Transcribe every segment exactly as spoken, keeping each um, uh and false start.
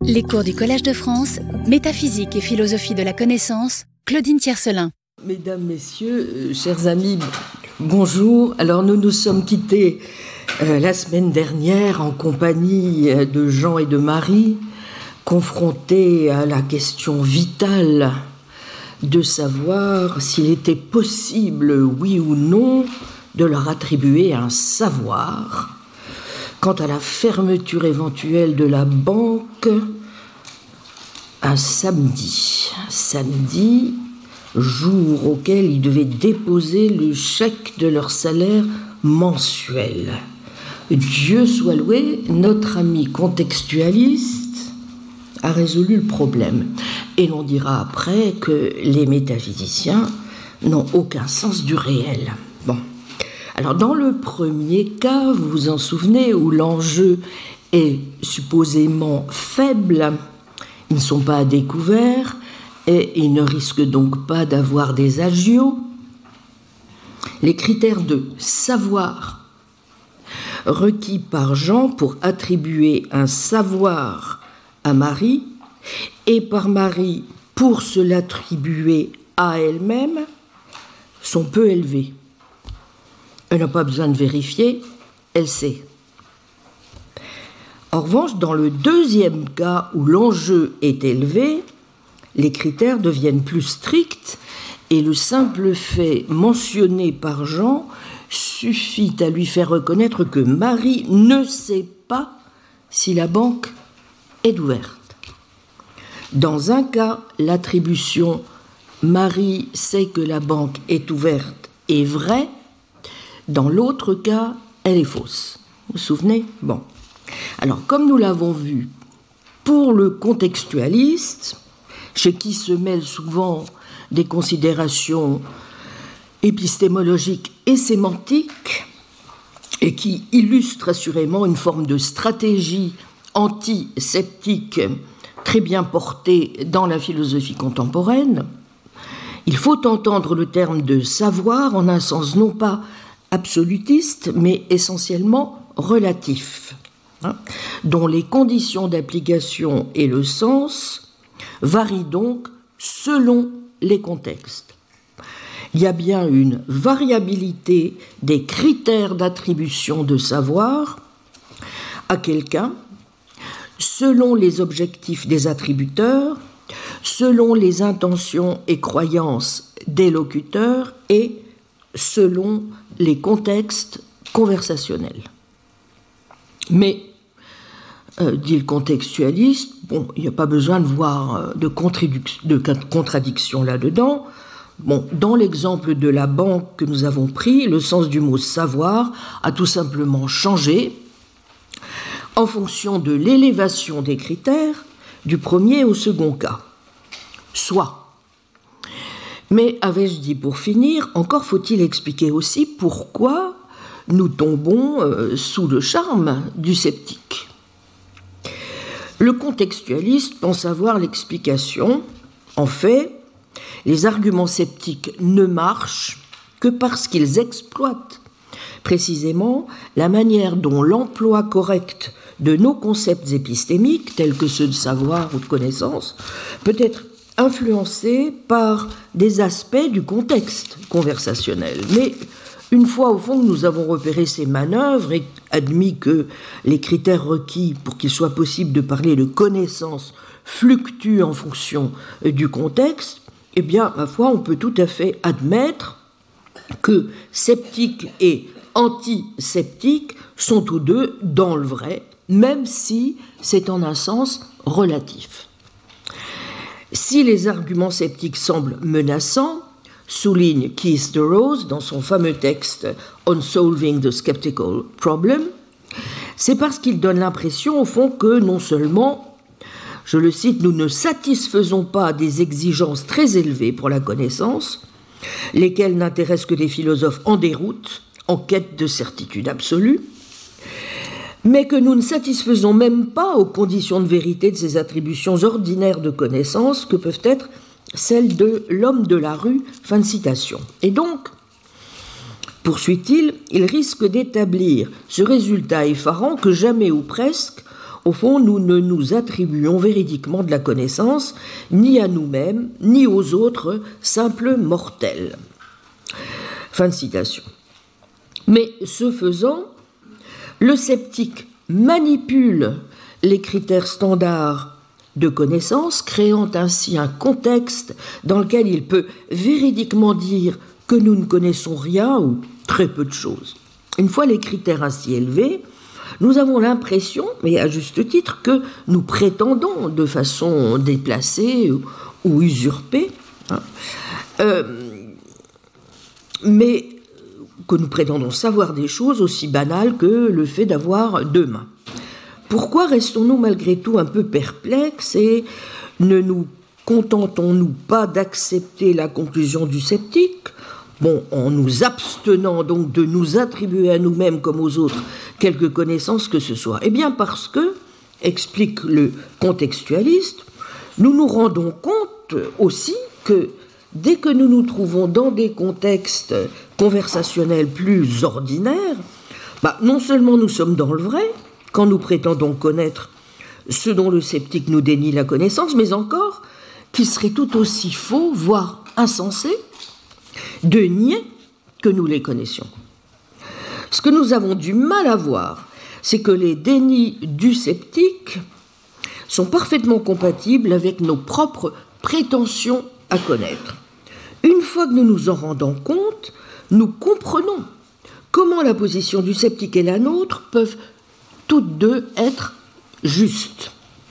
Les cours du Collège de France, Métaphysique et philosophie de la connaissance, Claudine Tiercelin. Mesdames, Messieurs, euh, chers amis, bonjour. Alors nous nous sommes quittés euh, la semaine dernière en compagnie euh, de Jean et de Marie, confrontés à la question vitale de savoir s'il était possible, oui ou non, de leur attribuer un savoir quant à la fermeture éventuelle de la banque un samedi. Samedi, jour auquel ils devaient déposer le chèque de leur salaire mensuel. Dieu soit loué, notre ami contextualiste a résolu le problème. Et l'on dira après que les métaphysiciens n'ont aucun sens du réel. Bon. Alors, dans le premier cas, vous vous en souvenez, où l'enjeu est supposément faible, ils ne sont pas à découvert et ils ne risquent donc pas d'avoir des agios. Les critères de savoir requis par Jean pour attribuer un savoir à Marie et par Marie pour se l'attribuer à elle-même sont peu élevés. Elle n'a pas besoin de vérifier, elle sait. En revanche, dans le deuxième cas où l'enjeu est élevé, les critères deviennent plus stricts et le simple fait mentionné par Jean suffit à lui faire reconnaître que Marie ne sait pas si la banque est ouverte. Dans un cas, l'attribution « Marie sait que la banque est ouverte » est vraie. Dans l'autre cas, elle est fausse. Vous vous souvenez ? Bon. Alors, comme nous l'avons vu, pour le contextualiste, chez qui se mêlent souvent des considérations épistémologiques et sémantiques, et qui illustrent assurément une forme de stratégie anti-sceptique très bien portée dans la philosophie contemporaine, il faut entendre le terme de savoir en un sens non pas absolutiste, mais essentiellement relatif, hein, dont les conditions d'application et le sens varient donc selon les contextes. Il y a bien une variabilité des critères d'attribution de savoir à quelqu'un selon les objectifs des attributeurs, selon les intentions et croyances des locuteurs et selon les contextes conversationnels. Mais, euh, dit le contextualiste, bon, il n'y a pas besoin de voir de, de contradiction là-dedans. Bon, dans l'exemple de la banque que nous avons pris, le sens du mot « savoir » a tout simplement changé en fonction de l'élévation des critères du premier au second cas. Soit. Mais, avais-je dit pour finir, encore faut-il expliquer aussi pourquoi nous tombons euh, sous le charme du sceptique. Le contextualiste pense avoir l'explication. En fait, les arguments sceptiques ne marchent que parce qu'ils exploitent précisément la manière dont l'emploi correct de nos concepts épistémiques, tels que ceux de savoir ou de connaissance, peut être influencé par des aspects du contexte conversationnel. Mais une fois au fond que nous avons repéré ces manœuvres et admis que les critères requis pour qu'il soit possible de parler de connaissance fluctuent en fonction du contexte, eh bien, ma foi, on peut tout à fait admettre que sceptiques et antisceptiques sont tous deux dans le vrai, même si c'est en un sens relatif. Si les arguments sceptiques semblent menaçants, souligne Keith de Rose dans son fameux texte « On Solving the Skeptical Problem », c'est parce qu'il donne l'impression, au fond, que non seulement, je le cite, nous ne satisfaisons pas des exigences très élevées pour la connaissance, lesquelles n'intéressent que des philosophes en déroute, en quête de certitude absolue, mais que nous ne satisfaisons même pas aux conditions de vérité de ces attributions ordinaires de connaissance que peuvent être celles de l'homme de la rue, fin de citation. Et donc, poursuit-il, il risque d'établir ce résultat effarant que jamais ou presque Au fond, nous ne nous attribuons véridiquement de la connaissance ni à nous-mêmes, ni aux autres simples mortels. Fin de citation. Mais ce faisant, le sceptique manipule les critères standards de connaissance, créant ainsi un contexte dans lequel il peut véridiquement dire que nous ne connaissons rien ou très peu de choses. Une fois les critères ainsi élevés, nous avons l'impression, mais à juste titre, que nous prétendons de façon déplacée ou usurpée, hein, euh, mais que nous prétendons savoir des choses aussi banales que le fait d'avoir deux mains. Pourquoi restons-nous malgré tout un peu perplexes et ne nous contentons-nous pas d'accepter la conclusion du sceptique, bon, en nous abstenant donc de nous attribuer à nous-mêmes comme aux autres quelque connaissance que ce soit? Eh bien parce que, explique le contextualiste, nous nous rendons compte aussi que dès que nous nous trouvons dans des contextes conversationnels plus ordinaires, bah, non seulement nous sommes dans le vrai, quand nous prétendons connaître ce dont le sceptique nous dénie la connaissance, mais encore qu'il serait tout aussi faux, voire insensé, de nier que nous les connaissions. Ce que nous avons du mal à voir, c'est que les dénis du sceptique sont parfaitement compatibles avec nos propres prétentions à connaître. Une fois que nous nous en rendons compte, nous comprenons comment la position du sceptique et la nôtre peuvent toutes deux être justes.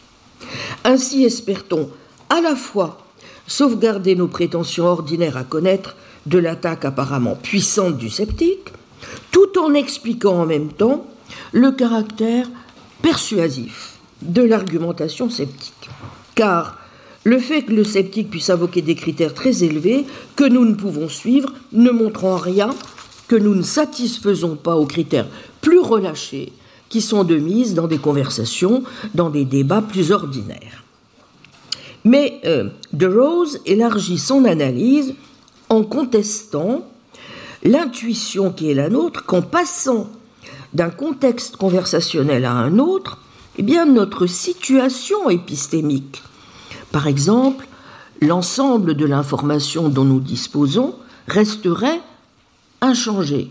Ainsi espère-t-on à la fois sauvegarder nos prétentions ordinaires à connaître de l'attaque apparemment puissante du sceptique, tout en expliquant en même temps le caractère persuasif de l'argumentation sceptique. Car le fait que le sceptique puisse invoquer des critères très élevés que nous ne pouvons suivre ne montre en rien que nous ne satisfaisons pas aux critères plus relâchés qui sont de mise dans des conversations, dans des débats plus ordinaires. Mais euh, De Rose élargit son analyse en contestant l'intuition qui est la nôtre qu'en passant d'un contexte conversationnel à un autre, eh bien notre situation épistémique, par exemple, l'ensemble de l'information dont nous disposons resterait inchangé.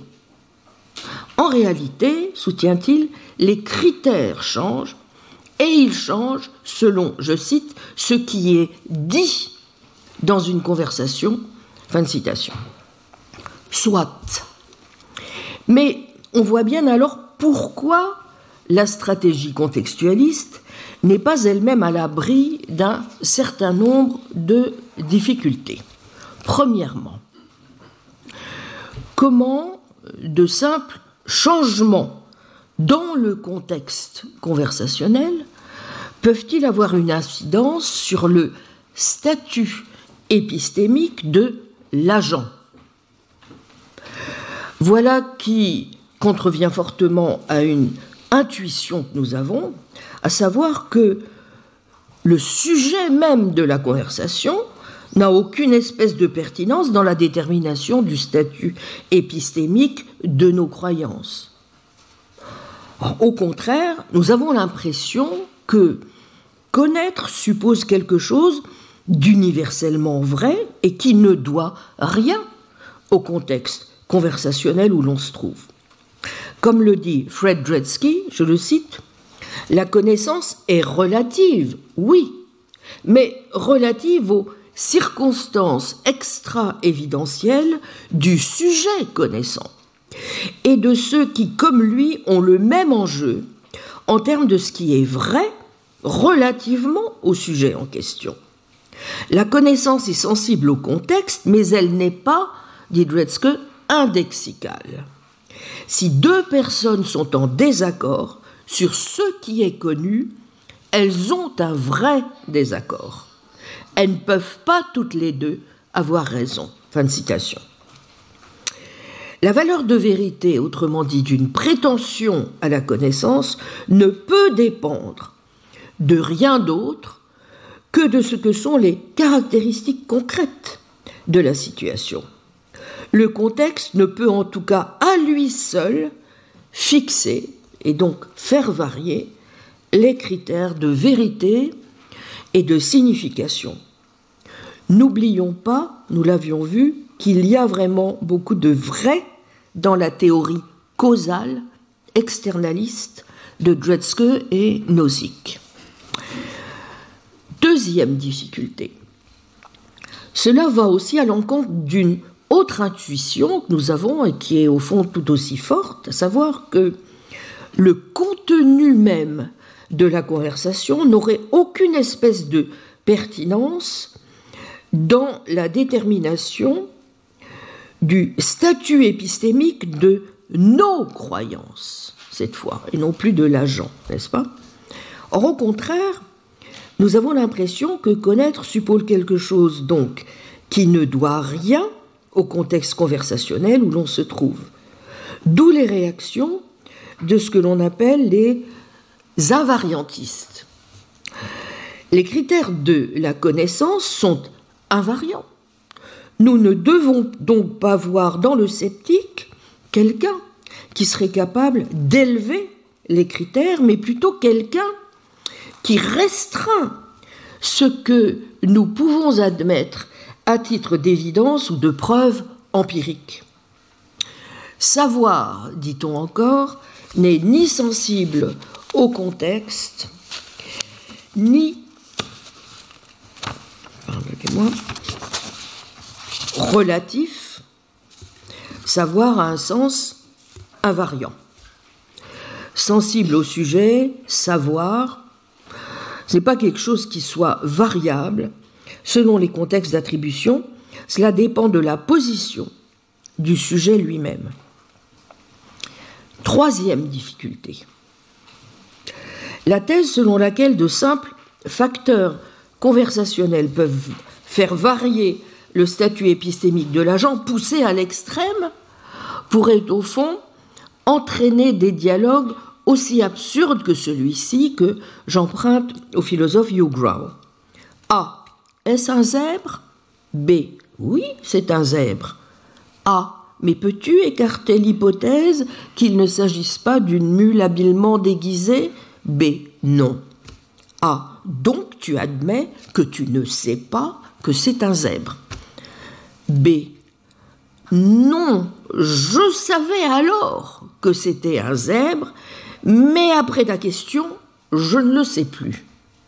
En réalité, soutient-il, les critères changent et ils changent selon, je cite, ce qui est dit dans une conversation. Fin de citation. Soit. Mais on voit bien alors pourquoi la stratégie contextualiste n'est pas elle-même à l'abri d'un certain nombre de difficultés. Premièrement, comment de simples changements dans le contexte conversationnel peuvent-ils avoir une incidence sur le statut épistémique de l'agent? Voilà qui contrevient fortement à une intuition que nous avons, à savoir que le sujet même de la conversation n'a aucune espèce de pertinence dans la détermination du statut épistémique de nos croyances. Au contraire, nous avons l'impression que connaître suppose quelque chose d'universellement vrai et qui ne doit rien au contexte conversationnel où l'on se trouve. Comme le dit Fred Dretske, je le cite, « La connaissance est relative, oui, mais relative aux circonstances extra-évidentielles du sujet connaissant et de ceux qui, comme lui, ont le même enjeu en termes de ce qui est vrai relativement au sujet en question. La connaissance est sensible au contexte, mais elle n'est pas, dit Dretske, indexicale. Si deux personnes sont en désaccord sur ce qui est connu, elles ont un vrai désaccord. Elles ne peuvent pas toutes les deux avoir raison. » Fin de citation. La valeur de vérité, autrement dit d'une prétention à la connaissance, ne peut dépendre de rien d'autre que de ce que sont les caractéristiques concrètes de la situation. Le contexte ne peut en tout cas à lui seul fixer et donc faire varier les critères de vérité et de signification. N'oublions pas, nous l'avions vu, qu'il y a vraiment beaucoup de vrai dans la théorie causale, externaliste de Dretske et Nozick. Deuxième difficulté. Cela va aussi à l'encontre d'une autre intuition que nous avons et qui est au fond tout aussi forte, à savoir que le contenu même de la conversation n'aurait aucune espèce de pertinence dans la détermination du statut épistémique de nos croyances, cette fois, et non plus de l'agent, n'est-ce pas? Or, au contraire, nous avons l'impression que connaître suppose quelque chose, donc, qui ne doit rien au contexte conversationnel où l'on se trouve. D'où les réactions de ce que l'on appelle les invariantistes. Les critères de la connaissance sont invariants. Nous ne devons donc pas voir dans le sceptique quelqu'un qui serait capable d'élever les critères, mais plutôt quelqu'un qui restreint ce que nous pouvons admettre à titre d'évidence ou de preuve empirique. Savoir, dit-on encore, n'est ni sensible au contexte, ni, pardonnez-moi, relatif. Savoir a un sens invariant. Sensible au sujet, savoir, ce n'est pas quelque chose qui soit variable selon les contextes d'attribution, cela dépend de la position du sujet lui-même. Troisième difficulté. La thèse selon laquelle de simples facteurs conversationnels peuvent faire varier le statut épistémique de l'agent, poussé à l'extrême, pourrait au fond entraîner des dialogues aussi absurdes que celui-ci que j'emprunte au philosophe Hugh Grau. A. Est-ce un zèbre? B. Oui, c'est un zèbre. A. Mais peux-tu écarter l'hypothèse qu'il ne s'agisse pas d'une mule habilement déguisée? B. Non. A. Donc tu admets que tu ne sais pas que c'est un zèbre. B. Non, je savais alors que c'était un zèbre, mais après ta question, je ne le sais plus.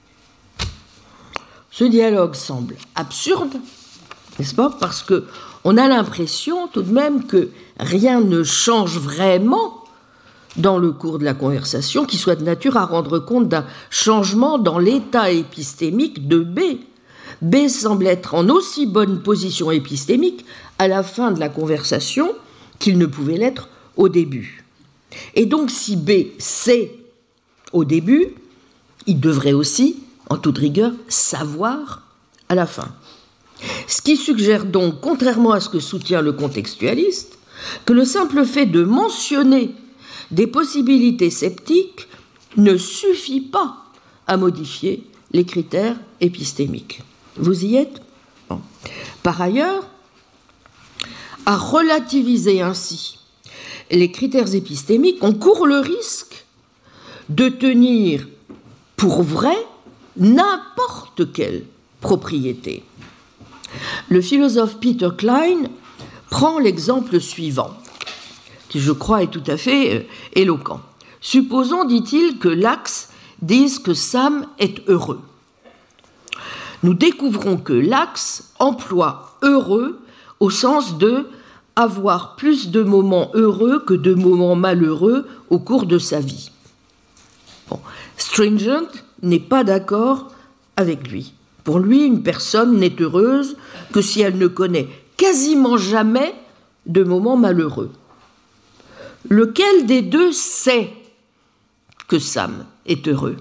Ce dialogue semble absurde, n'est-ce pas? Parce qu'on a l'impression tout de même que rien ne change vraiment dans le cours de la conversation qui soit de nature à rendre compte d'un changement dans l'état épistémique de B. B semble être en aussi bonne position épistémique à la fin de la conversation qu'il ne pouvait l'être au début. Et donc si B sait au début, il devrait aussi, en toute rigueur, savoir à la fin. Ce qui suggère donc, contrairement à ce que soutient le contextualiste, que le simple fait de mentionner des possibilités sceptiques ne suffit pas à modifier les critères épistémiques. Vous y êtes? Bon. Par ailleurs, à relativiser ainsi les critères épistémiques, on court le risque de tenir pour vrai n'importe quelle propriété. Le philosophe Peter Klein prend l'exemple suivant, qui je crois est tout à fait euh, éloquent. Supposons, dit-il, que Lax dise que Sam est heureux. Nous découvrons que Lax emploie heureux au sens de avoir plus de moments heureux que de moments malheureux au cours de sa vie. Bon. Stringent n'est pas d'accord avec lui. Pour lui, une personne n'est heureuse que si elle ne connaît quasiment jamais de moments malheureux. Lequel des deux sait que Sam est heureux?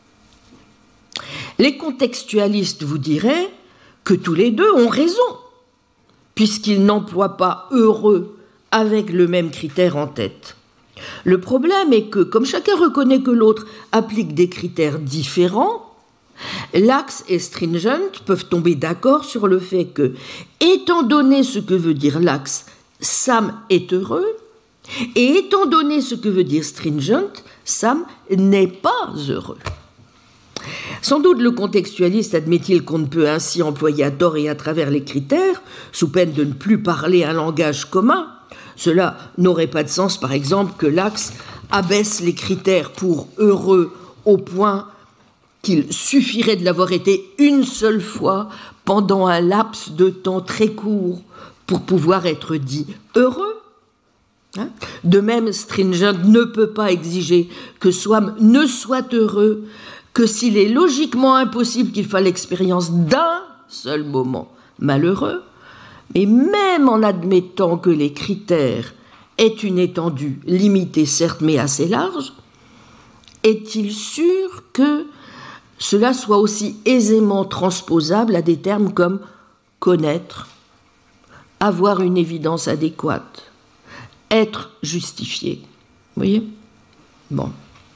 Les contextualistes vous diraient que tous les deux ont raison, puisqu'ils n'emploient pas heureux avec le même critère en tête. Le problème est que, comme chacun reconnaît que l'autre applique des critères différents, Lax et Stringent peuvent tomber d'accord sur le fait que, étant donné ce que veut dire Lax, Sam est heureux, Et étant donné ce que veut dire stringent, Sam n'est pas heureux. Sans doute le contextualiste admet-il qu'on ne peut ainsi employer à tort et à travers les critères, sous peine de ne plus parler un langage commun. Cela n'aurait pas de sens, par exemple, que Lax abaisse les critères pour heureux au point qu'il suffirait de l'avoir été une seule fois pendant un laps de temps très court pour pouvoir être dit heureux. Hein? De même, stringent ne peut pas exiger que Swam ne soit heureux que s'il est logiquement impossible qu'il fasse l'expérience d'un seul moment malheureux, mais même en admettant que les critères aient une étendue limitée, certes, mais assez large, est-il sûr que cela soit aussi aisément transposable à des termes comme connaître, avoir une évidence adéquate, être justifié. Vous voyez ? Bon.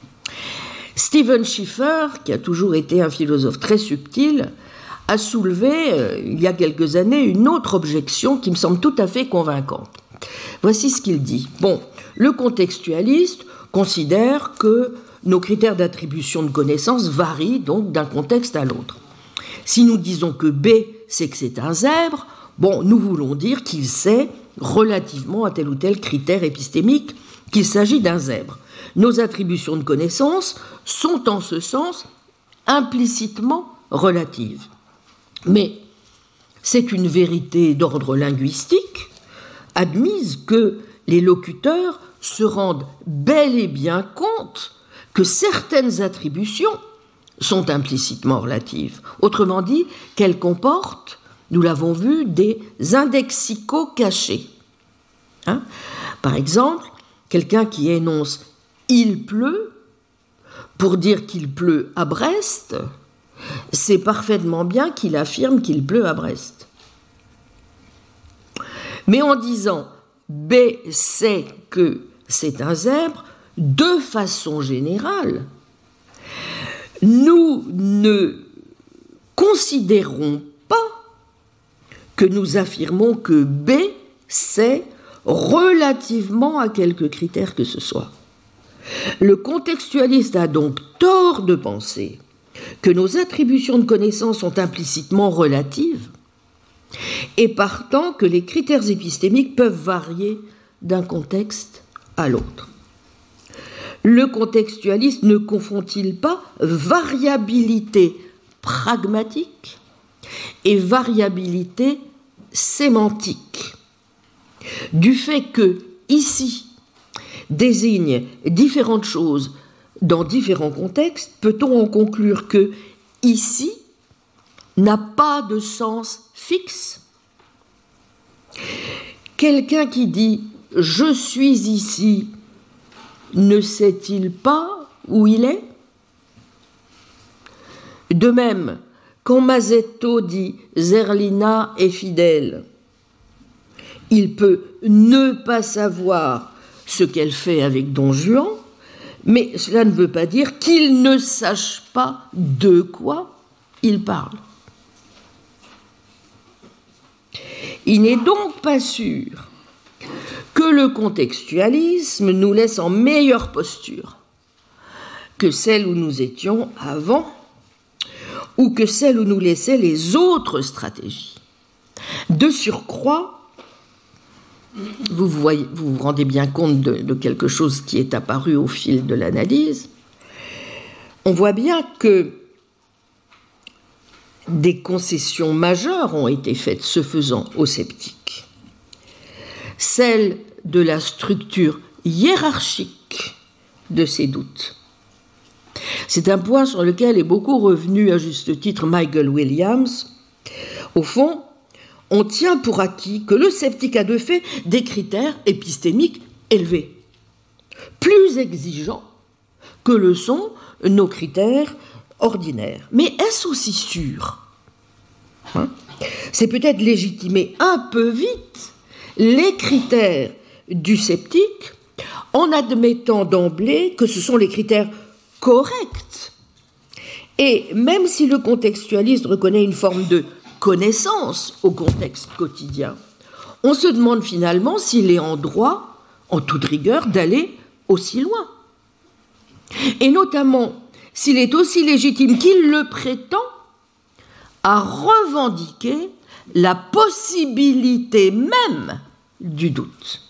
Stephen Schiffer, qui a toujours été un philosophe très subtil, a soulevé, euh, il y a quelques années, une autre objection qui me semble tout à fait convaincante. Voici ce qu'il dit. Bon, le contextualiste considère que nos critères d'attribution de connaissances varient donc d'un contexte à l'autre. Si nous disons que B, c'est que c'est un zèbre, bon, nous voulons dire qu'il sait, relativement à tel ou tel critère épistémique, qu'il s'agit d'un zèbre. Nos attributions de connaissances sont en ce sens implicitement relatives. Mais c'est une vérité d'ordre linguistique, admise que les locuteurs se rendent bel et bien compte que certaines attributions sont implicitement relatives. Autrement dit, qu'elles comportent, nous l'avons vu, des indexicaux cachés. Hein ? Par exemple, quelqu'un qui énonce « il pleut » pour dire qu'il pleut à Brest, c'est parfaitement bien qu'il affirme qu'il pleut à Brest. Mais en disant « B sait que c'est un zèbre », de façon générale, nous ne considérons pas que nous affirmons que B sait relativement à quelque critère que ce soit. Le contextualiste a donc tort de penser que nos attributions de connaissances sont implicitement relatives et partant que les critères épistémiques peuvent varier d'un contexte à l'autre. Le contextualiste ne confond-il pas variabilité pragmatique et variabilité sémantique, du fait que, ici, désigne différentes choses dans différents contextes, peut-on en conclure que, ici, n'a pas de sens fixe ? Quelqu'un qui dit « je suis ici », ne sait-il pas où il est ? De même, quand Mazetto dit « Zerlina est fidèle », il peut ne pas savoir ce qu'elle fait avec Don Juan, mais cela ne veut pas dire qu'il ne sache pas de quoi il parle. Il n'est donc pas sûr que le contextualisme nous laisse en meilleure posture que celle où nous étions avant ou que celle où nous laissaient les autres stratégies. De surcroît, vous, voyez, vous vous rendez bien compte de, de quelque chose qui est apparu au fil de l'analyse. On voit bien que des concessions majeures ont été faites, ce faisant, aux sceptiques. Celle de la structure hiérarchique de ces doutes. C'est un point sur lequel est beaucoup revenu à juste titre Michael Williams. Au fond, on tient pour acquis que le sceptique a de fait des critères épistémiques élevés, plus exigeants que le sont nos critères ordinaires. Mais est-ce aussi sûr ? hein C'est peut-être légitimer un peu vite les critères du sceptique en admettant d'emblée que ce sont les critères corrects. Et même si le contextualiste reconnaît une forme de connaissance au contexte quotidien, on se demande finalement s'il est en droit en toute rigueur, d'aller aussi loin. Et notamment, s'il est aussi légitime qu'il le prétend, à revendiquer la possibilité même du doute.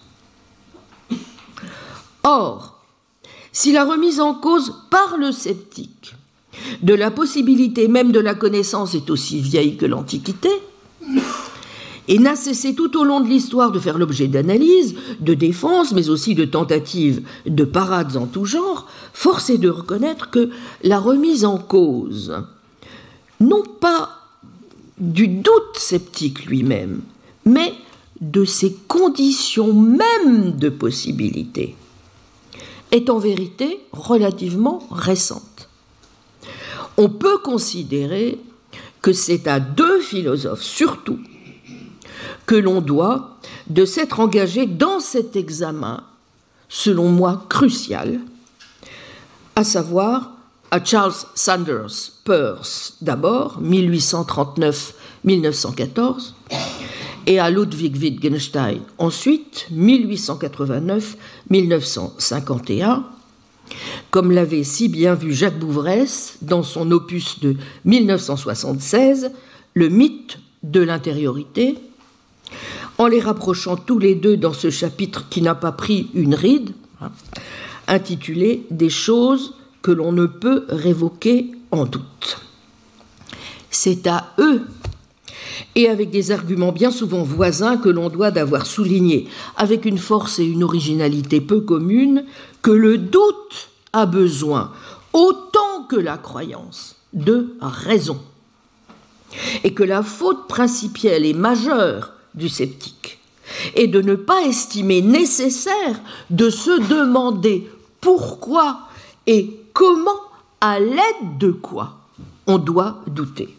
Or, si la remise en cause par le sceptique de la possibilité même de la connaissance est aussi vieille que l'Antiquité, et n'a cessé tout au long de l'histoire de faire l'objet d'analyses, de défenses, mais aussi de tentatives de parades en tout genre, force est de reconnaître que la remise en cause, non pas du doute sceptique lui-même, mais de ses conditions mêmes de possibilité, est en vérité relativement récente. On peut considérer que c'est à deux philosophes, surtout, que l'on doit de s'être engagé dans cet examen, selon moi crucial, à savoir à Charles Sanders Peirce d'abord, mille huit cent trente-neuf à mille neuf cent quatorze, et à Ludwig Wittgenstein ensuite, mille huit cent quatre-vingt-neuf à mille neuf cent cinquante et un, comme l'avait si bien vu Jacques Bouvresse dans son opus de mille neuf cent soixante-seize, Le mythe de l'intériorité, en les rapprochant tous les deux dans ce chapitre qui n'a pas pris une ride, hein, intitulé « Des choses que l'on ne peut révoquer en doute ». C'est à eux, et avec des arguments bien souvent voisins que l'on doit d'avoir souligné, avec une force et une originalité peu communes, que le doute a besoin, autant que la croyance, de raison, et que la faute principielle et majeure du sceptique est de ne pas estimer nécessaire de se demander pourquoi et comment, à l'aide de quoi, on doit douter.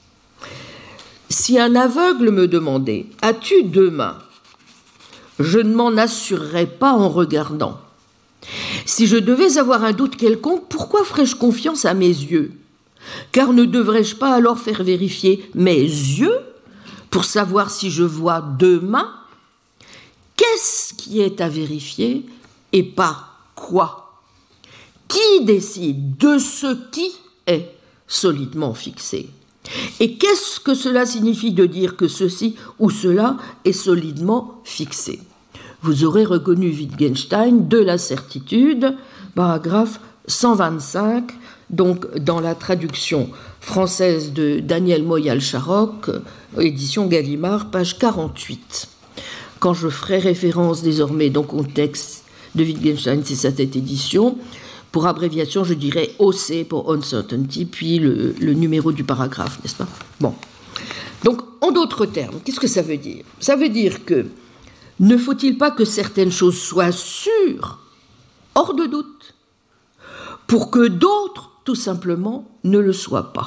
Si un aveugle me demandait « As-tu deux mains ?» je ne m'en assurerais pas en regardant. Si je devais avoir un doute quelconque, pourquoi ferais-je confiance à mes yeux ? Car ne devrais-je pas alors faire vérifier mes yeux pour savoir si je vois deux mains ? Qu'est-ce qui est à vérifier et par quoi ? Qui décide de ce qui est solidement fixé ? Et qu'est-ce que cela signifie de dire que ceci ou cela est solidement fixé ? Vous aurez reconnu Wittgenstein de la certitude, paragraphe cent vingt-cinq, donc dans la traduction française de Daniel Moyal-Charoc, édition Gallimard, page quarante-huit. Quand je ferai référence désormais donc au texte de Wittgenstein, c'est cette édition. Pour abréviation, je dirais O C pour uncertainty, puis le, le numéro du paragraphe, n'est-ce pas ? Bon. Donc, en d'autres termes, qu'est-ce que ça veut dire ? Ça veut dire que ne faut-il pas que certaines choses soient sûres, hors de doute, pour que d'autres, tout simplement, ne le soient pas ?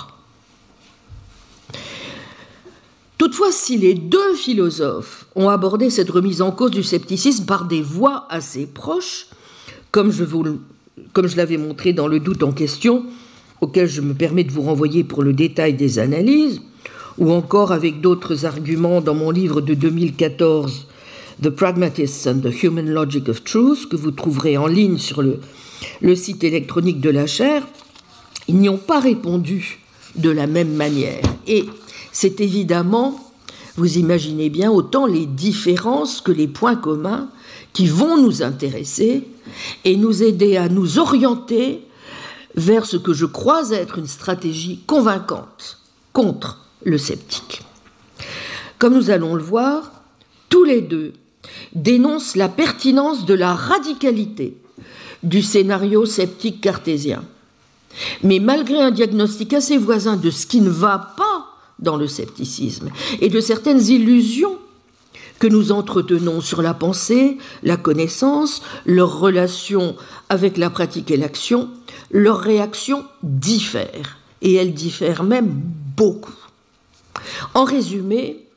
Toutefois, si les deux philosophes ont abordé cette remise en cause du scepticisme par des voies assez proches, comme je vous le Comme je l'avais montré dans le doute en question, auquel je me permets de vous renvoyer pour le détail des analyses, ou encore avec d'autres arguments dans mon livre de deux mille quatorze, The Pragmatists and the Human Logic of Truth, que vous trouverez en ligne sur le, le site électronique de la chaire, ils n'y ont pas répondu de la même manière. Et c'est évidemment, vous imaginez bien, autant les différences que les points communs qui vont nous intéresser et nous aider à nous orienter vers ce que je crois être une stratégie convaincante contre le sceptique. Comme nous allons le voir, tous les deux dénoncent la pertinence de la radicalité du scénario sceptique cartésien. Mais malgré un diagnostic assez voisin de ce qui ne va pas dans le scepticisme et de certaines illusions que nous entretenons sur la pensée, la connaissance, leur relation avec la pratique et l'action, leurs réactions diffèrent, et elles diffèrent même beaucoup. En résumé,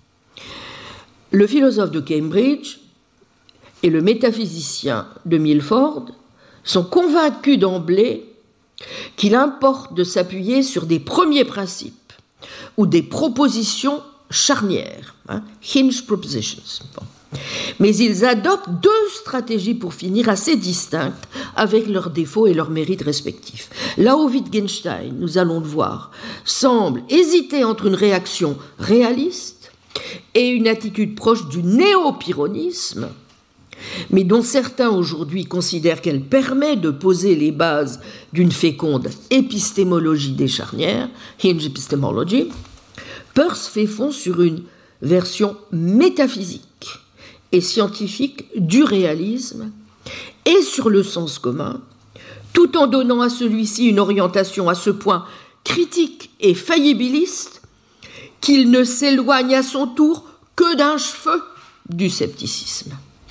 le philosophe de Cambridge et le métaphysicien de Milford sont convaincus d'emblée qu'il importe de s'appuyer sur des premiers principes ou des propositions charnières, hein, hinge propositions. Bon. Mais ils adoptent deux stratégies pour finir assez distinctes avec leurs défauts et leurs mérites respectifs. Là où Wittgenstein, nous allons le voir, semble hésiter entre une réaction réaliste et une attitude proche du néo-pyrrhonisme, mais dont certains aujourd'hui considèrent qu'elle permet de poser les bases d'une féconde épistémologie des charnières, hinge epistemology, Peirce fait fond sur une version métaphysique et scientifique du réalisme et sur le sens commun, tout en donnant à celui-ci une orientation à ce point critique et faillibiliste qu'il ne s'éloigne à son tour que d'un cheveu du scepticisme.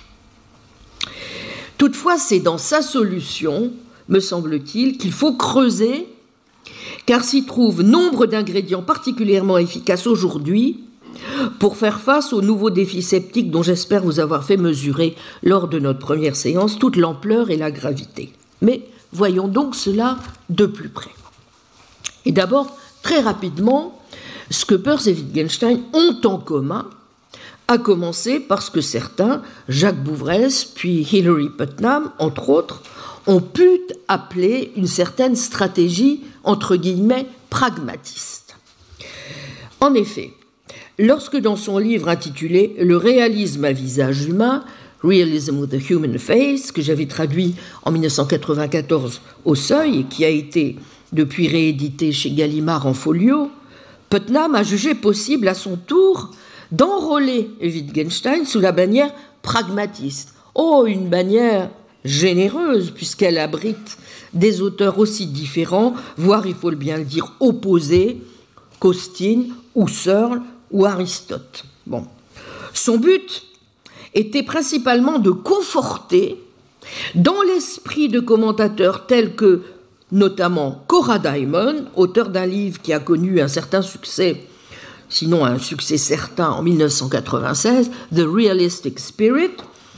Toutefois, c'est dans sa solution, me semble-t-il, qu'il faut creuser, car s'y trouvent nombre d'ingrédients particulièrement efficaces aujourd'hui pour faire face aux nouveaux défis sceptiques dont j'espère vous avoir fait mesurer lors de notre première séance toute l'ampleur et la gravité. Mais voyons donc cela de plus près. Et d'abord, très rapidement, ce que Peirce et Wittgenstein ont en commun, à commencer parce que certains, Jacques Bouvresse puis Hilary Putnam, entre autres, ont pu appeler une certaine stratégie, entre guillemets, pragmatiste. En effet, lorsque dans son livre intitulé « Le réalisme à visage humain », Realism with a Human Face, que j'avais traduit en mille neuf cent quatre-vingt-quatorze au Seuil et qui a été depuis réédité chez Gallimard en folio, Putnam a jugé possible à son tour d'enrôler Wittgenstein sous la bannière pragmatiste. Oh, une bannière généreuse, puisqu'elle abrite des auteurs aussi différents, voire, il faut le bien le dire, opposés, qu'Austin, Husserl ou Aristote. Bon. Son but était principalement de conforter, dans l'esprit de commentateurs tels que, notamment, Cora Diamond, auteur d'un livre qui a connu un certain succès, sinon un succès certain en mille neuf cent quatre-vingt-seize, The Realistic Spirit,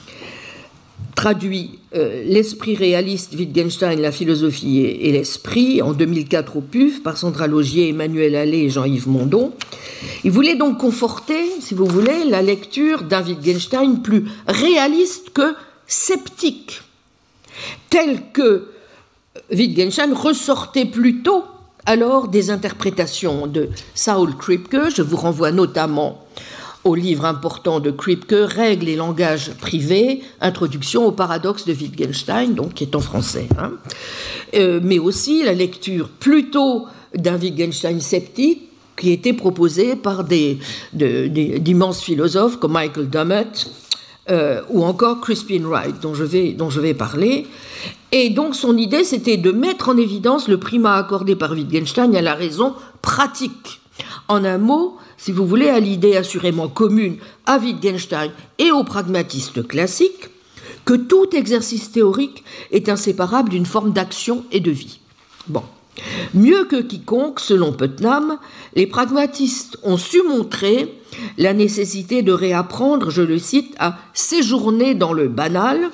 traduit euh, L'esprit réaliste, Wittgenstein, la philosophie et, et l'esprit, en deux mille quatre au P U F, par Sandra Logier, Emmanuel Allais et Jean-Yves Mondon. Il voulait donc conforter, si vous voulez, la lecture d'un Wittgenstein plus réaliste que sceptique, tel que Wittgenstein ressortait plutôt alors des interprétations de Saul Kripke. Je vous renvoie notamment au livre important de Kripke, Règles et langage privé, introduction au paradoxe de Wittgenstein, donc qui est en français, hein. euh, mais aussi la lecture plutôt d'un Wittgenstein sceptique qui était proposé par des, de, des, d'immenses philosophes comme Michael Dummett euh, ou encore Crispin Wright, dont je vais, dont je vais parler. Et donc son idée, c'était de mettre en évidence le primat accordé par Wittgenstein à la raison pratique. En un mot, si vous voulez, à l'idée assurément commune à Wittgenstein et aux pragmatistes classiques, que tout exercice théorique est inséparable d'une forme d'action et de vie. Bon. Mieux que quiconque, selon Putnam, les pragmatistes ont su montrer la nécessité de réapprendre, je le cite, à séjourner dans le banal.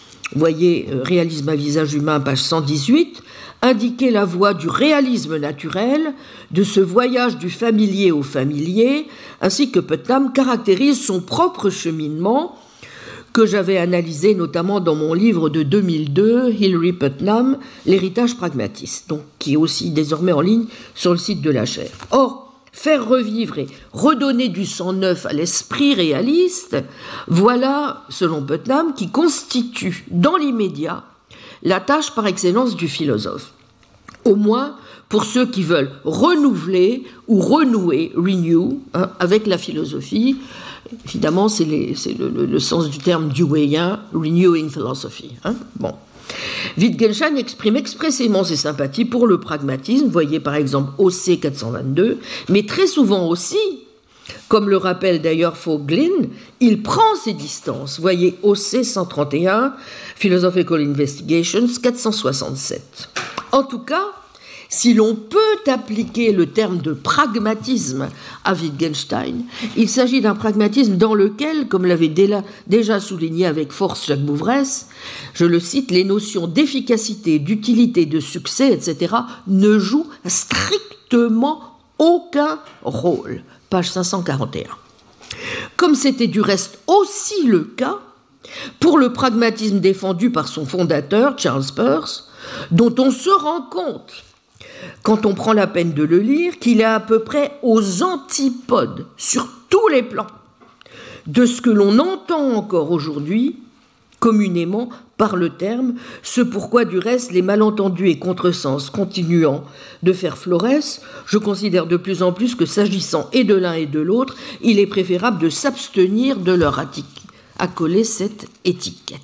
Voyez Réalisme à visage humain, page cent dix-huit, indiquer la voie du réalisme naturel, de ce voyage du familier au familier, ainsi que Putnam caractérise son propre cheminement, que j'avais analysé notamment dans mon livre de deux mille deux, Hilary Putnam, L'héritage pragmatiste, donc, qui est aussi désormais en ligne sur le site de la chaire. Or, faire revivre et redonner du sang neuf à l'esprit réaliste, voilà, selon Putnam, qui constitue dans l'immédiat la tâche par excellence du philosophe. Au moins pour ceux qui veulent renouveler ou renouer, renew, hein, avec la philosophie. Évidemment, c'est, les, c'est le, le, le sens du terme deweyien, renewing philosophy. Hein, bon. Wittgenstein exprime expressément ses sympathies pour le pragmatisme, voyez par exemple O C quatre cent vingt-deux, mais très souvent aussi, comme le rappelle d'ailleurs Voegelin, il prend ses distances, voyez O C cent trente et un, Philosophical Investigations quatre cent soixante-sept. En tout cas, si l'on peut appliquer le terme de pragmatisme à Wittgenstein, il s'agit d'un pragmatisme dans lequel, comme l'avait déjà souligné avec force Jacques Bouvresse, je le cite, les notions d'efficacité, d'utilité, de succès, et cetera ne jouent strictement aucun rôle. Page cinq cent quarante et un. comme c'était du reste aussi le cas pour le pragmatisme défendu par son fondateur, Charles Peirce, dont on se rend compte, quand on prend la peine de le lire, qu'il est à peu près aux antipodes, sur tous les plans, de ce que l'on entend encore aujourd'hui, communément par le terme, ce pourquoi du reste les malentendus et contresens continuant de faire florès, je considère de plus en plus que s'agissant et de l'un et de l'autre, il est préférable de s'abstenir de leur accoler cette étiquette.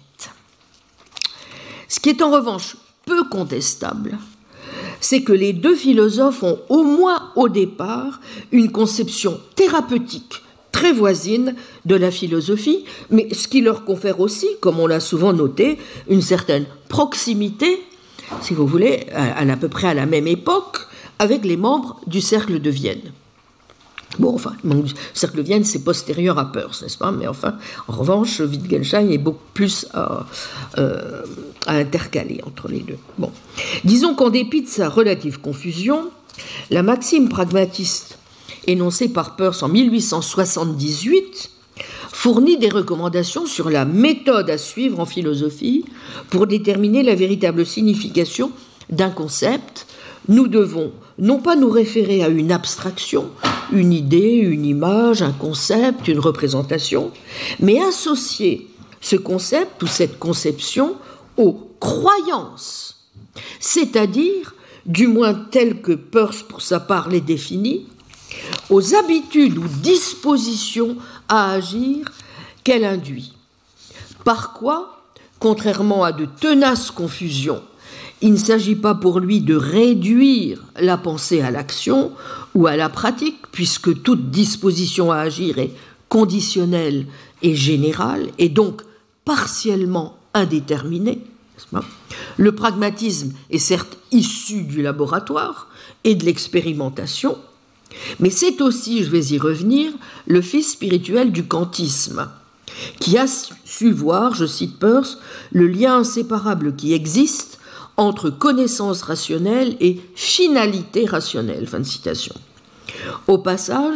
Ce qui est en revanche peu contestable, c'est que les deux philosophes ont au moins au départ une conception thérapeutique très voisine de la philosophie, mais ce qui leur confère aussi, comme on l'a souvent noté, une certaine proximité, si vous voulez, à, à, à peu près à la même époque, avec les membres du Cercle de Vienne. Bon, enfin, le Cercle de Vienne, c'est postérieur à Peirce, n'est-ce pas? Mais enfin, en revanche, Wittgenstein est beaucoup plus à, euh, à intercaler entre les deux. Bon. Disons qu'en dépit de sa relative confusion, la maxime pragmatiste énoncée par Peirce en mille huit cent soixante-dix-huit fournit des recommandations sur la méthode à suivre en philosophie pour déterminer la véritable signification d'un concept. Nous devons non pas nous référer à une abstraction, une idée, une image, un concept, une représentation, mais associer ce concept ou cette conception aux croyances, c'est-à-dire, du moins telles que Peirce pour sa part les définit, aux habitudes ou dispositions à agir qu'elle induit. Par quoi, contrairement à de tenaces confusions, il ne s'agit pas pour lui de réduire la pensée à l'action ou à la pratique, puisque toute disposition à agir est conditionnelle et générale, et donc partiellement indéterminée. Le pragmatisme est certes issu du laboratoire et de l'expérimentation, mais c'est aussi, je vais y revenir, le fils spirituel du kantisme, qui a su voir, je cite Peirce, le lien inséparable qui existe entre connaissance rationnelle et finalité rationnelle. Fin de citation. Au passage,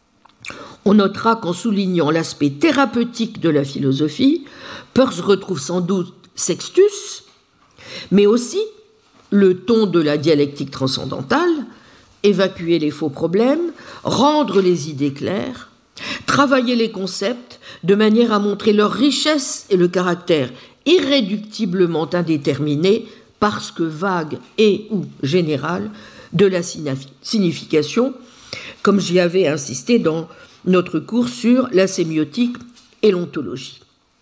on notera qu'en soulignant l'aspect thérapeutique de la philosophie, Peirce retrouve sans doute Sextus, mais aussi le ton de la dialectique transcendantale, évacuer les faux problèmes, rendre les idées claires, travailler les concepts de manière à montrer leur richesse et le caractère irréductiblement indéterminé, parce que vague et ou générale, de la signification, comme j'y avais insisté dans notre cours sur la sémiotique et l'ontologie.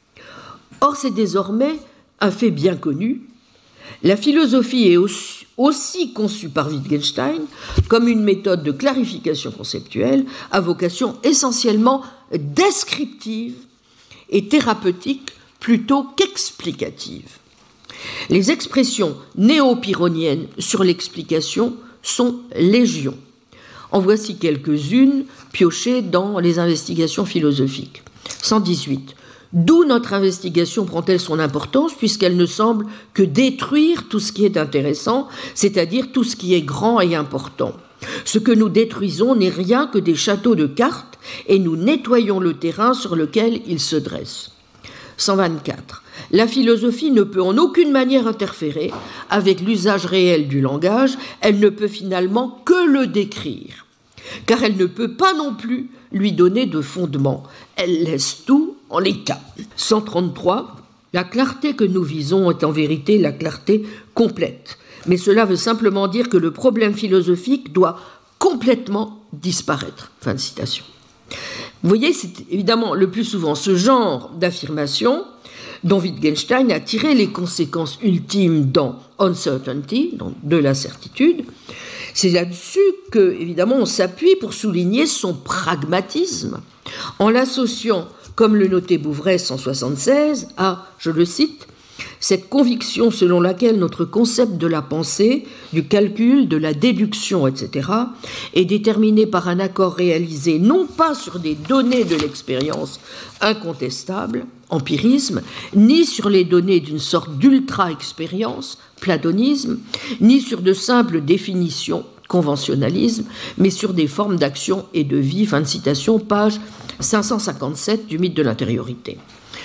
Or, c'est désormais un fait bien connu. La philosophie est aussi, aussi conçue par Wittgenstein comme une méthode de clarification conceptuelle à vocation essentiellement descriptive et thérapeutique plutôt qu'explicative. Les expressions néo-pyrrhoniennes sur l'explication sont légion. En voici quelques-unes piochées dans les investigations philosophiques. cent dix-huit. D'où notre investigation prend-elle son importance, puisqu'elle ne semble que détruire tout ce qui est intéressant, c'est-à-dire tout ce qui est grand et important. Ce que nous détruisons n'est rien que des châteaux de cartes, et nous nettoyons le terrain sur lequel ils se dressent. cent vingt-quatre. La philosophie ne peut en aucune manière interférer avec l'usage réel du langage, elle ne peut finalement que le décrire, car elle ne peut pas non plus lui donner de fondement. Elle laisse tout en l'état. cent trente-trois. La clarté que nous visons est en vérité la clarté complète, mais cela veut simplement dire que le problème philosophique doit complètement disparaître. Fin de citation. Vous voyez, c'est évidemment le plus souvent ce genre d'affirmation dont Wittgenstein a tiré les conséquences ultimes dans Uncertainty, donc de la certitude. C'est là-dessus que, évidemment, on s'appuie pour souligner son pragmatisme, en l'associant, comme le notait Bouvray cent soixante-seize, à, je le cite, cette conviction selon laquelle notre concept de la pensée, du calcul, de la déduction, et cetera, est déterminé par un accord réalisé non pas sur des données de l'expérience incontestable, empirisme, ni sur les données d'une sorte d'ultra-expérience, platonisme, ni sur de simples définitions, conventionnalisme, mais sur des formes d'action et de vie. Fin de citation, page cinq cent cinquante-sept du mythe de l'intériorité.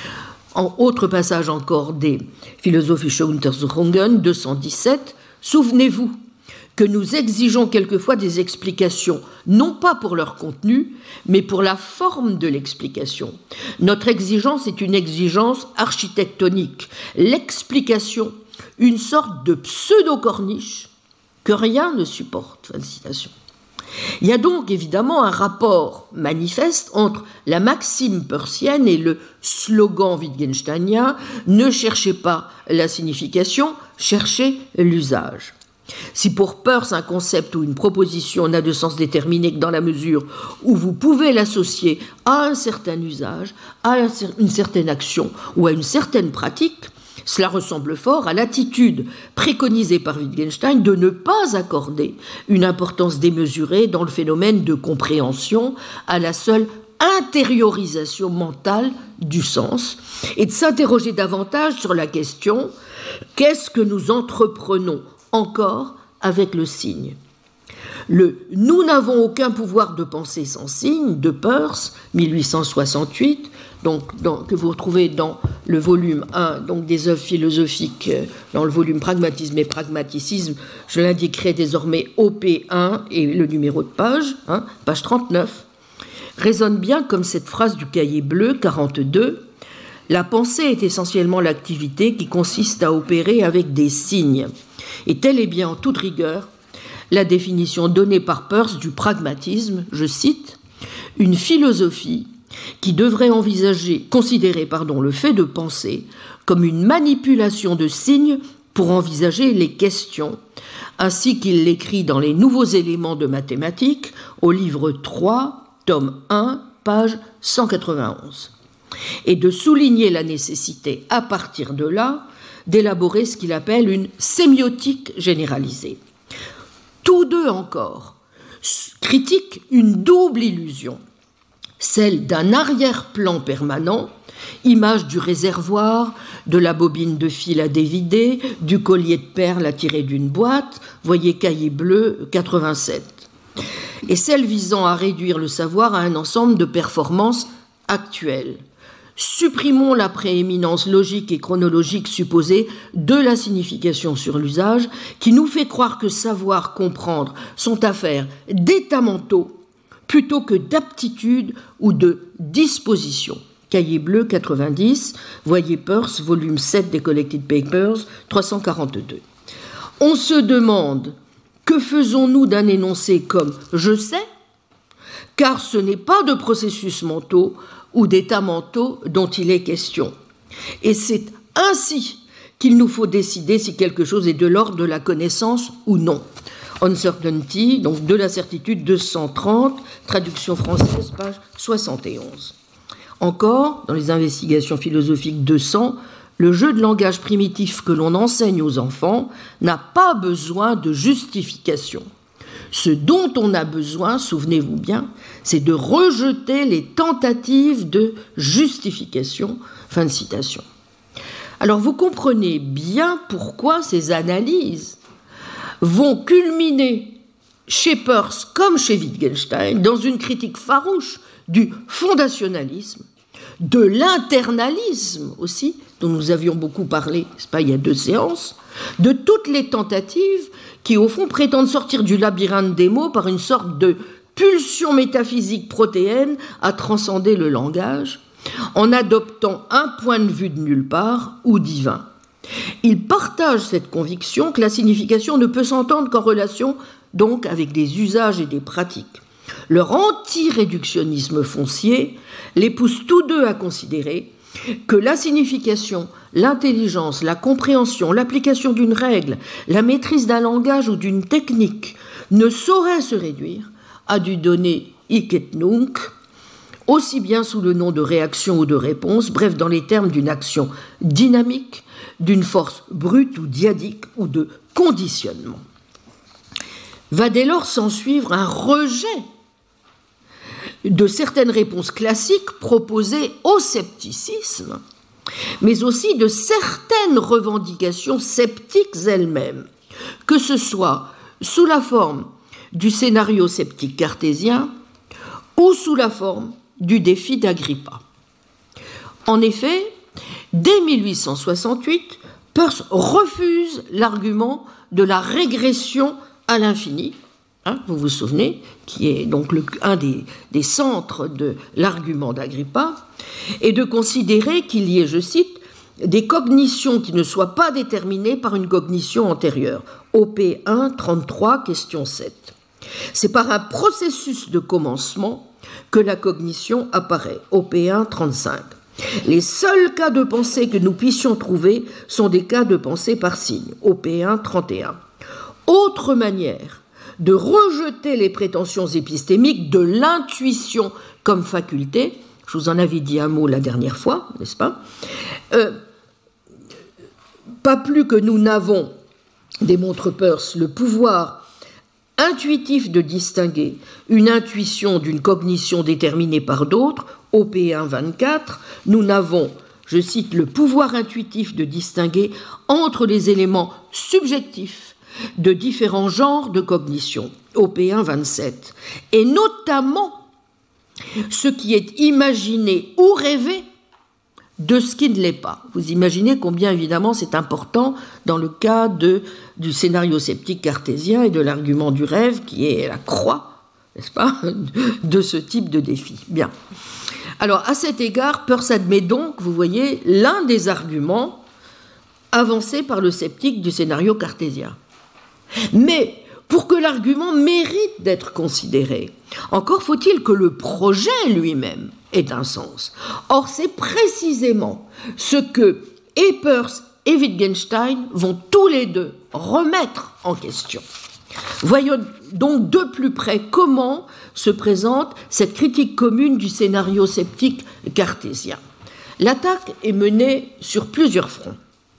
En autre passage encore des Philosophische Untersuchungen, deux cent dix-sept, souvenez-vous que nous exigeons quelquefois des explications, non pas pour leur contenu, mais pour la forme de l'explication. Notre exigence est une exigence architectonique. L'explication, une sorte de pseudo-corniche que rien ne supporte. Fin de citation. Il y a donc évidemment un rapport manifeste entre la maxime peircienne et le slogan wittgensteinien « Ne cherchez pas la signification, cherchez l'usage ». Si pour Peirce un concept ou une proposition n'a de sens déterminé que dans la mesure où vous pouvez l'associer à un certain usage, à une certaine action ou à une certaine pratique, cela ressemble fort à l'attitude préconisée par Wittgenstein de ne pas accorder une importance démesurée dans le phénomène de compréhension à la seule intériorisation mentale du sens et de s'interroger davantage sur la question « Qu'est-ce que nous entreprenons encore avec le signe ?» Le « Nous n'avons aucun pouvoir de penser sans signe » de Peirce, mille huit cent soixante-huit, donc, dans, que vous retrouvez dans le volume un donc, des œuvres philosophiques, dans le volume Pragmatisme et Pragmaticisme, je l'indiquerai désormais O P un et le numéro de page, hein, page trente-neuf, résonne bien comme cette phrase du cahier bleu quarante-deux. La pensée est essentiellement l'activité qui consiste à opérer avec des signes. Et telle est bien en toute rigueur la définition donnée par Peirce du pragmatisme, je cite, « une philosophie qui devrait envisager, considérer pardon, le fait de penser comme une manipulation de signes pour envisager les questions, ainsi qu'il l'écrit dans les nouveaux éléments de mathématiques au livre trois, tome un, page cent quatre-vingt-onze, et de souligner la nécessité, à partir de là, d'élaborer ce qu'il appelle une sémiotique généralisée. Tous deux encore critiquent une double illusion, celle d'un arrière-plan permanent, image du réservoir, de la bobine de fil à dévider, du collier de perles à tirer d'une boîte, voyez cahier bleu quatre-vingt-sept, et celle visant à réduire le savoir à un ensemble de performances actuelles. Supprimons la prééminence logique et chronologique supposée de la signification sur l'usage qui nous fait croire que savoir, comprendre sont affaires d'états mentaux plutôt que d'aptitude ou de disposition. Cahier bleu quatre-vingt-dix, voyez Peirce, volume sept des Collected Papers, trois cent quarante-deux. On se demande que faisons-nous d'un énoncé comme « je sais » car ce n'est pas de processus mentaux ou d'états mentaux dont il est question. Et c'est ainsi qu'il nous faut décider si quelque chose est de l'ordre de la connaissance ou non. Uncertainty, donc de la certitude, deux cent trente, traduction française, page soixante et onze. Encore, dans les investigations philosophiques deux cents, le jeu de langage primitif que l'on enseigne aux enfants n'a pas besoin de justification. Ce dont on a besoin, souvenez-vous bien, c'est de rejeter les tentatives de justification. Fin de citation. Alors vous comprenez bien pourquoi ces analyses vont culminer chez Peirce comme chez Wittgenstein dans une critique farouche du fondationalisme, de l'internalisme aussi, dont nous avions beaucoup parlé, c'est pas, il y a deux séances, de toutes les tentatives qui, au fond, prétendent sortir du labyrinthe des mots par une sorte de pulsion métaphysique protéenne à transcender le langage, en adoptant un point de vue de nulle part ou divin. Ils partagent cette conviction que la signification ne peut s'entendre qu'en relation, donc, avec des usages et des pratiques. Leur anti-réductionnisme foncier les pousse tous deux à considérer que la signification, l'intelligence, la compréhension, l'application d'une règle, la maîtrise d'un langage ou d'une technique ne sauraient se réduire à du donner hic et nunc, aussi bien sous le nom de réaction ou de réponse, bref, dans les termes d'une action dynamique, d'une force brute ou dyadique ou de conditionnement. Va dès lors s'ensuivre un rejet de certaines réponses classiques proposées au scepticisme, mais aussi de certaines revendications sceptiques elles-mêmes, que ce soit sous la forme du scénario sceptique cartésien ou sous la forme du défi d'Agrippa. En effet, dès mille huit cent soixante-huit, Peirce refuse l'argument de la régression à l'infini, hein, vous vous souvenez, qui est donc le, un des, des centres de l'argument d'Agrippa, et de considérer qu'il y ait, je cite, des cognitions qui ne soient pas déterminées par une cognition antérieure. O P un, trente-trois, question sept. C'est par un processus de commencement que la cognition apparaît. O P un, trente-cinq. Les seuls cas de pensée que nous puissions trouver sont des cas de pensée par signe. O P un, trente et un. Autre manière de rejeter les prétentions épistémiques de l'intuition comme faculté, je vous en avais dit un mot la dernière fois, n'est-ce pas ? euh, Pas plus que nous n'avons, démontre Peirce, le pouvoir intuitif de distinguer une intuition d'une cognition déterminée par d'autres, O P un, vingt-quatre, nous n'avons, je cite, le pouvoir intuitif de distinguer entre les éléments subjectifs de différents genres de cognition, O P un, vingt-sept, et notamment ce qui est imaginé ou rêvé de ce qui ne l'est pas. Vous imaginez combien, évidemment, c'est important dans le cas de, du scénario sceptique cartésien et de l'argument du rêve, qui est la croix, n'est-ce pas, de ce type de défi. Bien. Alors, à cet égard, Peirce admet donc, vous voyez, l'un des arguments avancés par le sceptique du scénario cartésien. Mais, pour que l'argument mérite d'être considéré, encore faut-il que le projet lui-même ait un sens. Or, c'est précisément ce que et Peirce et Wittgenstein vont tous les deux remettre en question. Voyons donc de plus près comment se présente cette critique commune du scénario sceptique cartésien. L'attaque est menée sur plusieurs fronts.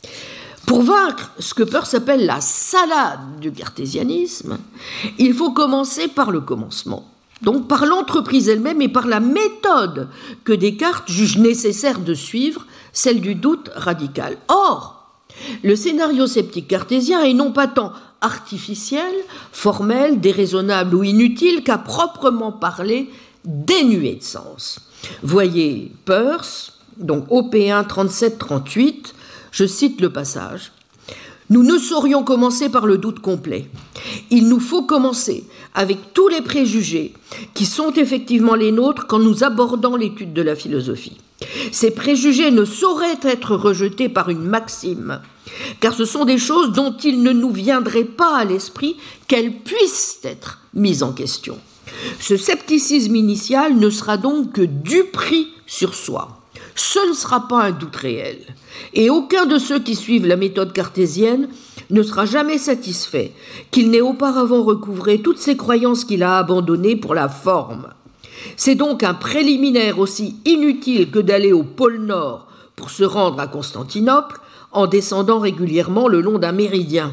Pour vaincre ce que Peirce appelle la salade du cartésianisme, il faut commencer par le commencement, donc par l'entreprise elle-même et par la méthode que Descartes juge nécessaire de suivre, celle du doute radical. Or, le scénario sceptique cartésien est non pas tant artificiel, formel, déraisonnable ou inutile qu'à proprement parler dénué de sens. Voyez Peirce, donc O P un, trente-sept, trente-huit, je cite le passage. Nous ne saurions commencer par le doute complet. Il nous faut commencer avec tous les préjugés qui sont effectivement les nôtres quand nous abordons l'étude de la philosophie. Ces préjugés ne sauraient être rejetés par une maxime, car ce sont des choses dont il ne nous viendrait pas à l'esprit qu'elles puissent être mises en question. Ce scepticisme initial ne sera donc que du prix sur soi. Ce ne sera pas un doute réel, et aucun de ceux qui suivent la méthode cartésienne ne sera jamais satisfait qu'il n'ait auparavant recouvré toutes ces croyances qu'il a abandonnées pour la forme. C'est donc un préliminaire aussi inutile que d'aller au pôle Nord pour se rendre à Constantinople en descendant régulièrement le long d'un méridien.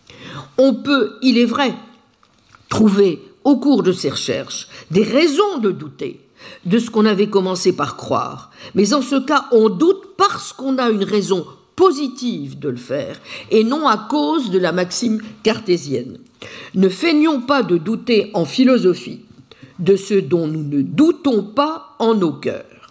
On peut, il est vrai, trouver au cours de ces recherches des raisons de douter de ce qu'on avait commencé par croire. Mais en ce cas, on doute parce qu'on a une raison positive de le faire, et non à cause de la maxime cartésienne. Ne feignons pas de douter en philosophie de ce dont nous ne doutons pas en nos cœurs.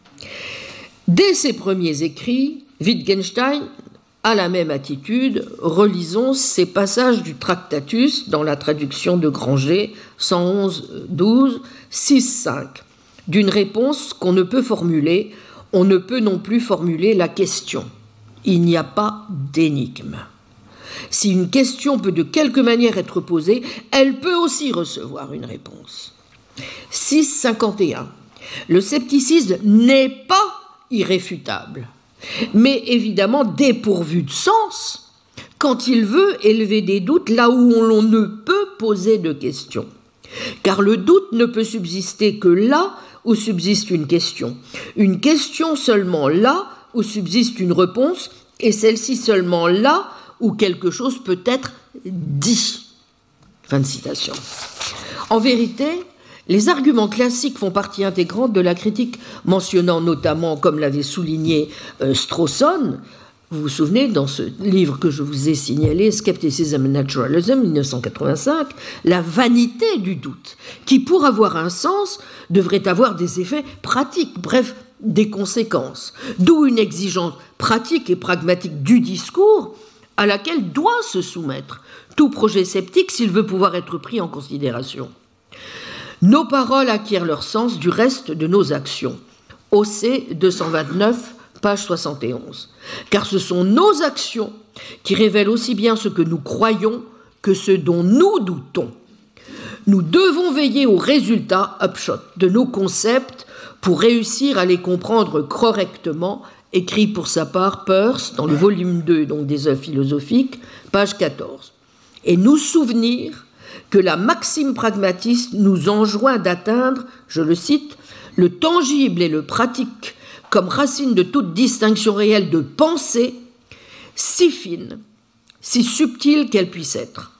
Dès ses premiers écrits, Wittgenstein a la même attitude. Relisons ces passages du Tractatus dans la traduction de Granger, cent onze, douze, six, cinq. D'une réponse qu'on ne peut formuler, on ne peut non plus formuler la question. Il n'y a pas d'énigme. Si une question peut de quelque manière être posée, elle peut aussi recevoir une réponse. six, cinquante et un. Le scepticisme n'est pas irréfutable, mais évidemment dépourvu de sens quand il veut élever des doutes là où l'on ne peut poser de questions. Car le doute ne peut subsister que là où subsiste une question. Une question seulement là où subsiste une réponse, et celle-ci seulement là où quelque chose peut être dit. Fin de citation. En vérité, les arguments classiques font partie intégrante de la critique, mentionnant notamment, comme l'avait souligné euh, Strawson, Vous vous souvenez, dans ce livre que je vous ai signalé, Skepticism and Naturalism, mille neuf cent quatre-vingt-cinq, la vanité du doute, qui pour avoir un sens devrait avoir des effets pratiques, bref, des conséquences. D'où une exigence pratique et pragmatique du discours à laquelle doit se soumettre tout projet sceptique s'il veut pouvoir être pris en considération. Nos paroles acquièrent leur sens du reste de nos actions. O C deux cent vingt-neuf, page soixante et onze. Car ce sont nos actions qui révèlent aussi bien ce que nous croyons que ce dont nous doutons. Nous devons veiller aux résultats upshot de nos concepts pour réussir à les comprendre correctement, écrit pour sa part Peirce dans le volume deux donc des œuvres philosophiques, page quatorze. Et nous souvenir que la maxime pragmatiste nous enjoint d'atteindre, je le cite, le tangible et le pratique comme racine de toute distinction réelle de pensée, si fine, si subtile qu'elle puisse être.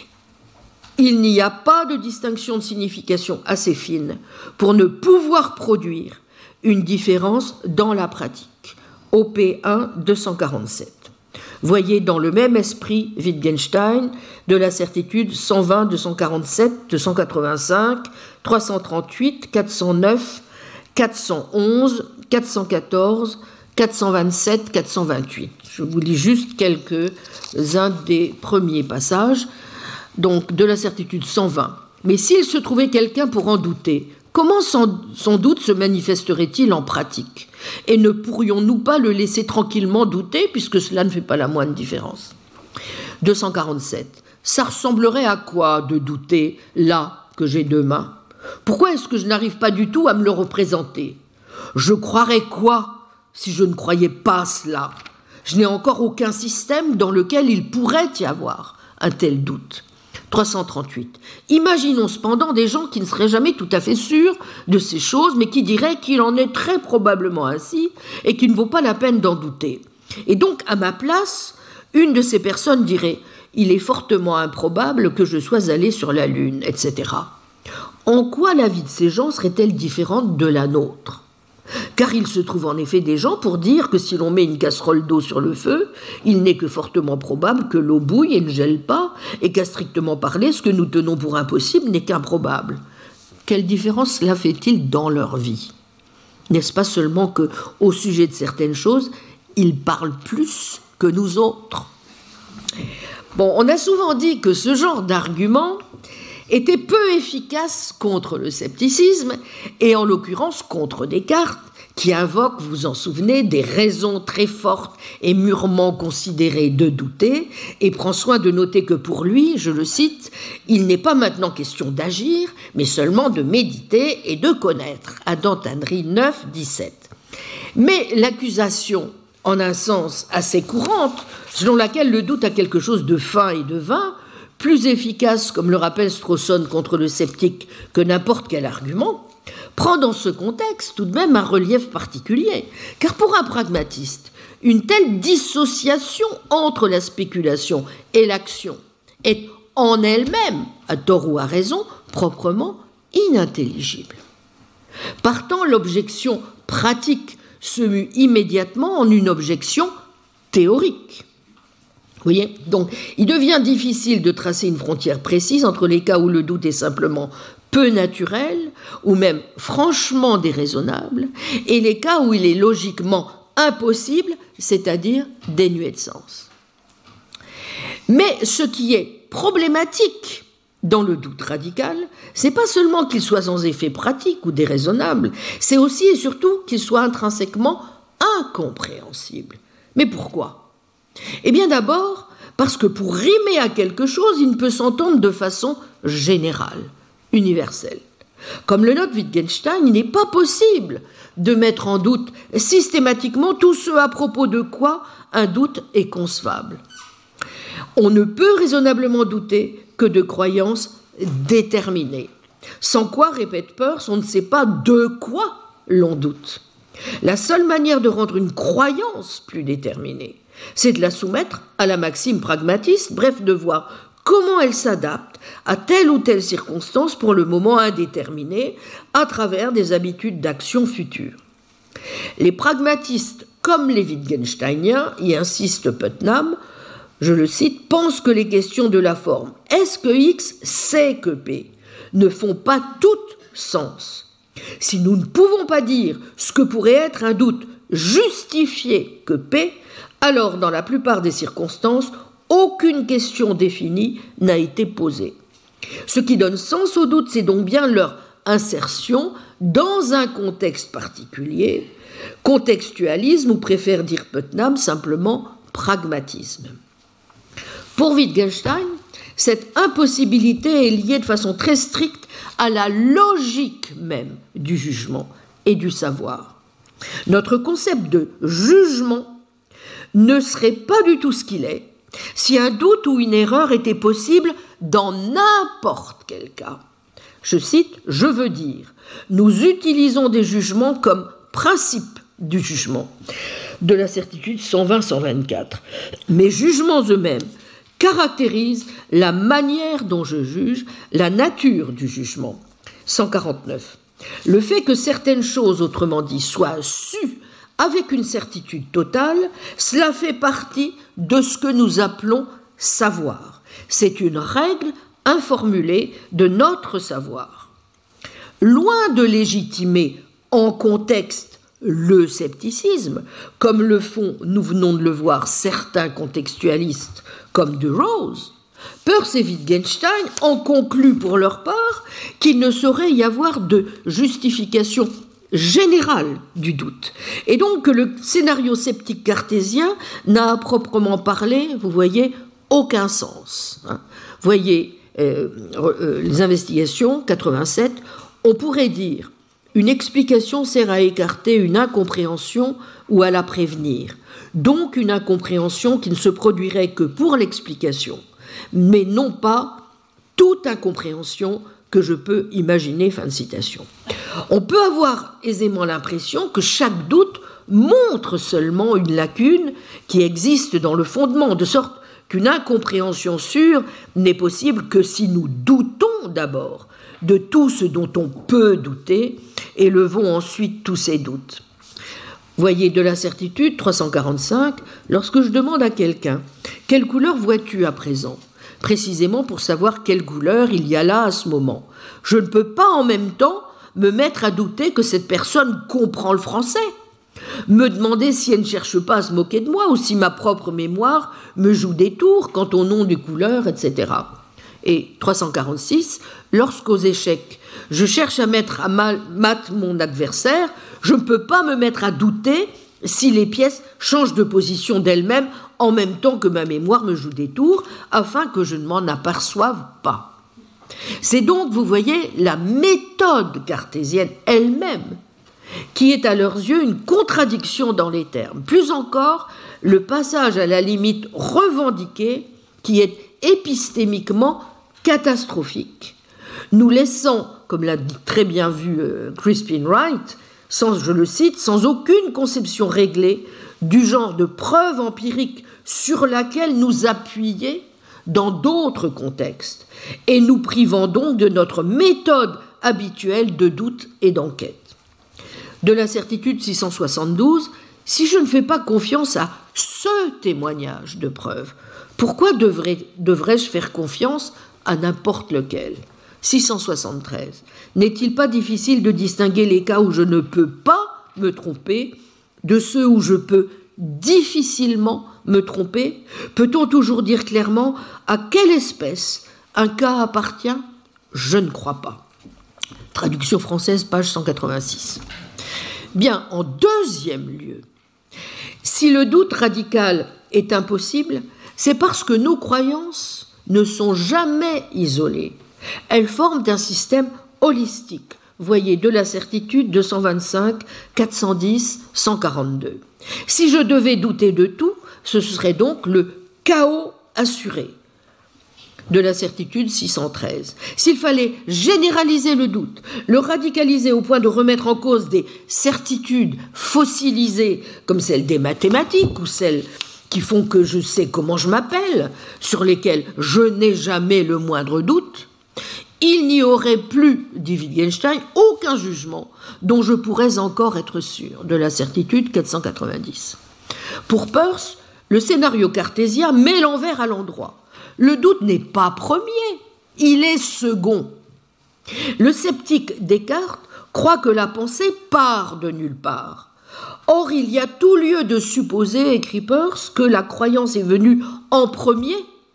Il n'y a pas de distinction de signification assez fine pour ne pouvoir produire une différence dans la pratique. O P un, deux cent quarante-sept. Voyez dans le même esprit Wittgenstein, de la certitude cent vingt, deux cent quarante-sept, deux cent quatre-vingt-cinq, trois cent trente-huit, quatre cent neuf, quatre cent onze, quatre cent quatorze, quatre cent vingt-sept, quatre cent vingt-huit. Je vous lis juste quelques-uns des premiers passages. Donc, de la certitude cent vingt. Mais s'il se trouvait quelqu'un pour en douter, comment son, son doute se manifesterait-il en pratique? Et ne pourrions-nous pas le laisser tranquillement douter, puisque cela ne fait pas la moindre différence? deux cent quarante-sept. Ça ressemblerait à quoi de douter, là, que j'ai deux mains? Pourquoi est-ce que je n'arrive pas du tout à me le représenter? Je croirais quoi si je ne croyais pas cela? Je n'ai encore aucun système dans lequel il pourrait y avoir un tel doute. trois cent trente-huit. Imaginons cependant des gens qui ne seraient jamais tout à fait sûrs de ces choses, mais qui diraient qu'il en est très probablement ainsi et qu'il ne vaut pas la peine d'en douter. Et donc, à ma place, une de ces personnes dirait « Il est fortement improbable que je sois allé sur la Lune, et cetera » En quoi la vie de ces gens serait-elle différente de la nôtre? Car il se trouve en effet des gens pour dire que si l'on met une casserole d'eau sur le feu, il n'est que fortement probable que l'eau bouille et ne gèle pas, et qu'à strictement parler, ce que nous tenons pour impossible n'est qu'improbable. Quelle différence cela fait-il dans leur vie? N'est-ce pas seulement que, au sujet de certaines choses, ils parlent plus que nous autres? Bon, on a souvent dit que ce genre d'argument était peu efficace contre le scepticisme, et en l'occurrence contre Descartes, qui invoque, vous vous en souvenez, des raisons très fortes et mûrement considérées de douter, et prend soin de noter que pour lui, je le cite, « il n'est pas maintenant question d'agir, mais seulement de méditer et de connaître » Adam Tannery neuf, dix-sept. Mais l'accusation, en un sens assez courante, selon laquelle le doute a quelque chose de fin et de vain, plus efficace, comme le rappelle Strawson contre le sceptique, que n'importe quel argument, prend dans ce contexte tout de même un relief particulier. Car pour un pragmatiste, une telle dissociation entre la spéculation et l'action est en elle-même, à tort ou à raison, proprement inintelligible. Partant, l'objection pratique se mue immédiatement en une objection théorique. Vous voyez ? Donc, il devient difficile de tracer une frontière précise entre les cas où le doute est simplement peu naturel ou même franchement déraisonnable et les cas où il est logiquement impossible, c'est-à-dire dénué de sens. Mais ce qui est problématique dans le doute radical, c'est pas seulement qu'il soit sans effet pratique ou déraisonnable, c'est aussi et surtout qu'il soit intrinsèquement incompréhensible. Mais pourquoi ? Eh bien d'abord, parce que pour rimer à quelque chose, il ne peut s'entendre de façon générale, universelle. Comme le note Wittgenstein, il n'est pas possible de mettre en doute systématiquement tout ce à propos de quoi un doute est concevable. On ne peut raisonnablement douter que de croyances déterminées. Sans quoi, répète Peirce, on ne sait pas de quoi l'on doute. La seule manière de rendre une croyance plus déterminée, c'est de la soumettre à la maxime pragmatiste, bref, de voir comment elle s'adapte à telle ou telle circonstance pour le moment indéterminé, à travers des habitudes d'action futures. Les pragmatistes comme les Wittgensteiniens, y insiste Putnam, je le cite, pense que les questions de la forme « est-ce que X sait que P ?» ne font pas toutes sens. Si nous ne pouvons pas dire ce que pourrait être un doute justifié que P, alors dans la plupart des circonstances, aucune question définie n'a été posée. Ce qui donne sens au doute, c'est donc bien leur insertion dans un contexte particulier, contextualisme, ou préfère dire Putnam simplement pragmatisme. Pour Wittgenstein, cette impossibilité est liée de façon très stricte à la logique même du jugement et du savoir. Notre concept de jugement ne serait pas du tout ce qu'il est si un doute ou une erreur était possible dans n'importe quel cas. Je cite, « Je veux dire, nous utilisons des jugements comme principe du jugement » de la certitude cent vingt cent vingt-quatre. Mes jugements eux-mêmes caractérisent la manière dont je juge, la nature du jugement. cent quarante-neuf. Le fait que certaines choses, autrement dit, soient sues avec une certitude totale, cela fait partie de ce que nous appelons savoir. C'est une règle informulée de notre savoir. Loin de légitimer en contexte le scepticisme, comme le font, nous venons de le voir, certains contextualistes comme De Rose, Peirce et Wittgenstein en concluent pour leur part qu'il ne saurait y avoir de justification générale du doute, et donc que le scénario sceptique cartésien n'a à proprement parler, vous voyez, aucun sens. Hein. Voyez euh, euh, les investigations, quatre-vingt-sept, on pourrait dire une explication sert à écarter une incompréhension ou à la prévenir, donc une incompréhension qui ne se produirait que pour l'explication, mais non pas toute incompréhension que je peux imaginer. Fin de citation. On peut avoir aisément l'impression que chaque doute montre seulement une lacune qui existe dans le fondement, de sorte qu'une incompréhension sûre n'est possible que si nous doutons d'abord de tout ce dont on peut douter et levons ensuite tous ces doutes. Voyez de la certitude, trois cent quarante-cinq, lorsque je demande à quelqu'un « Quelle couleur vois-tu à présent ?» précisément pour savoir quelle couleur il y a là à ce moment. Je ne peux pas en même temps me mettre à douter que cette personne comprend le français, me demander si elle ne cherche pas à se moquer de moi ou si ma propre mémoire me joue des tours quant au nom des couleurs, et cetera. Et trois cent quarante-six, lorsqu'aux échecs, je cherche à mettre à mal, mat mon adversaire, je ne peux pas me mettre à douter si les pièces changent de position d'elles-mêmes en même temps que ma mémoire me joue des tours, afin que je ne m'en aperçoive pas. C'est donc, vous voyez, la méthode cartésienne elle-même qui est à leurs yeux une contradiction dans les termes. Plus encore, le passage à la limite revendiquée qui est épistémiquement catastrophique, nous laissant, comme l'a très bien vu euh, Crispin Wright, sans, je le cite, sans aucune conception réglée du genre de preuve empirique sur laquelle nous appuyer dans d'autres contextes, et nous privant donc de notre méthode habituelle de doute et d'enquête. De la certitude six cent soixante-douze, si je ne fais pas confiance à ce témoignage de preuve, pourquoi devrais, devrais-je faire confiance à n'importe lequel ? six cent soixante-treize. N'est-il pas difficile de distinguer les cas où je ne peux pas me tromper de ceux où je peux difficilement me tromper ? Peut-on toujours dire clairement à quelle espèce un cas appartient ? Je ne crois pas. Traduction française, page cent quatre-vingt-six. Bien, en deuxième lieu, si le doute radical est impossible, c'est parce que nos croyances ne sont jamais isolées. Elles forment un système holistique. Voyez de la certitude deux cent vingt-cinq, quatre cent dix, cent quarante-deux. Si je devais douter de tout, ce serait donc le chaos assuré. De la certitude six cent treize. S'il fallait généraliser le doute, le radicaliser au point de remettre en cause des certitudes fossilisées comme celles des mathématiques ou celles qui font que je sais comment je m'appelle, sur lesquelles je n'ai jamais le moindre doute, Il n'y aurait plus, dit Wittgenstein, aucun jugement dont je pourrais encore être sûr, de la certitude quatre cent quatre-vingt-dix. Pour Peirce, le scénario cartésien met l'envers à l'endroit. Le doute n'est pas premier, il est second. Le sceptique Descartes croit que la pensée part de nulle part. Or, il y a tout lieu de supposer, écrit Peirce, que la croyance est venue en premier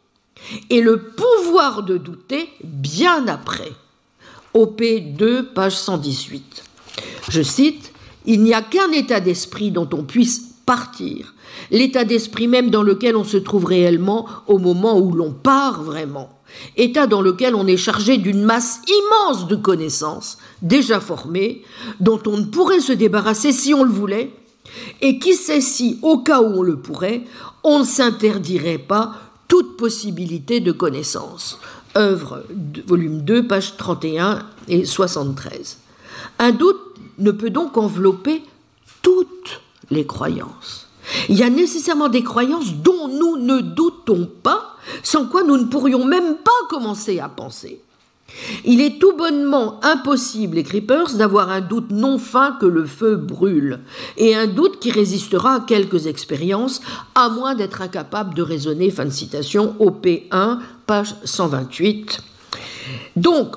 et le pouvoir de douter bien après. O P deux, page cent dix-huit. Je cite, « Il n'y a qu'un état d'esprit dont on puisse partir, l'état d'esprit même dans lequel on se trouve réellement au moment où l'on part vraiment, état dans lequel on est chargé d'une masse immense de connaissances déjà formées, dont on ne pourrait se débarrasser si on le voulait, et qui sait si, au cas où on le pourrait, on ne s'interdirait pas toute possibilité de connaissance. » Œuvre, volume deux, pages trente et un et soixante-treize. Un doute ne peut donc envelopper toutes les croyances. Il y a nécessairement des croyances dont nous ne doutons pas, sans quoi nous ne pourrions même pas commencer à penser. Il est tout bonnement impossible, écrit Peirce, d'avoir un doute non fin que le feu brûle, et un doute qui résistera à quelques expériences, à moins d'être incapable de raisonner, fin de citation, O P un, page cent vingt-huit. Donc,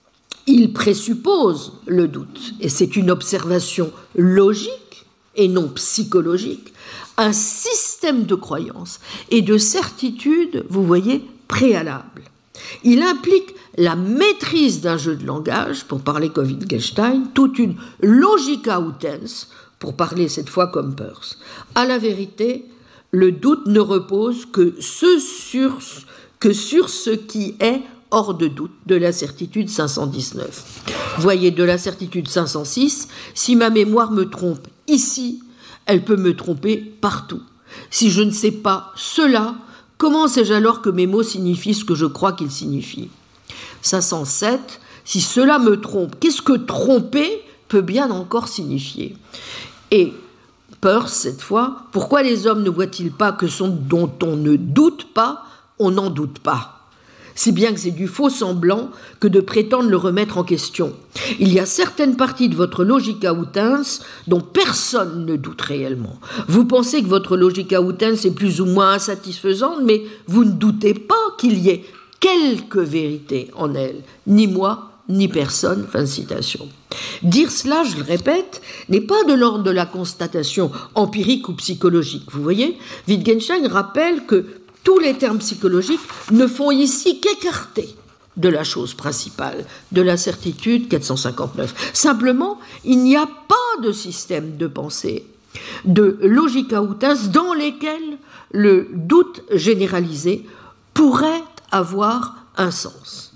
il présuppose le doute, et c'est une observation logique et non psychologique, un système de croyances et de certitudes, vous voyez, préalables. Il implique la maîtrise d'un jeu de langage, pour parler comme Wittgenstein, toute une logica utens, pour parler cette fois comme Peirce. À la vérité, le doute ne repose que, ce sur, que sur ce qui est hors de doute, de la certitude cinq cent dix-neuf. Voyez, de la certitude cinq cent six, si ma mémoire me trompe ici, elle peut me tromper partout. Si je ne sais pas cela, comment sais-je alors que mes mots signifient ce que je crois qu'ils signifient ? cinq cent sept, si cela me trompe, qu'est-ce que tromper peut bien encore signifier ? Et Peirce, cette fois, pourquoi les hommes ne voient-ils pas que ce dont on ne doute pas, on n'en doute pas ? Si bien que c'est du faux semblant que de prétendre le remettre en question. Il y a certaines parties de votre logica utens dont personne ne doute réellement. Vous pensez que votre logica utens est plus ou moins insatisfaisante, mais vous ne doutez pas qu'il y ait quelque vérité en elle, ni moi, ni personne, fin de citation. Dire cela, je le répète, n'est pas de l'ordre de la constatation empirique ou psychologique. Vous voyez, Wittgenstein rappelle que tous les termes psychologiques ne font ici qu'écarter de la chose principale, de la certitude quatre cent cinquante-neuf. Simplement, il n'y a pas de système de pensée, de logica utens dans lesquels le doute généralisé pourrait avoir un sens.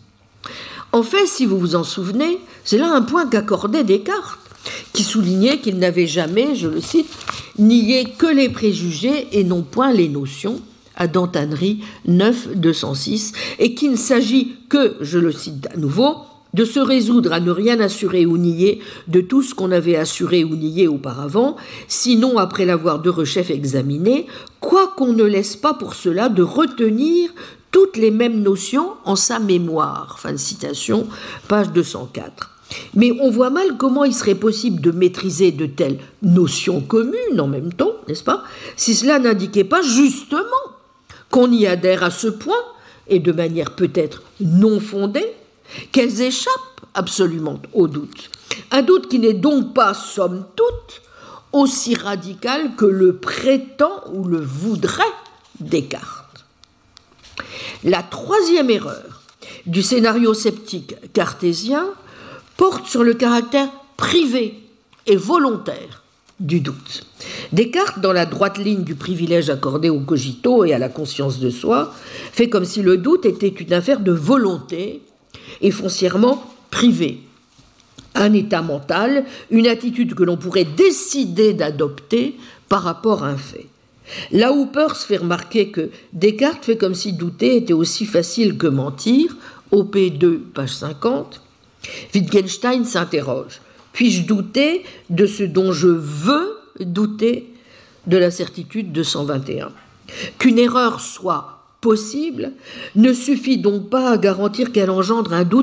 En fait, si vous vous en souvenez, c'est là un point qu'accordait Descartes, qui soulignait qu'il n'avait jamais, je le cite, nié que les préjugés et non point les notions, à Dantanerie neuf, deux cent six, et qu'il ne s'agit que, je le cite à nouveau, de se résoudre à ne rien assurer ou nier de tout ce qu'on avait assuré ou nié auparavant, sinon après l'avoir de rechef examiné, quoiqu'on ne laisse pas pour cela de retenir toutes les mêmes notions en sa mémoire. Fin de citation, page deux cent quatre. Mais on voit mal comment il serait possible de maîtriser de telles notions communes en même temps, n'est-ce pas, si cela n'indiquait pas justement qu'on y adhère à ce point, et de manière peut-être non fondée, qu'elles échappent absolument au doute. Un doute qui n'est donc pas, somme toute, aussi radical que le prétend ou le voudrait Descartes. La troisième erreur du scénario sceptique cartésien porte sur le caractère privé et volontaire du doute. Descartes, dans la droite ligne du privilège accordé au cogito et à la conscience de soi, fait comme si le doute était une affaire de volonté et foncièrement privée. Un état mental, une attitude que l'on pourrait décider d'adopter par rapport à un fait. Là où Peirce fait remarquer que Descartes fait comme si douter était aussi facile que mentir, O P deux, page cinquante, Wittgenstein s'interroge. Puis-je douter de ce dont je veux douter, de la certitude deux cent vingt et un ? Qu'une erreur soit possible ne suffit donc pas à garantir qu'elle engendre un doute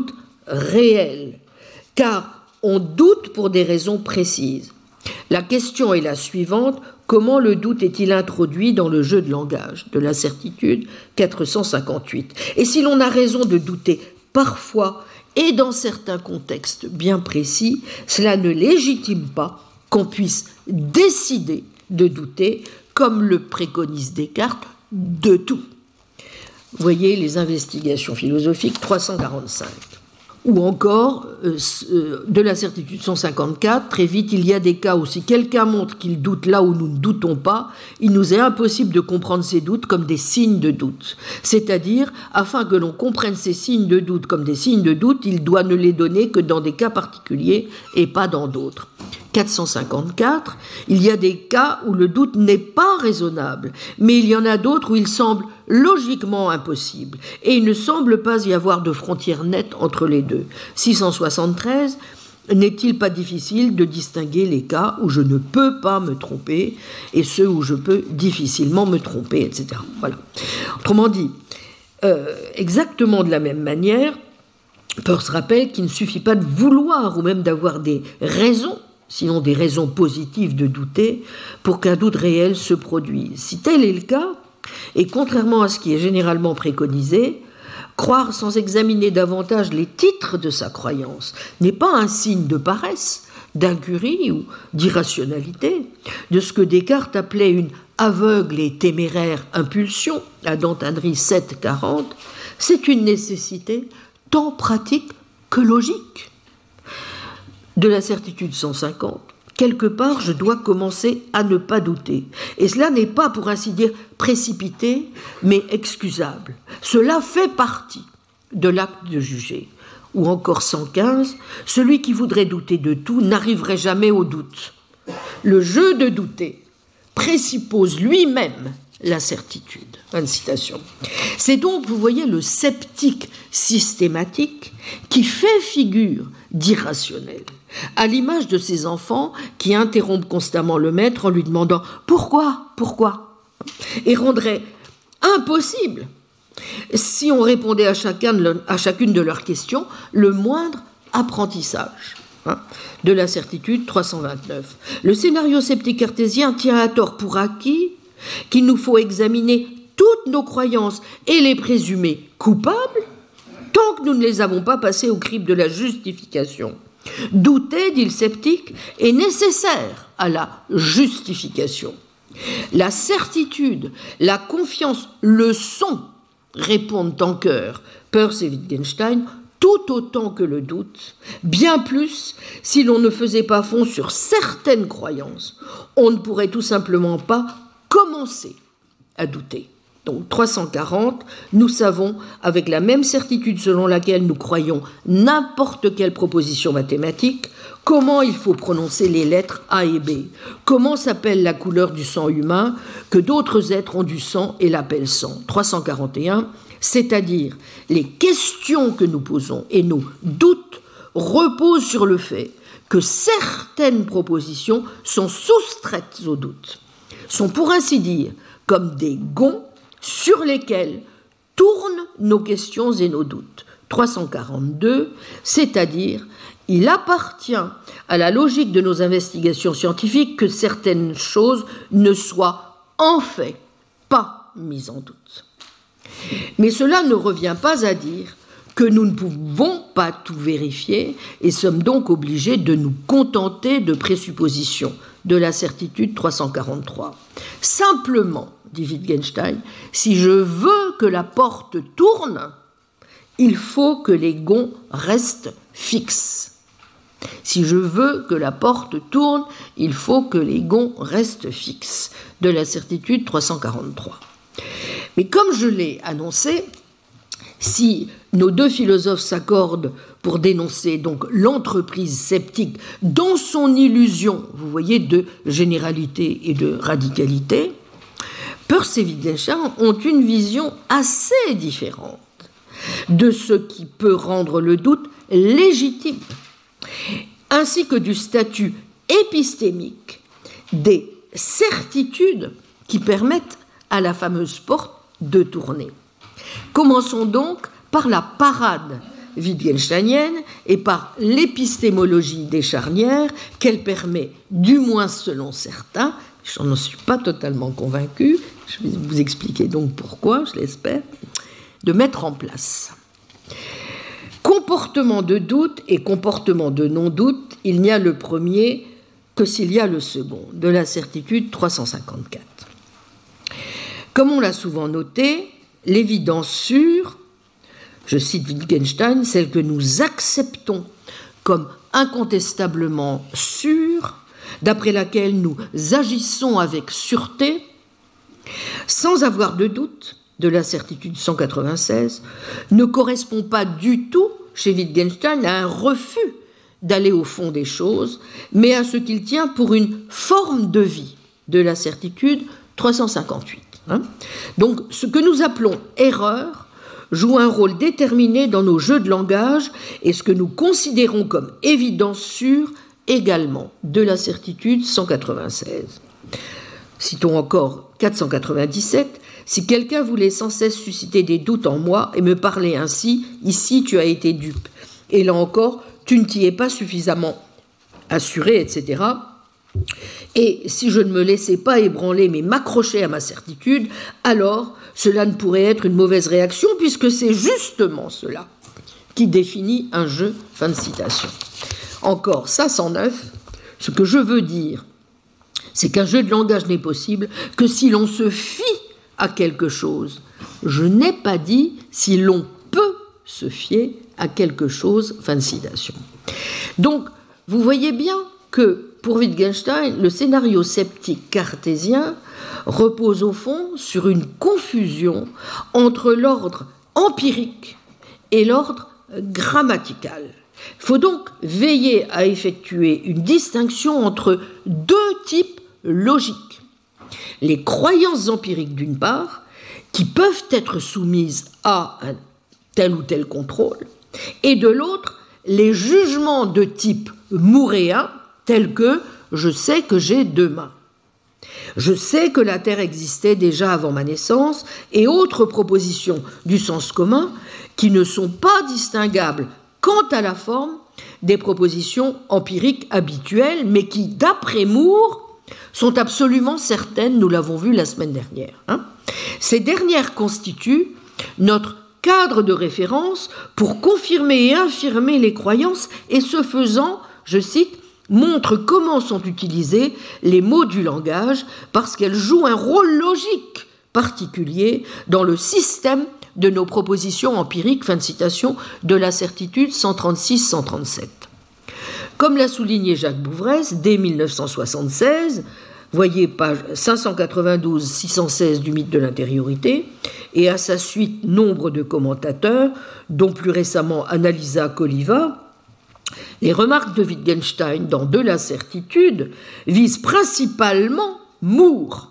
réel, car on doute pour des raisons précises. La question est la suivante: comment le doute est-il introduit dans le jeu de langage de la certitude quatre cent cinquante-huit? Et si l'on a raison de douter parfois et dans certains contextes bien précis, cela ne légitime pas qu'on puisse décider de douter, comme le préconise Descartes, de tout. Voyez les investigations philosophiques trois cent quarante-cinq. Ou encore, euh, de la certitude cent cinquante-quatre, très vite, il y a des cas où si quelqu'un montre qu'il doute là où nous ne doutons pas, il nous est impossible de comprendre ces doutes comme des signes de doute. C'est-à-dire, afin que l'on comprenne ces signes de doute comme des signes de doute, il doit ne les donner que dans des cas particuliers et pas dans d'autres. quatre cent cinquante-quatre, il y a des cas où le doute n'est pas raisonnable, mais il y en a d'autres où il semble logiquement impossible, et il ne semble pas y avoir de frontière nette entre les deux. six cent soixante-treize, n'est-il pas difficile de distinguer les cas où je ne peux pas me tromper et ceux où je peux difficilement me tromper, et cetera. Voilà. Autrement dit, euh, exactement de la même manière, Peirce rappelle qu'il ne suffit pas de vouloir ou même d'avoir des raisons, sinon des raisons positives de douter, pour qu'un doute réel se produise. Si tel est le cas, et contrairement à ce qui est généralement préconisé, croire sans examiner davantage les titres de sa croyance n'est pas un signe de paresse, d'incurie ou d'irrationalité, de ce que Descartes appelait une aveugle et téméraire impulsion, à Dante Henry sept quarante, c'est une nécessité tant pratique que logique. De la certitude cent cinquante, quelque part, je dois commencer à ne pas douter. Et cela n'est pas, pour ainsi dire, précipité, mais excusable. Cela fait partie de l'acte de juger. Ou encore cent quinze, celui qui voudrait douter de tout n'arriverait jamais au doute. Le jeu de douter présuppose lui-même la certitude. Fin de citation. C'est donc, vous voyez, le sceptique systématique qui fait figure d'irrationnel, à l'image de ces enfants qui interrompent constamment le maître en lui demandant « Pourquoi ? Pourquoi ?» et rendrait impossible, si on répondait à, chacun de leur, à chacune de leurs questions, le moindre apprentissage. Hein, de la certitude trois cent vingt-neuf. Le scénario sceptique cartésien tient à tort pour acquis qu'il nous faut examiner toutes nos croyances et les présumer coupables tant que nous ne les avons pas passées au crible de la justification. Douter, dit le sceptique, est nécessaire à la justification. La certitude, la confiance le sont, répondent en chœur Peirce et Wittgenstein, tout autant que le doute, bien plus si l'on ne faisait pas fond sur certaines croyances. On ne pourrait tout simplement pas commencer à douter. Donc trois cent quarante, nous savons avec la même certitude selon laquelle nous croyons n'importe quelle proposition mathématique, comment il faut prononcer les lettres A et B, comment s'appelle la couleur du sang humain, que d'autres êtres ont du sang et l'appellent sang. trois cent quarante et un, c'est-à-dire les questions que nous posons et nos doutes reposent sur le fait que certaines propositions sont soustraites aux doutes, sont pour ainsi dire comme des gonds sur lesquels tournent nos questions et nos doutes. trois cent quarante-deux, c'est-à-dire il appartient à la logique de nos investigations scientifiques que certaines choses ne soient en fait pas mises en doute. Mais cela ne revient pas à dire que nous ne pouvons pas tout vérifier et sommes donc obligés de nous contenter de présuppositions de la certitude trois cent quarante-trois. Simplement, dit Wittgenstein, si je veux que la porte tourne, il faut que les gonds restent fixes. Si je veux que la porte tourne, il faut que les gonds restent fixes. De la certitude trois cent quarante-trois. Mais comme je l'ai annoncé, si nos deux philosophes s'accordent pour dénoncer donc l'entreprise sceptique dans son illusion, vous voyez, de généralité et de radicalité, Peirce et Wittgenstein ont une vision assez différente de ce qui peut rendre le doute légitime, ainsi que du statut épistémique des certitudes qui permettent à la fameuse porte de tourner. Commençons donc par la parade wittgensteinienne et par l'épistémologie des charnières qu'elle permet, du moins selon certains, je n'en suis pas totalement convaincu, je vais vous expliquer donc pourquoi, je l'espère, de mettre en place. Comportement de doute et comportement de non-doute, il n'y a le premier que s'il y a le second, de la certitude trois cent cinquante-quatre. Comme on l'a souvent noté, l'évidence sûre, je cite Wittgenstein, celle que nous acceptons comme incontestablement sûre, d'après laquelle nous agissons avec sûreté, sans avoir de doute, de la certitude cent quatre-vingt-seize, ne correspond pas du tout, chez Wittgenstein, à un refus d'aller au fond des choses, mais à ce qu'il tient pour une forme de vie, de la certitude trois cent cinquante-huit. Hein. Donc, ce que nous appelons erreur joue un rôle déterminé dans nos jeux de langage et ce que nous considérons comme évidence sûre également, de la certitude cent quatre-vingt-seize. Citons encore quatre cent quatre-vingt-dix-sept. Si quelqu'un voulait sans cesse susciter des doutes en moi et me parler ainsi, ici tu as été dupe. Et là encore, tu ne t'y es pas suffisamment assuré, et cetera. Et si je ne me laissais pas ébranler mais m'accrochais à ma certitude, alors cela ne pourrait être une mauvaise réaction puisque c'est justement cela qui définit un jeu. Fin de citation. Encore cinq cent neuf, ce que je veux dire, c'est qu'un jeu de langage n'est possible que si l'on se fie à quelque chose. Je n'ai pas dit si l'on peut se fier à quelque chose. Fin de citation. Donc, vous voyez bien que pour Wittgenstein, le scénario sceptique cartésien repose au fond sur une confusion entre l'ordre empirique et l'ordre grammatical. Il faut donc veiller à effectuer une distinction entre deux types logiques. Les croyances empiriques d'une part, qui peuvent être soumises à un tel ou tel contrôle, et de l'autre, les jugements de type mouréen, tels que « je sais que j'ai deux mains ». Je sais que la Terre existait déjà avant ma naissance, et autres propositions du sens commun qui ne sont pas distinguables quant à la forme des propositions empiriques habituelles, mais qui, d'après Moore, sont absolument certaines, nous l'avons vu la semaine dernière. Hein. Ces dernières constituent notre cadre de référence pour confirmer et infirmer les croyances, et ce faisant, je cite, montre comment sont utilisés les mots du langage, parce qu'elles jouent un rôle logique particulier dans le système de nos propositions empiriques, fin de citation, de la certitude cent trente-six cent trente-sept. Comme l'a souligné Jacques Bouvresse dès mille neuf cent soixante-seize, voyez page cinq cent quatre-vingt-douze six cent seize du mythe de l'intériorité, et à sa suite nombre de commentateurs, dont plus récemment Annalisa Koliva, les remarques de Wittgenstein dans De la certitude visent principalement Moore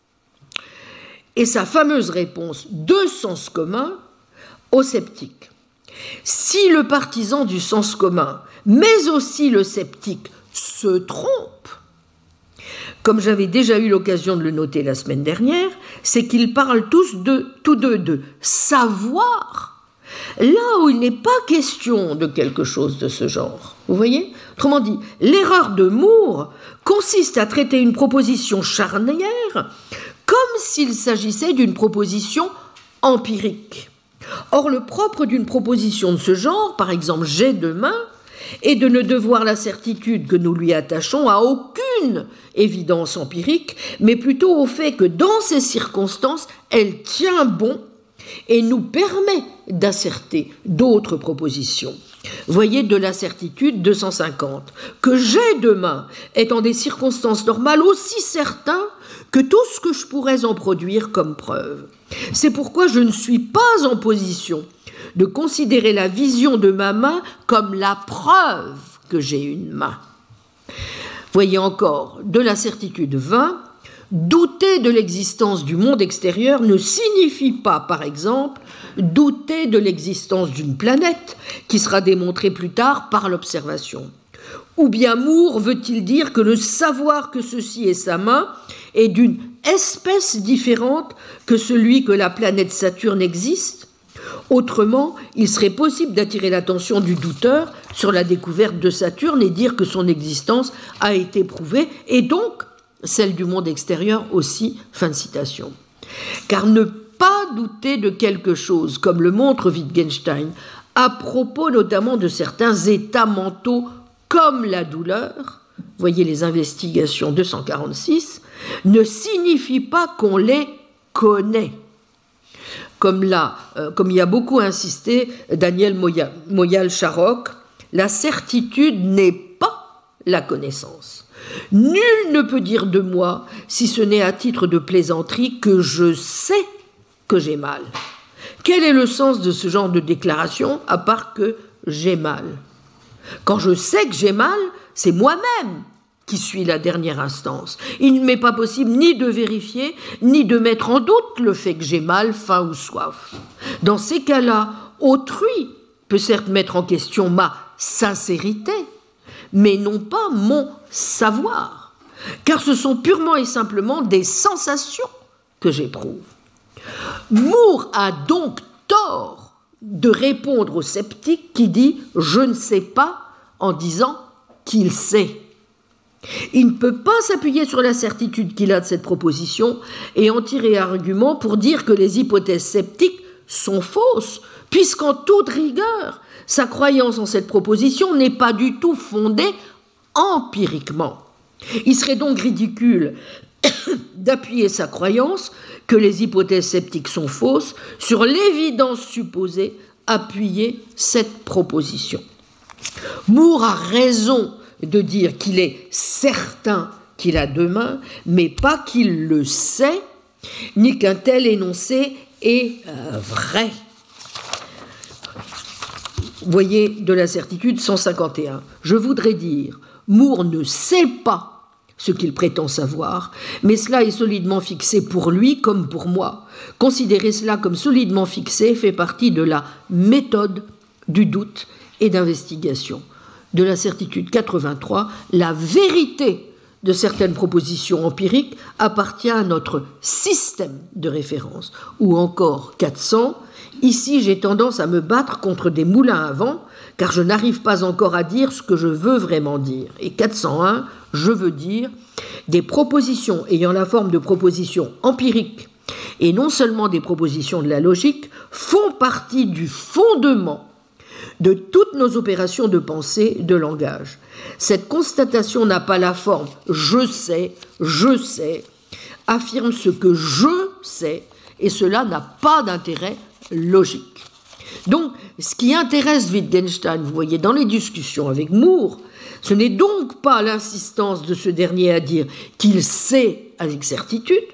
et sa fameuse réponse de sens commun aux sceptiques. Si le partisan du sens commun, mais aussi le sceptique, se trompe, comme j'avais déjà eu l'occasion de le noter la semaine dernière, c'est qu'ils parlent tous, de, tous deux de savoir, là où il n'est pas question de quelque chose de ce genre. Vous voyez ? Autrement dit, l'erreur de Moore consiste à traiter une proposition charnière comme s'il s'agissait d'une proposition empirique. Or, le propre d'une proposition de ce genre, par exemple « j'ai deux mains », est de ne devoir la certitude que nous lui attachons à aucune évidence empirique, mais plutôt au fait que dans ces circonstances, elle tient bon et nous permet d'asserter d'autres propositions. Voyez De la certitude deux cent cinquante. Que j'ai deux mains est en des circonstances normales aussi certain que tout ce que je pourrais en produire comme preuve. C'est pourquoi je ne suis pas en position de considérer la vision de ma main comme la preuve que j'ai une main. Voyez encore De la certitude vingt. Douter de l'existence du monde extérieur ne signifie pas, par exemple, douter de l'existence d'une planète, qui sera démontrée plus tard par l'observation. Ou bien Moore veut-il dire que le savoir que ceci est sa main est d'une espèce différente que celui que la planète Saturne existe ? Autrement, il serait possible d'attirer l'attention du douteur sur la découverte de Saturne et dire que son existence a été prouvée, et donc celle du monde extérieur aussi. Fin de citation. Car ne pas douter de quelque chose, comme le montre Wittgenstein, à propos notamment de certains états mentaux comme la douleur, voyez les investigations deux cent quarante-six, ne signifie pas qu'on les connaît. Comme, là, euh, comme y a beaucoup insisté Daniel Moyal-Charoc, la certitude n'est pas la connaissance. Nul ne peut dire de moi, si ce n'est à titre de plaisanterie, que je sais que j'ai mal. Quel est le sens de ce genre de déclaration, à part que j'ai mal? Quand je sais que j'ai mal, c'est moi-même qui suis la dernière instance. Il ne m'est pas possible ni de vérifier, ni de mettre en doute le fait que j'ai mal, faim ou soif. Dans ces cas-là, autrui peut certes mettre en question ma sincérité, mais non pas mon savoir, car ce sont purement et simplement des sensations que j'éprouve. Moore a donc tort de répondre au sceptique qui dit « je ne sais pas » en disant qu'il sait. Il ne peut pas s'appuyer sur la certitude qu'il a de cette proposition et en tirer argument pour dire que les hypothèses sceptiques sont fausses, puisqu'en toute rigueur, sa croyance en cette proposition n'est pas du tout fondée empiriquement. Il serait donc ridicule d'appuyer sa croyance que les hypothèses sceptiques sont fausses sur l'évidence supposée appuyer cette proposition. Moore a raison de dire qu'il est certain qu'il a deux mains, mais pas qu'il le sait, ni qu'un tel énoncé est euh, vrai. Voyez de la certitude cent cinquante et un. Je voudrais dire, Moore ne sait pas ce qu'il prétend savoir, mais cela est solidement fixé pour lui comme pour moi. Considérer cela comme solidement fixé fait partie de la méthode du doute et d'investigation. De la certitude quatre-vingt-trois, la vérité de certaines propositions empiriques appartient à notre système de référence. Ou encore quatre cents, ici j'ai tendance à me battre contre des moulins à vent, car je n'arrive pas encore à dire ce que je veux vraiment dire. Et quatre cent un, je veux dire des propositions ayant la forme de propositions empiriques, et non seulement des propositions de la logique, font partie du fondement de toutes nos opérations de pensée, de langage. Cette constatation n'a pas la forme « je sais, je sais », affirme ce que je sais, et cela n'a pas d'intérêt logique. Donc, ce qui intéresse Wittgenstein, vous voyez, dans les discussions avec Moore, ce n'est donc pas l'insistance de ce dernier à dire qu'il sait avec certitude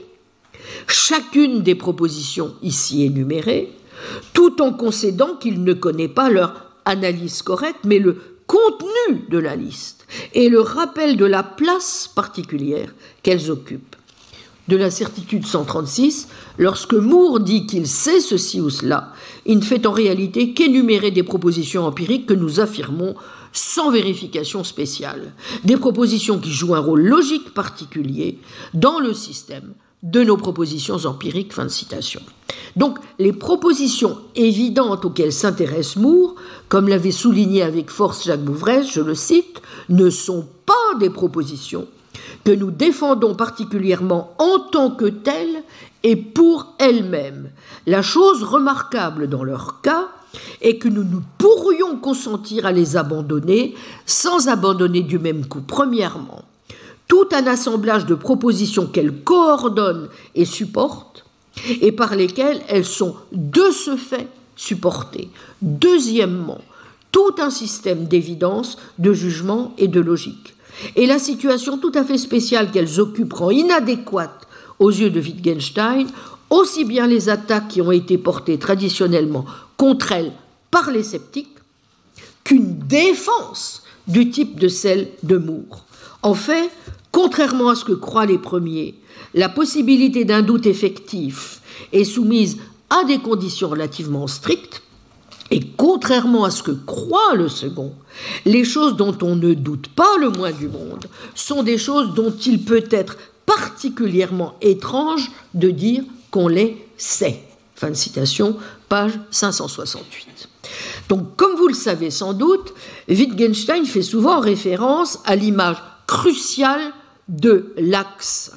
chacune des propositions ici énumérées, tout en concédant qu'il ne connaît pas leur analyse correcte, mais le contenu de la liste et le rappel de la place particulière qu'elles occupent. De la certitude cent trente-six, lorsque Moore dit qu'il sait ceci ou cela, il ne fait en réalité qu'énumérer des propositions empiriques que nous affirmons sans vérification spéciale, des propositions qui jouent un rôle logique particulier dans le système de nos propositions empiriques. Fin de citation. Donc, les propositions évidentes auxquelles s'intéresse Moore, comme l'avait souligné avec force Jacques Bouvresse, je le cite, ne sont pas des propositions que nous défendons particulièrement en tant que telles et pour elles-mêmes. La chose remarquable dans leur cas est que nous nous pourrions consentir à les abandonner sans abandonner du même coup, premièrement, tout un assemblage de propositions qu'elles coordonnent et supportent, et par lesquelles elles sont de ce fait supportées. Deuxièmement, tout un système d'évidence, de jugement et de logique. Et la situation tout à fait spéciale qu'elles occupent rend inadéquate aux yeux de Wittgenstein aussi bien les attaques qui ont été portées traditionnellement contre elles par les sceptiques qu'une défense du type de celle de Moore. En fait, contrairement à ce que croient les premiers, la possibilité d'un doute effectif est soumise à des conditions relativement strictes, et contrairement à ce que croit le second, les choses dont on ne doute pas le moins du monde sont des choses dont il peut être particulièrement étrange de dire qu'on les sait. Fin de citation, page cinq cent soixante-huit. Donc, comme vous le savez sans doute, Wittgenstein fait souvent référence à l'image cruciale de l'axe,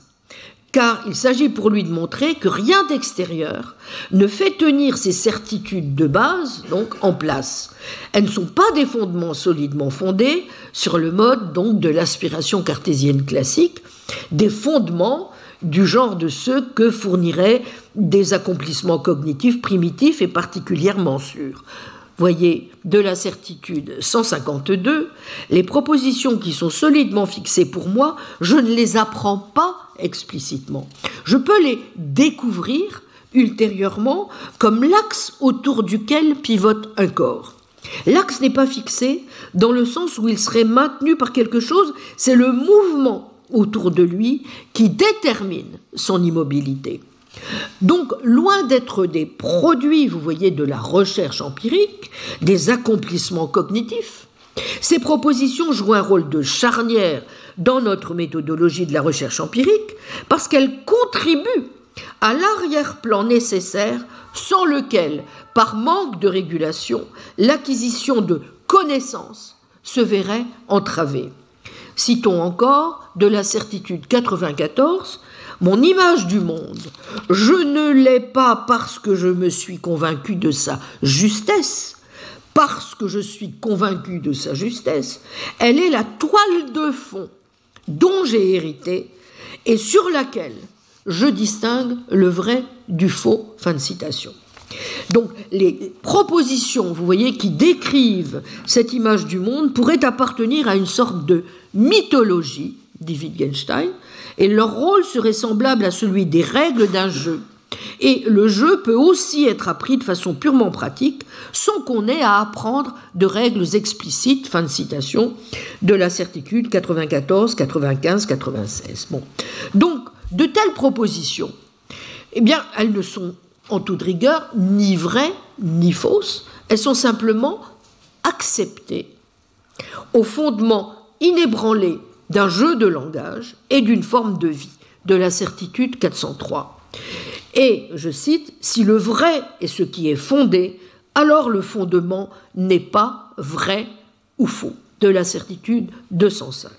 car il s'agit pour lui de montrer que rien d'extérieur ne fait tenir ces certitudes de base donc en place. Elles ne sont pas des fondements solidement fondés sur le mode donc de l'aspiration cartésienne classique, des fondements du genre de ceux que fourniraient des accomplissements cognitifs primitifs et particulièrement sûrs. Voyez, de la certitude cent cinquante-deux, les propositions qui sont solidement fixées pour moi, je ne les apprends pas explicitement. Je peux les découvrir ultérieurement comme l'axe autour duquel pivote un corps. L'axe n'est pas fixé dans le sens où il serait maintenu par quelque chose, c'est le mouvement autour de lui qui détermine son immobilité. Donc, loin d'être des produits, vous voyez, de la recherche empirique, des accomplissements cognitifs, ces propositions jouent un rôle de charnière dans notre méthodologie de la recherche empirique parce qu'elles contribuent à l'arrière-plan nécessaire sans lequel, par manque de régulation, l'acquisition de connaissances se verrait entravée. Citons encore de la certitude quatre-vingt-quatorze, mon image du monde, je ne l'ai pas parce que je me suis convaincu de sa justesse, parce que je suis convaincu de sa justesse, elle est la toile de fond dont j'ai hérité et sur laquelle je distingue le vrai du faux. Fin de citation. Donc, les propositions, vous voyez, qui décrivent cette image du monde pourraient appartenir à une sorte de mythologie, dit Wittgenstein, et leur rôle serait semblable à celui des règles d'un jeu. Et le jeu peut aussi être appris de façon purement pratique, sans qu'on ait à apprendre de règles explicites, fin de citation, de la certitude quatre-vingt-quatorze, quatre-vingt-quinze, quatre-vingt-seize. Bon. Donc, de telles propositions, eh bien, elles ne sont en toute rigueur ni vraies ni fausses, elles sont simplement acceptées au fondement inébranlé d'un jeu de langage et d'une forme de vie, de la certitude quatre cent trois. Et, je cite, « Si le vrai est ce qui est fondé, alors le fondement n'est pas vrai ou faux », de la certitude deux cent cinq.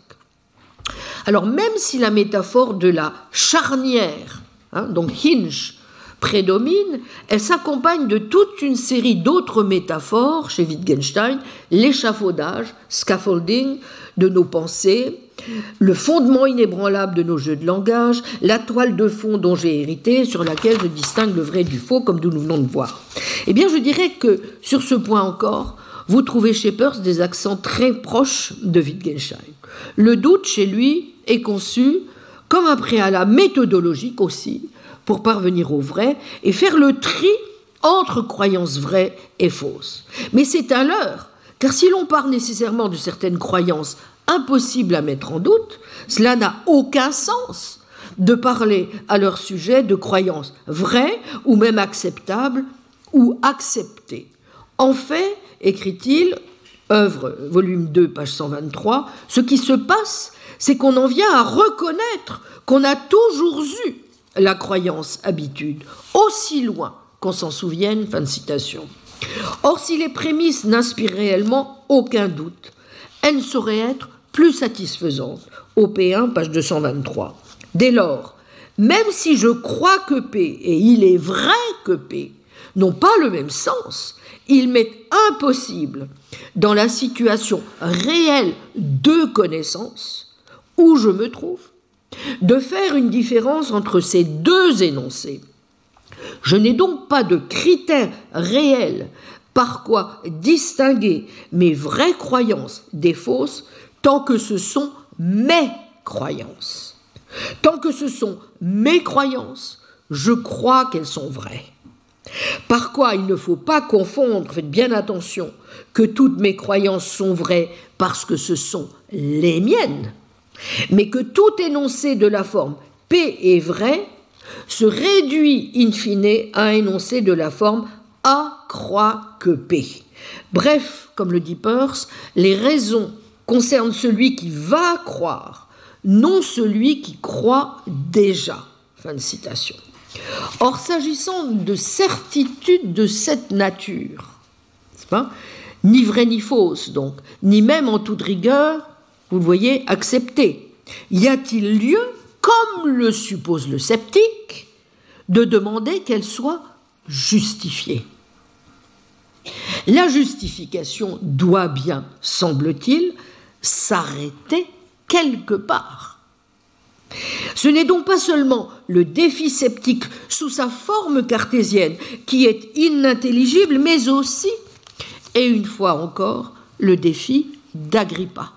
Alors, même si la métaphore de la charnière, hein, donc hinge, prédomine, elle s'accompagne de toute une série d'autres métaphores chez Wittgenstein, l'échafaudage, scaffolding de nos pensées, le fondement inébranlable de nos jeux de langage, la toile de fond dont j'ai hérité, sur laquelle je distingue le vrai du faux, comme nous venons de voir. Eh bien, je dirais que, sur ce point encore, vous trouvez chez Peirce des accents très proches de Wittgenstein. Le doute, chez lui, est conçu comme un préalable méthodologique aussi, pour parvenir au vrai et faire le tri entre croyances vraies et fausses. Mais c'est un leurre, car si l'on part nécessairement de certaines croyances impossibles à mettre en doute, cela n'a aucun sens de parler à leur sujet de croyances vraies ou même acceptables ou acceptées. En fait, écrit-il, œuvre, volume deux, page cent vingt-trois, ce qui se passe, c'est qu'on en vient à reconnaître qu'on a toujours eu la croyance habitude, aussi loin qu'on s'en souvienne, fin de citation. Or, si les prémices n'inspirent réellement aucun doute, elles ne sauraient être plus satisfaisantes. O P un, page deux cent vingt-trois. Dès lors, même si je crois que P, et il est vrai que P, n'ont pas le même sens, il m'est impossible, dans la situation réelle de connaissance où je me trouve, de faire une différence entre ces deux énoncés. Je n'ai donc pas de critères réels par quoi distinguer mes vraies croyances des fausses tant que ce sont mes croyances. Tant que ce sont mes croyances, je crois qu'elles sont vraies. Par quoi il ne faut pas confondre, faites bien attention, que toutes mes croyances sont vraies parce que ce sont les miennes, mais que tout énoncé de la forme P est vrai se réduit in fine à un énoncé de la forme A croit que P. Bref, comme le dit Peirce, les raisons concernent celui qui va croire, non celui qui croit déjà. Fin de citation. Or, s'agissant de certitudes de cette nature, n'est-ce pas, ni vraie ni fausse, donc, ni même en toute rigueur, vous le voyez, acceptée, y a-t-il lieu, comme le suppose le sceptique, de demander qu'elle soit justifiée? La justification doit bien, semble-t-il, s'arrêter quelque part. Ce n'est donc pas seulement le défi sceptique sous sa forme cartésienne qui est inintelligible, mais aussi, et une fois encore, le défi d'Agrippa.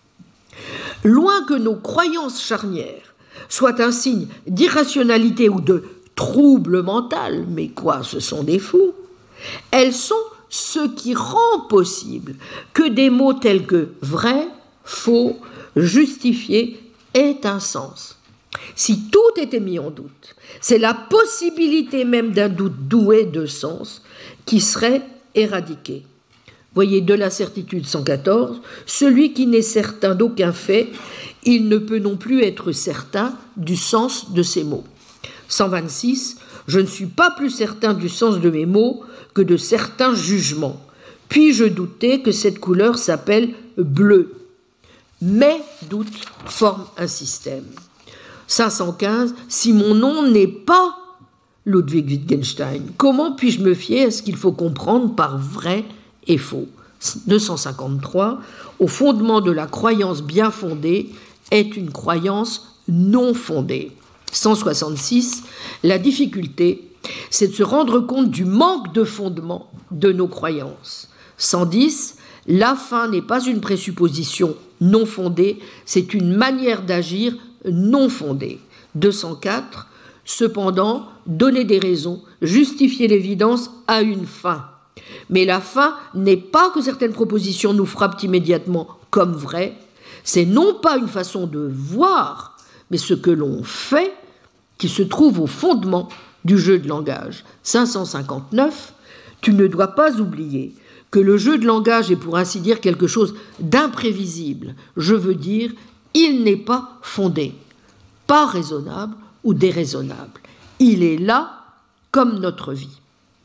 Loin que nos croyances charnières soient un signe d'irrationalité ou de trouble mental, mais quoi, ce sont des fous, elles sont ce qui rend possible que des mots tels que vrai, faux, justifié aient un sens. Si tout était mis en doute, c'est la possibilité même d'un doute doué de sens qui serait éradiquée. Voyez, de la certitude cent quatorze, celui qui n'est certain d'aucun fait, il ne peut non plus être certain du sens de ses mots. cent vingt-six, je ne suis pas plus certain du sens de mes mots que de certains jugements. Puis-je douter que cette couleur s'appelle bleu? Mes doutes forment un système. cinq cent quinze, si mon nom n'est pas Ludwig Wittgenstein, comment puis-je me fier à ce qu'il faut comprendre par vrai et faux? deux cent cinquante-trois, au fondement de la croyance bien fondée est une croyance non fondée. cent soixante-six, la difficulté, c'est de se rendre compte du manque de fondement de nos croyances. cent dix, la fin n'est pas une présupposition non fondée, c'est une manière d'agir non fondée. deux cent quatre, cependant, donner des raisons, justifier l'évidence à une fin. Mais la fin n'est pas que certaines propositions nous frappent immédiatement comme vraies, c'est non pas une façon de voir, mais ce que l'on fait qui se trouve au fondement du jeu de langage. cinq cent cinquante-neuf, tu ne dois pas oublier que le jeu de langage est pour ainsi dire quelque chose d'imprévisible. Je veux dire, il n'est pas fondé, pas raisonnable ou déraisonnable. Il est là comme notre vie.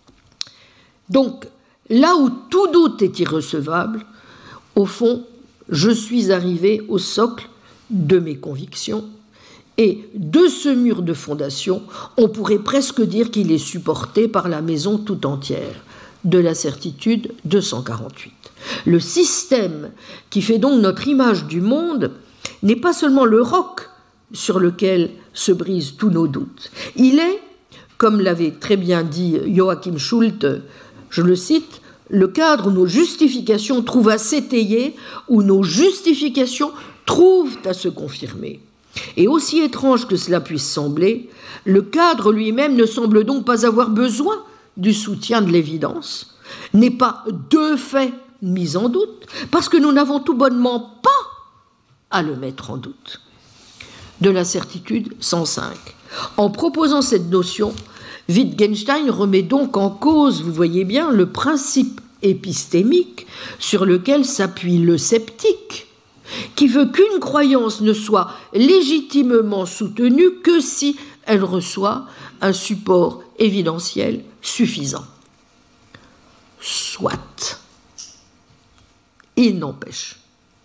Donc, là où tout doute est irrecevable, au fond, je suis arrivé au socle de mes convictions. Et de ce mur de fondation, on pourrait presque dire qu'il est supporté par la maison tout entière. De la certitude, deux cent quarante-huit. Le système qui fait donc notre image du monde n'est pas seulement le roc sur lequel se brisent tous nos doutes. Il est, comme l'avait très bien dit Joachim Schulte, je le cite, le cadre où nos justifications trouvent à s'étayer, où nos justifications trouvent à se confirmer. Et aussi étrange que cela puisse sembler, le cadre lui-même ne semble donc pas avoir besoin du soutien de l'évidence, n'est pas de fait mis en doute, parce que nous n'avons tout bonnement pas à le mettre en doute. De la certitude, cent cinq. En proposant cette notion, Wittgenstein remet donc en cause, vous voyez bien, le principe épistémique sur lequel s'appuie le sceptique, qui veut qu'une croyance ne soit légitimement soutenue que si elle reçoit un support évidentiel suffisant. Soit. Il n'empêche.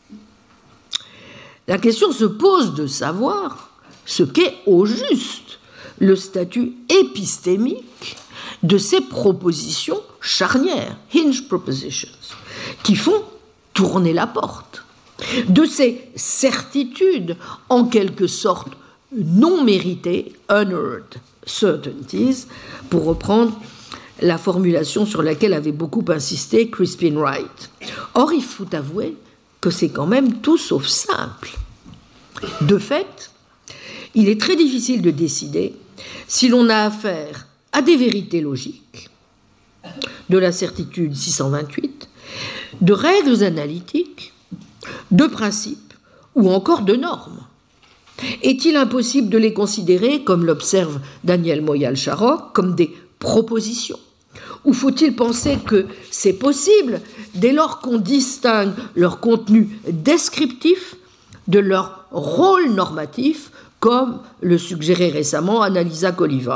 La question se pose de savoir ce qu'est au juste le statut épistémique de ces propositions charnières, hinge propositions, qui font tourner la porte, de ces certitudes en quelque sorte non méritées, unearned certainties, pour reprendre la formulation sur laquelle avait beaucoup insisté Crispin Wright. Or, il faut avouer que c'est quand même tout sauf simple. De fait, il est très difficile de décider si l'on a affaire à des vérités logiques, de la certitude six cent vingt-huit, de règles analytiques, de principes ou encore de normes. Est-il impossible de les considérer, comme l'observe Daniel Moyal-Charoc, comme des propositions? Ou faut-il penser que c'est possible dès lors qu'on distingue leur contenu descriptif de leur rôle normatif, comme le suggérait récemment Annalisa Coliva?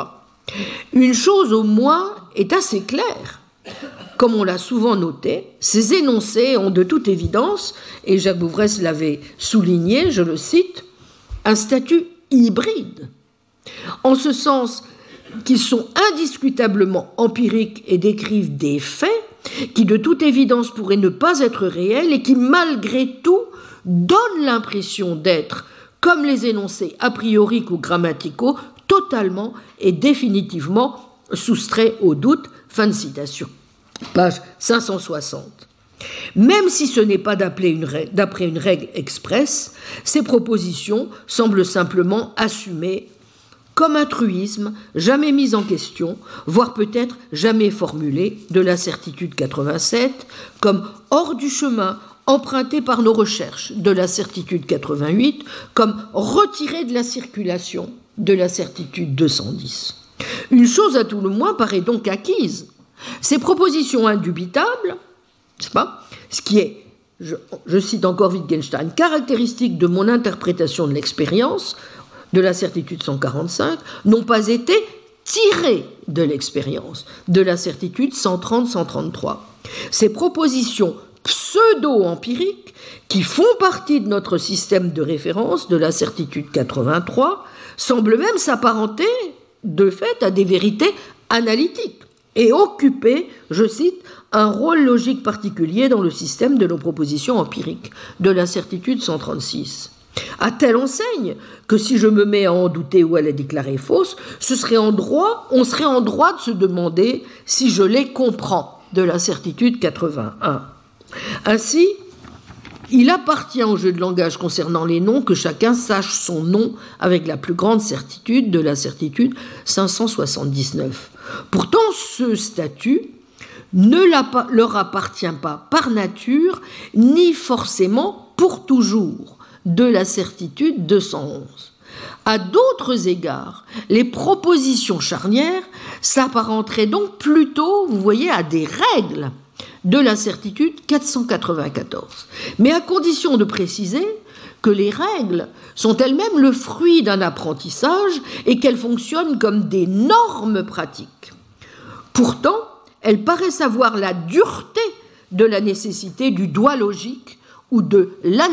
Une chose au moins est assez claire. Comme on l'a souvent noté, ces énoncés ont de toute évidence, et Jacques Bouvresse l'avait souligné, je le cite, un statut hybride, en ce sens qu'ils sont indiscutablement empiriques et décrivent des faits qui de toute évidence pourraient ne pas être réels et qui malgré tout donnent l'impression d'être, comme les énoncés a priori ou grammaticaux, totalement et définitivement soustraits au doute. Fin de citation. Page cinq cent soixante. Même si ce n'est pas d'après une, une règle expresse, ces propositions semblent simplement assumées comme un truisme jamais mis en question, voire peut-être jamais formulé, de la certitude quatre-vingt-sept, comme hors du chemin emprunté par nos recherches, de la certitude quatre-vingt-huit, comme retiré de la circulation, de la certitude deux cent dix. Une chose à tout le moins paraît donc acquise. Ces propositions indubitables, n'est-ce pas, ce qui est, je, je cite encore Wittgenstein, caractéristique de mon interprétation de l'expérience, de la certitude cent quarante-cinq, n'ont pas été tirées de l'expérience, de la certitude cent trente cent trente-trois. Ces propositions pseudo-empiriques, qui font partie de notre système de référence, de la certitude quatre-vingt-trois, semblent même s'apparenter, de fait, à des vérités analytiques, et occuper, je cite, un rôle logique particulier dans le système de nos propositions empiriques, de la certitude cent trente-six. À telle enseigne que si je me mets à en douter ou à la déclarer fausse, ce serait en droit, on serait en droit de se demander si je les comprends, de la certitude quatre-vingt-un. Ainsi, il appartient au jeu de langage concernant les noms que chacun sache son nom avec la plus grande certitude, de la certitude cinq cent soixante-dix-neuf. Pourtant, ce statut ne leur appartient pas par nature, ni forcément pour toujours, de la certitude deux cent onze. À d'autres égards, les propositions charnières s'apparenteraient donc plutôt, vous voyez, à des règles de la certitude quatre cent quatre-vingt-quatorze, mais à condition de préciser que les règles sont elles-mêmes le fruit d'un apprentissage et qu'elles fonctionnent comme des normes pratiques. Pourtant, elles paraissent avoir la dureté de la nécessité du doigt logique ou de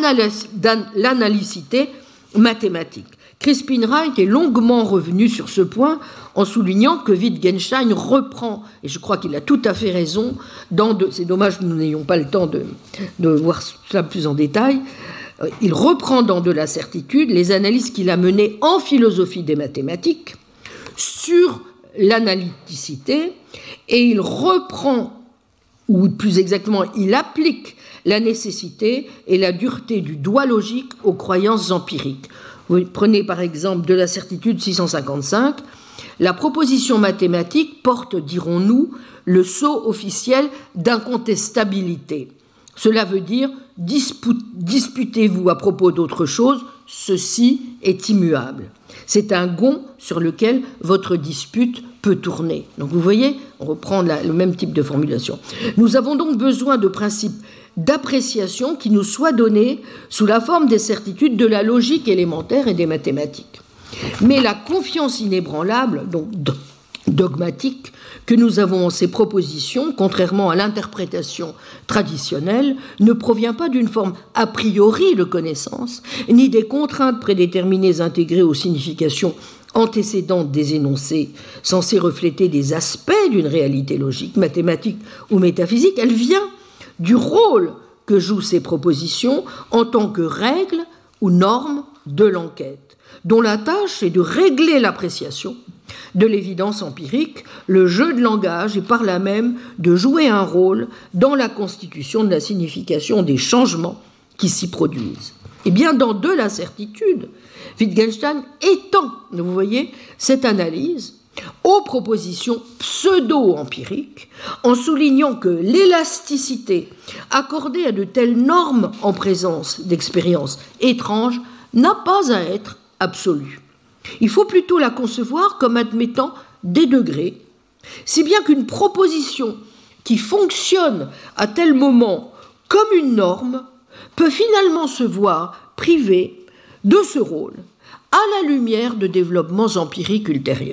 l'analycité mathématique. Crispin Reich est longuement revenu sur ce point en soulignant que Wittgenstein reprend, et je crois qu'il a tout à fait raison, dans de, c'est dommage que nous n'ayons pas le temps de, de voir cela plus en détail, euh, il reprend dans De la certitude les analyses qu'il a menées en philosophie des mathématiques sur l'analyticité, et il reprend, ou plus exactement, il applique la nécessité et la dureté du doigt logique aux croyances empiriques. Vous prenez par exemple De la certitude six cent cinquante-cinq, la proposition mathématique porte, dirons-nous, le sceau officiel d'incontestabilité. Cela veut dire disputez-vous à propos d'autre chose, ceci est immuable. C'est un gond sur lequel votre dispute peut tourner. Donc vous voyez, on reprend la, le même type de formulation. Nous avons donc besoin de principes d'appréciation qui nous soient donnés sous la forme des certitudes de la logique élémentaire et des mathématiques. Mais la confiance inébranlable, donc dogmatique, que nous avons en ces propositions, contrairement à l'interprétation traditionnelle, ne provient pas d'une forme a priori de connaissance, ni des contraintes prédéterminées intégrées aux significations antécédentes des énoncés, censées refléter des aspects d'une réalité logique, mathématique ou métaphysique. Elle vient du rôle que jouent ces propositions en tant que règles ou normes de l'enquête, dont la tâche est de régler l'appréciation de l'évidence empirique, le jeu de langage et par là même de jouer un rôle dans la constitution de la signification des changements qui s'y produisent. Et bien dans De la certitude, Wittgenstein étend, vous voyez, cette analyse aux propositions pseudo-empiriques, en soulignant que l'élasticité accordée à de telles normes en présence d'expériences étranges n'a pas à être absolue. Il faut plutôt la concevoir comme admettant des degrés, si bien qu'une proposition qui fonctionne à tel moment comme une norme peut finalement se voir privée de ce rôle à la lumière de développements empiriques ultérieurs.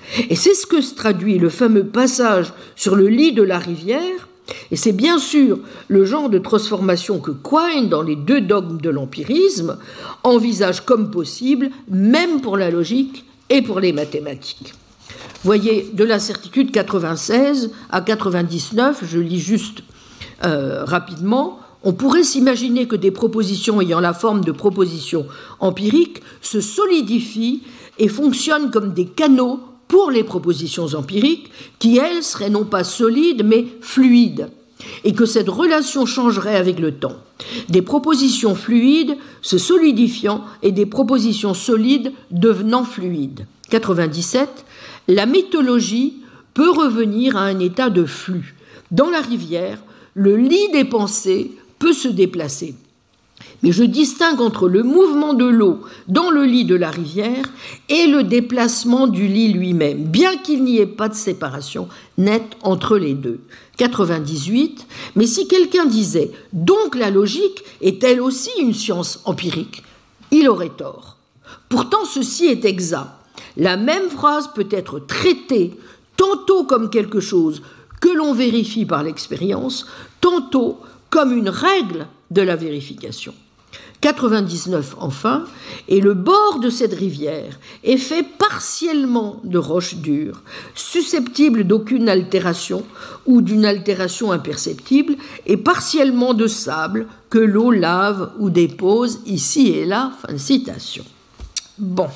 Et c'est ce que se traduit le fameux passage sur le lit de la rivière, et c'est bien sûr le genre de transformation que Quine, dans les deux dogmes de l'empirisme, envisage comme possible, même pour la logique et pour les mathématiques. Voyez, de la certitude quatre-vingt-seize à quatre-vingt-dix-neuf, je lis juste euh, rapidement, on pourrait s'imaginer que des propositions ayant la forme de propositions empiriques se solidifient et fonctionnent comme des canaux pour les propositions empiriques qui, elles, seraient non pas solides mais fluides, et que cette relation changerait avec le temps. Des propositions fluides se solidifiant et des propositions solides devenant fluides. quatre-vingt-dix-sept, la mythologie peut revenir à un état de flux. Dans la rivière, le lit des pensées peut se déplacer. Mais je distingue entre le mouvement de l'eau dans le lit de la rivière et le déplacement du lit lui-même, bien qu'il n'y ait pas de séparation nette entre les deux. quatre-vingt-dix-huit, mais si quelqu'un disait « donc la logique est elle aussi une science empirique », il aurait tort. Pourtant, ceci est exact. La même phrase peut être traitée tantôt comme quelque chose que l'on vérifie par l'expérience, tantôt comme une règle de la vérification. quatre-vingt-dix-neuf enfin, et le bord de cette rivière est fait partiellement de roches dures, susceptibles d'aucune altération ou d'une altération imperceptible, et partiellement de sable que l'eau lave ou dépose ici et là. Fin de citation. Bon.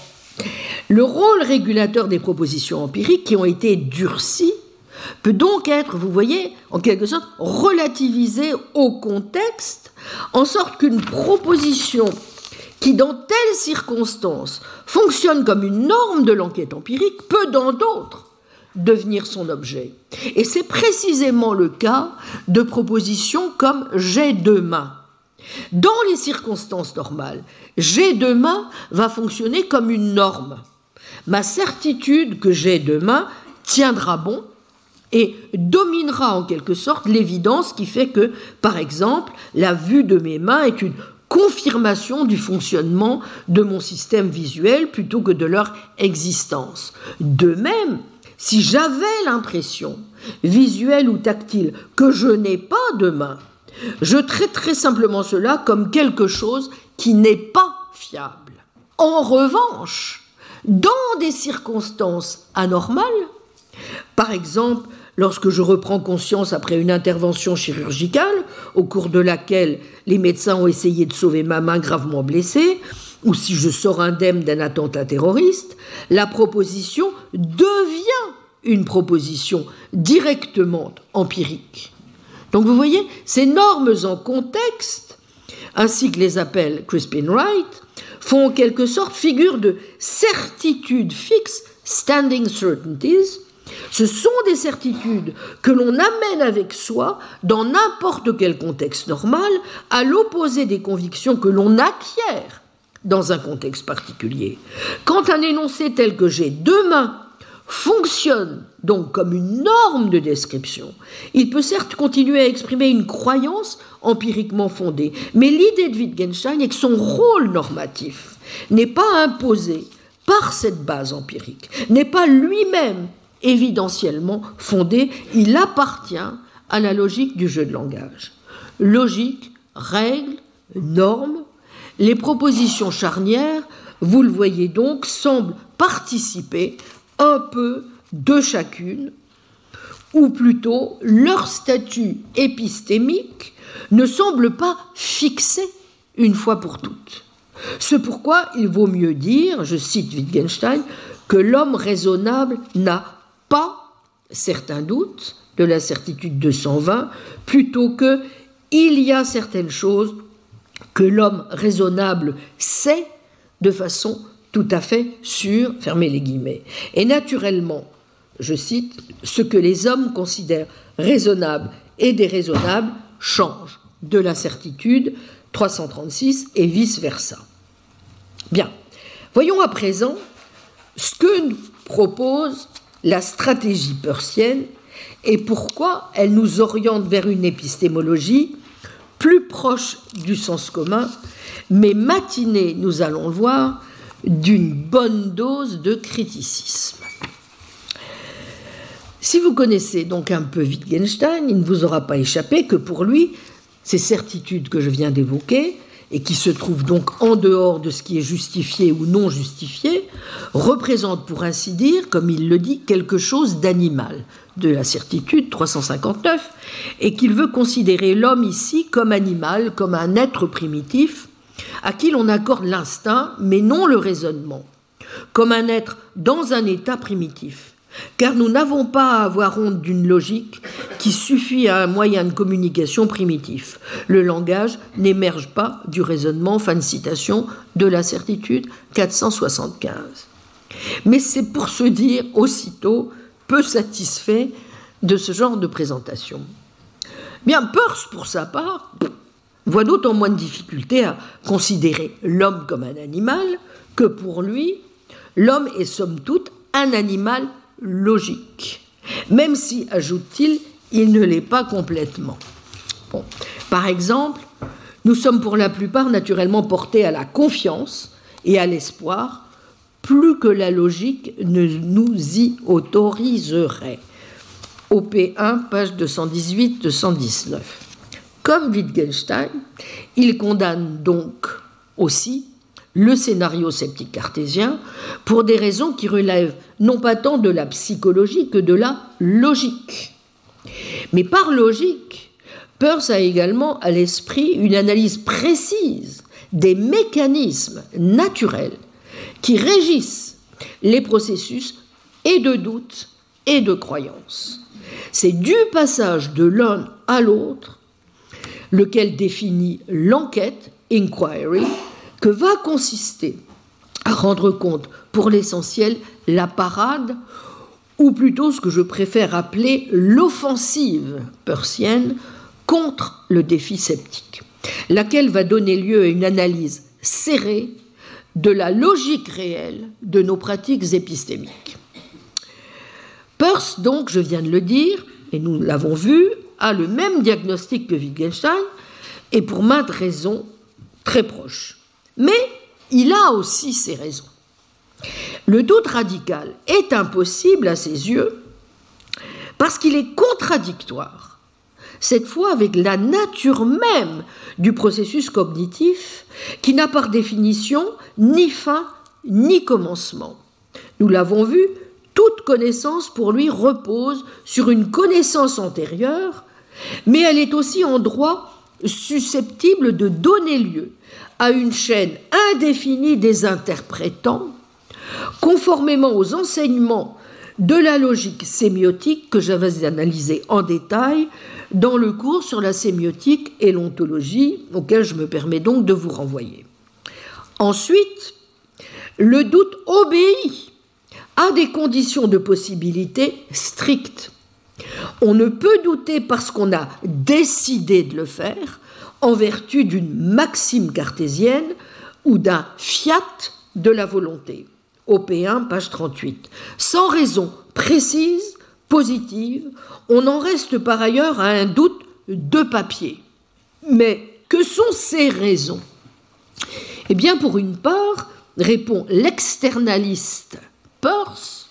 Le rôle régulateur des propositions empiriques qui ont été durcies peut donc être, vous voyez, en quelque sorte, relativisé au contexte, en sorte qu'une proposition qui, dans telles circonstances, fonctionne comme une norme de l'enquête empirique, peut, dans d'autres, devenir son objet. Et c'est précisément le cas de propositions comme « j'ai deux mains ». Dans les circonstances normales, j'ai deux mains va fonctionner comme une norme. Ma certitude que j'ai deux mains tiendra bon et dominera en quelque sorte l'évidence qui fait que, par exemple, la vue de mes mains est une confirmation du fonctionnement de mon système visuel plutôt que de leur existence. De même, si j'avais l'impression, visuelle ou tactile, que je n'ai pas de mains, je traiterai simplement cela comme quelque chose qui n'est pas fiable. En revanche, dans des circonstances anormales, par exemple, lorsque je reprends conscience après une intervention chirurgicale, au cours de laquelle les médecins ont essayé de sauver ma main gravement blessée, ou si je sors indemne d'un attentat terroriste, la proposition devient une proposition directement empirique. Donc vous voyez, ces normes en contexte, ainsi que les appelle Crispin Wright, font en quelque sorte figure de certitudes fixes, standing certainties. Ce sont des certitudes que l'on amène avec soi dans n'importe quel contexte normal, à l'opposé des convictions que l'on acquiert dans un contexte particulier. Quand un énoncé tel que j'ai deux mains fonctionne donc comme une norme de description, il peut certes continuer à exprimer une croyance empiriquement fondée, mais l'idée de Wittgenstein est que son rôle normatif n'est pas imposé par cette base empirique, n'est pas lui-même évidentiellement fondé, il appartient à la logique du jeu de langage. Logique, règles, normes, les propositions charnières, vous le voyez donc, semblent participer un peu de chacune, ou plutôt leur statut épistémique ne semble pas fixé une fois pour toutes. C'est pourquoi il vaut mieux dire, je cite Wittgenstein, que l'homme raisonnable n'a pas certains doutes, de la certitude deux cent vingt, plutôt que il y a certaines choses que l'homme raisonnable sait de façon tout à fait sûre, fermez les guillemets. Et naturellement, je cite, ce que les hommes considèrent raisonnable et déraisonnable change de la certitude trois cent trente-six et vice-versa. Bien, voyons à présent ce que nous propose la stratégie peircienne et pourquoi elle nous oriente vers une épistémologie plus proche du sens commun, mais matinée, nous allons le voir, d'une bonne dose de criticisme. Si vous connaissez donc un peu Wittgenstein, il ne vous aura pas échappé que pour lui, ces certitudes que je viens d'évoquer, et qui se trouvent donc en dehors de ce qui est justifié ou non justifié, représentent pour ainsi dire, comme il le dit, quelque chose d'animal, de la certitude trois cent cinquante-neuf, et qu'il veut considérer l'homme ici comme animal, comme un être primitif, à qui l'on accorde l'instinct, mais non le raisonnement, comme un être dans un état primitif. Car nous n'avons pas à avoir honte d'une logique qui suffit à un moyen de communication primitif. Le langage n'émerge pas du raisonnement, fin de citation, de la certitude quatre cent soixante-quinze. Mais c'est pour se dire aussitôt peu satisfait de ce genre de présentation. Bien, Peirce, pour sa part, voit d'autant moins de difficulté à considérer l'homme comme un animal que pour lui, l'homme est somme toute un animal logique, même si, ajoute-t-il, il ne l'est pas complètement. Bon. Par exemple, nous sommes pour la plupart naturellement portés à la confiance et à l'espoir, plus que la logique ne nous y autoriserait. O P un, page deux cent dix-huit à deux cent dix-neuf. Comme Wittgenstein, il condamne donc aussi le scénario sceptique cartésien pour des raisons qui relèvent non pas tant de la psychologie que de la logique. Mais par logique, Peirce a également à l'esprit une analyse précise des mécanismes naturels qui régissent les processus et de doute et de croyance. C'est du passage de l'un à l'autre, lequel définit l'enquête, inquiry, que va consister à rendre compte, pour l'essentiel, la parade, ou plutôt ce que je préfère appeler l'offensive peircienne contre le défi sceptique, laquelle va donner lieu à une analyse serrée de la logique réelle de nos pratiques épistémiques. Peirce, donc, je viens de le dire, et nous l'avons vu, a le même diagnostic que Wittgenstein, et pour maintes raisons très proches. Mais il a aussi ses raisons. Le doute radical est impossible à ses yeux parce qu'il est contradictoire, cette fois avec la nature même du processus cognitif qui n'a par définition ni fin ni commencement. Nous l'avons vu, toute connaissance pour lui repose sur une connaissance antérieure, mais elle est aussi en droit susceptible de donner lieu à une chaîne indéfinie des interprétants, conformément aux enseignements de la logique sémiotique que j'avais analysé en détail dans le cours sur la sémiotique et l'ontologie, auquel je me permets donc de vous renvoyer. Ensuite, le doute obéit à des conditions de possibilité strictes. On ne peut douter parce qu'on a décidé de le faire, en vertu d'une maxime cartésienne ou d'un fiat de la volonté. O P un, page trente-huit. Sans raison précise, positive, on en reste par ailleurs à un doute de papier. Mais que sont ces raisons ? Eh bien, pour une part, répond l'externaliste Peirce,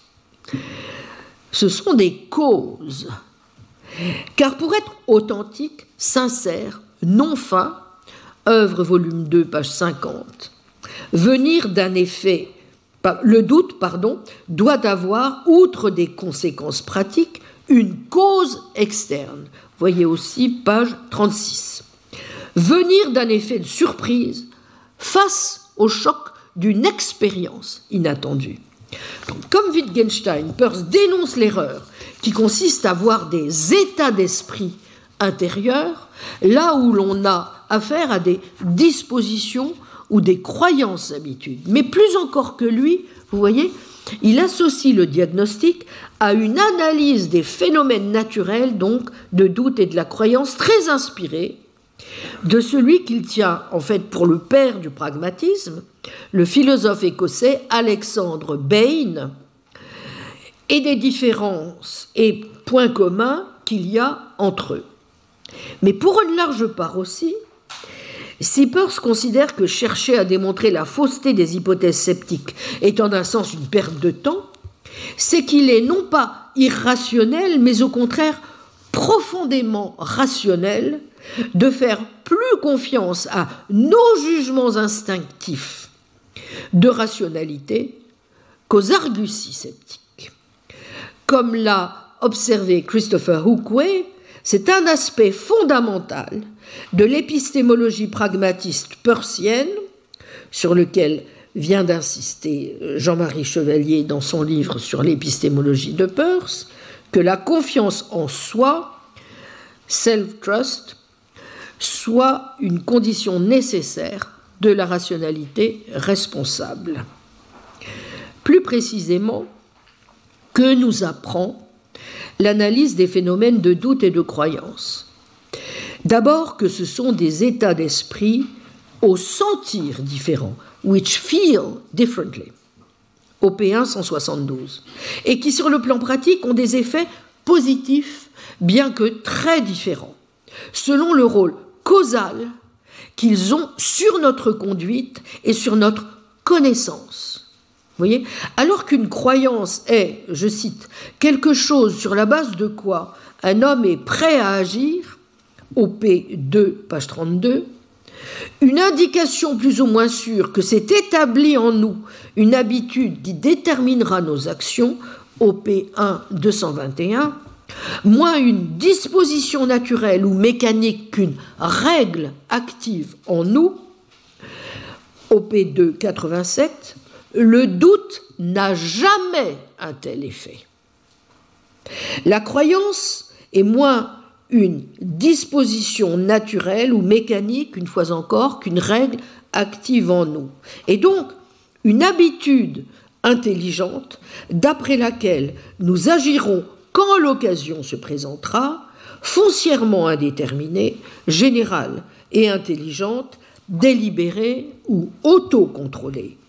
ce sont des causes. Car pour être authentique, sincère, non fin, œuvre volume deux, page cinquante, venir d'un effet, le doute, pardon, doit avoir, outre des conséquences pratiques, une cause externe. Voyez aussi page trente-six. Venir d'un effet de surprise face au choc d'une expérience inattendue. Donc, comme Wittgenstein, Peirce dénonce l'erreur qui consiste à avoir des états d'esprit intérieurs, là où l'on a affaire à des dispositions ou des croyances habitudes. Mais plus encore que lui, vous voyez, il associe le diagnostic à une analyse des phénomènes naturels, donc de doute et de la croyance, très inspirée de celui qu'il tient en fait pour le père du pragmatisme, le philosophe écossais Alexander Bain, et des différences et points communs qu'il y a entre eux. Mais pour une large part aussi, si Peirce considère que chercher à démontrer la fausseté des hypothèses sceptiques est en un sens une perte de temps, c'est qu'il est non pas irrationnel, mais au contraire profondément rationnel de faire plus confiance à nos jugements instinctifs de rationalité qu'aux arguties sceptiques. Comme l'a observé Christopher Hookway, c'est un aspect fondamental de l'épistémologie pragmatiste peirsienne, sur lequel vient d'insister Jean-Marie Chevalier dans son livre sur l'épistémologie de Peirce, que la confiance en soi, self-trust, soit une condition nécessaire de la rationalité responsable. Plus précisément, que nous apprend l'analyse des phénomènes de doute et de croyance? D'abord que ce sont des états d'esprit au sentir différent, which feel differently, O P un cent soixante-douze, et qui sur le plan pratique ont des effets positifs, bien que très différents, selon le rôle causal qu'ils ont sur notre conduite et sur notre connaissance. Vous voyez ? Alors qu'une croyance est, je cite, quelque chose sur la base de quoi un homme est prêt à agir, O P deux, page trente-deux, une indication plus ou moins sûre que s'est établie en nous une habitude qui déterminera nos actions, O P un, deux cent vingt et un, moins une disposition naturelle ou mécanique qu'une règle active en nous, O P deux, quatre-vingt-sept, le doute n'a jamais un tel effet. La croyance est moins une disposition naturelle ou mécanique, une fois encore, qu'une règle active en nous. Et donc, une habitude intelligente d'après laquelle nous agirons quand l'occasion se présentera, foncièrement indéterminée, générale et intelligente, délibérée ou autocontrôlée.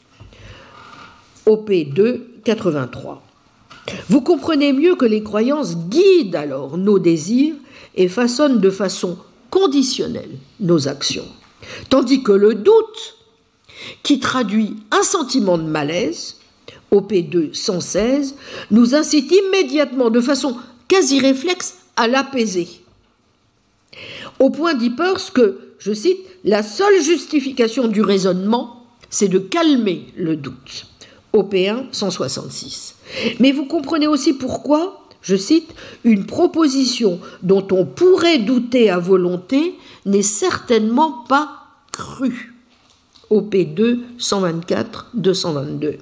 O P deux, quatre-vingt-trois. Vous comprenez mieux que les croyances guident alors nos désirs et façonnent de façon conditionnelle nos actions, tandis que le doute, qui traduit un sentiment de malaise, O P deux, cent seize, nous incite immédiatement, de façon quasi réflexe, à l'apaiser. Au point dit Peirce que, je cite, la seule justification du raisonnement, c'est de calmer le doute. O P un, cent soixante-six. Mais vous comprenez aussi pourquoi, je cite, une proposition dont on pourrait douter à volonté n'est certainement pas crue. O P deux, cent vingt-quatre, deux cent vingt-deux.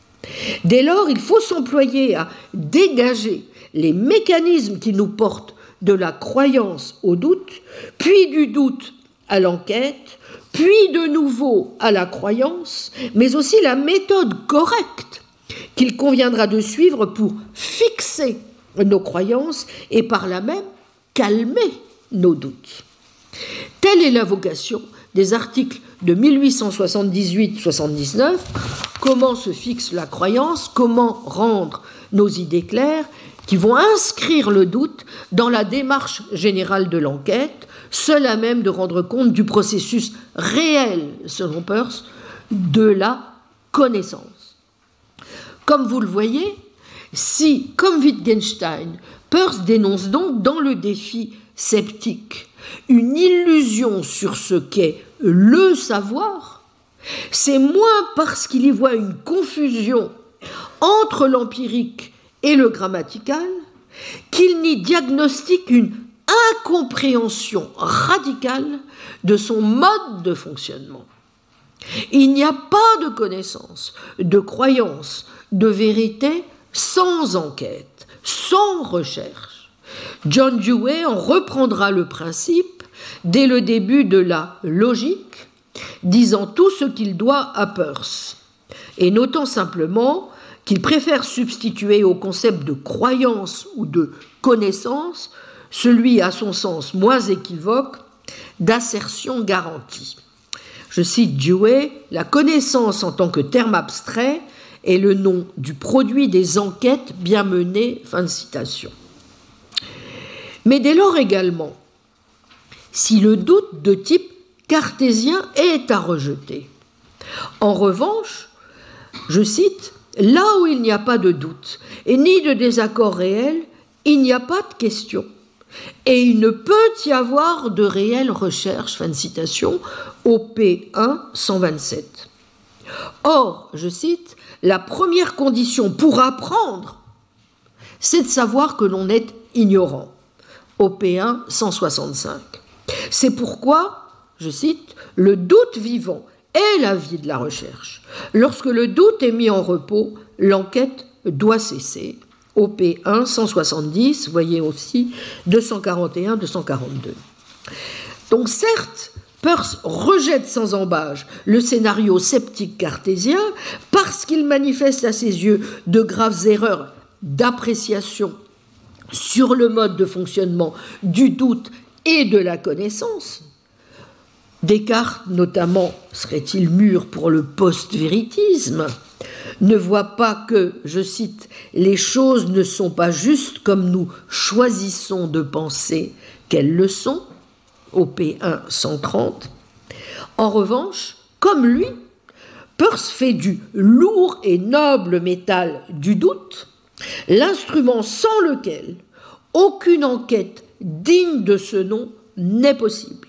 Dès lors, il faut s'employer à dégager les mécanismes qui nous portent de la croyance au doute, puis du doute à l'enquête, puis de nouveau à la croyance, mais aussi la méthode correcte qu'il conviendra de suivre pour fixer nos croyances et par là même calmer nos doutes. Telle est la vocation des articles de mille huit cent soixante-dix-huit soixante-dix-neuf, comment se fixe la croyance, comment rendre nos idées claires, qui vont inscrire le doute dans la démarche générale de l'enquête, seule à même de rendre compte du processus réel, selon Peirce, de la connaissance. Comme vous le voyez, si, comme Wittgenstein, Peirce dénonce donc dans le défi sceptique une illusion sur ce qu'est le savoir, c'est moins parce qu'il y voit une confusion entre l'empirique et le grammatical qu'il n'y diagnostique une incompréhension radicale de son mode de fonctionnement. Il n'y a pas de connaissance, de croyance, de vérité sans enquête, sans recherche. John Dewey en reprendra le principe dès le début de la logique, disant tout ce qu'il doit à Peirce, et notant simplement qu'il préfère substituer au concept de croyance ou de connaissance celui, à son sens moins équivoque, d'assertion garantie. Je cite Dewey, « La connaissance en tant que terme abstrait est le nom du produit des enquêtes bien menées », fin de citation. Mais dès lors également, si le doute de type cartésien est à rejeter. En revanche, je cite, « Là où il n'y a pas de doute et ni de désaccord réel, il n'y a pas de question. Et il ne peut y avoir de réelle recherche, fin de citation, au P un cent vingt-sept. Or, je cite, la première condition pour apprendre, c'est de savoir que l'on est ignorant, au P un cent soixante-cinq. C'est pourquoi, je cite, le doute vivant est la vie de la recherche. Lorsque le doute est mis en repos, l'enquête doit cesser. Au P un cent soixante-dix, voyez aussi deux cent quarante et un deux cent quarante-deux. Donc certes, Peirce rejette sans embâche le scénario sceptique cartésien parce qu'il manifeste à ses yeux de graves erreurs d'appréciation sur le mode de fonctionnement du doute et de la connaissance. Descartes, notamment, serait-il mûr pour le post-véritisme, ne voit pas que, je cite, « les choses ne sont pas justes comme nous choisissons de penser qu'elles le sont », au P un cent trente. En revanche, comme lui, Peirce fait du lourd et noble métal du doute l'instrument sans lequel aucune enquête digne de ce nom n'est possible.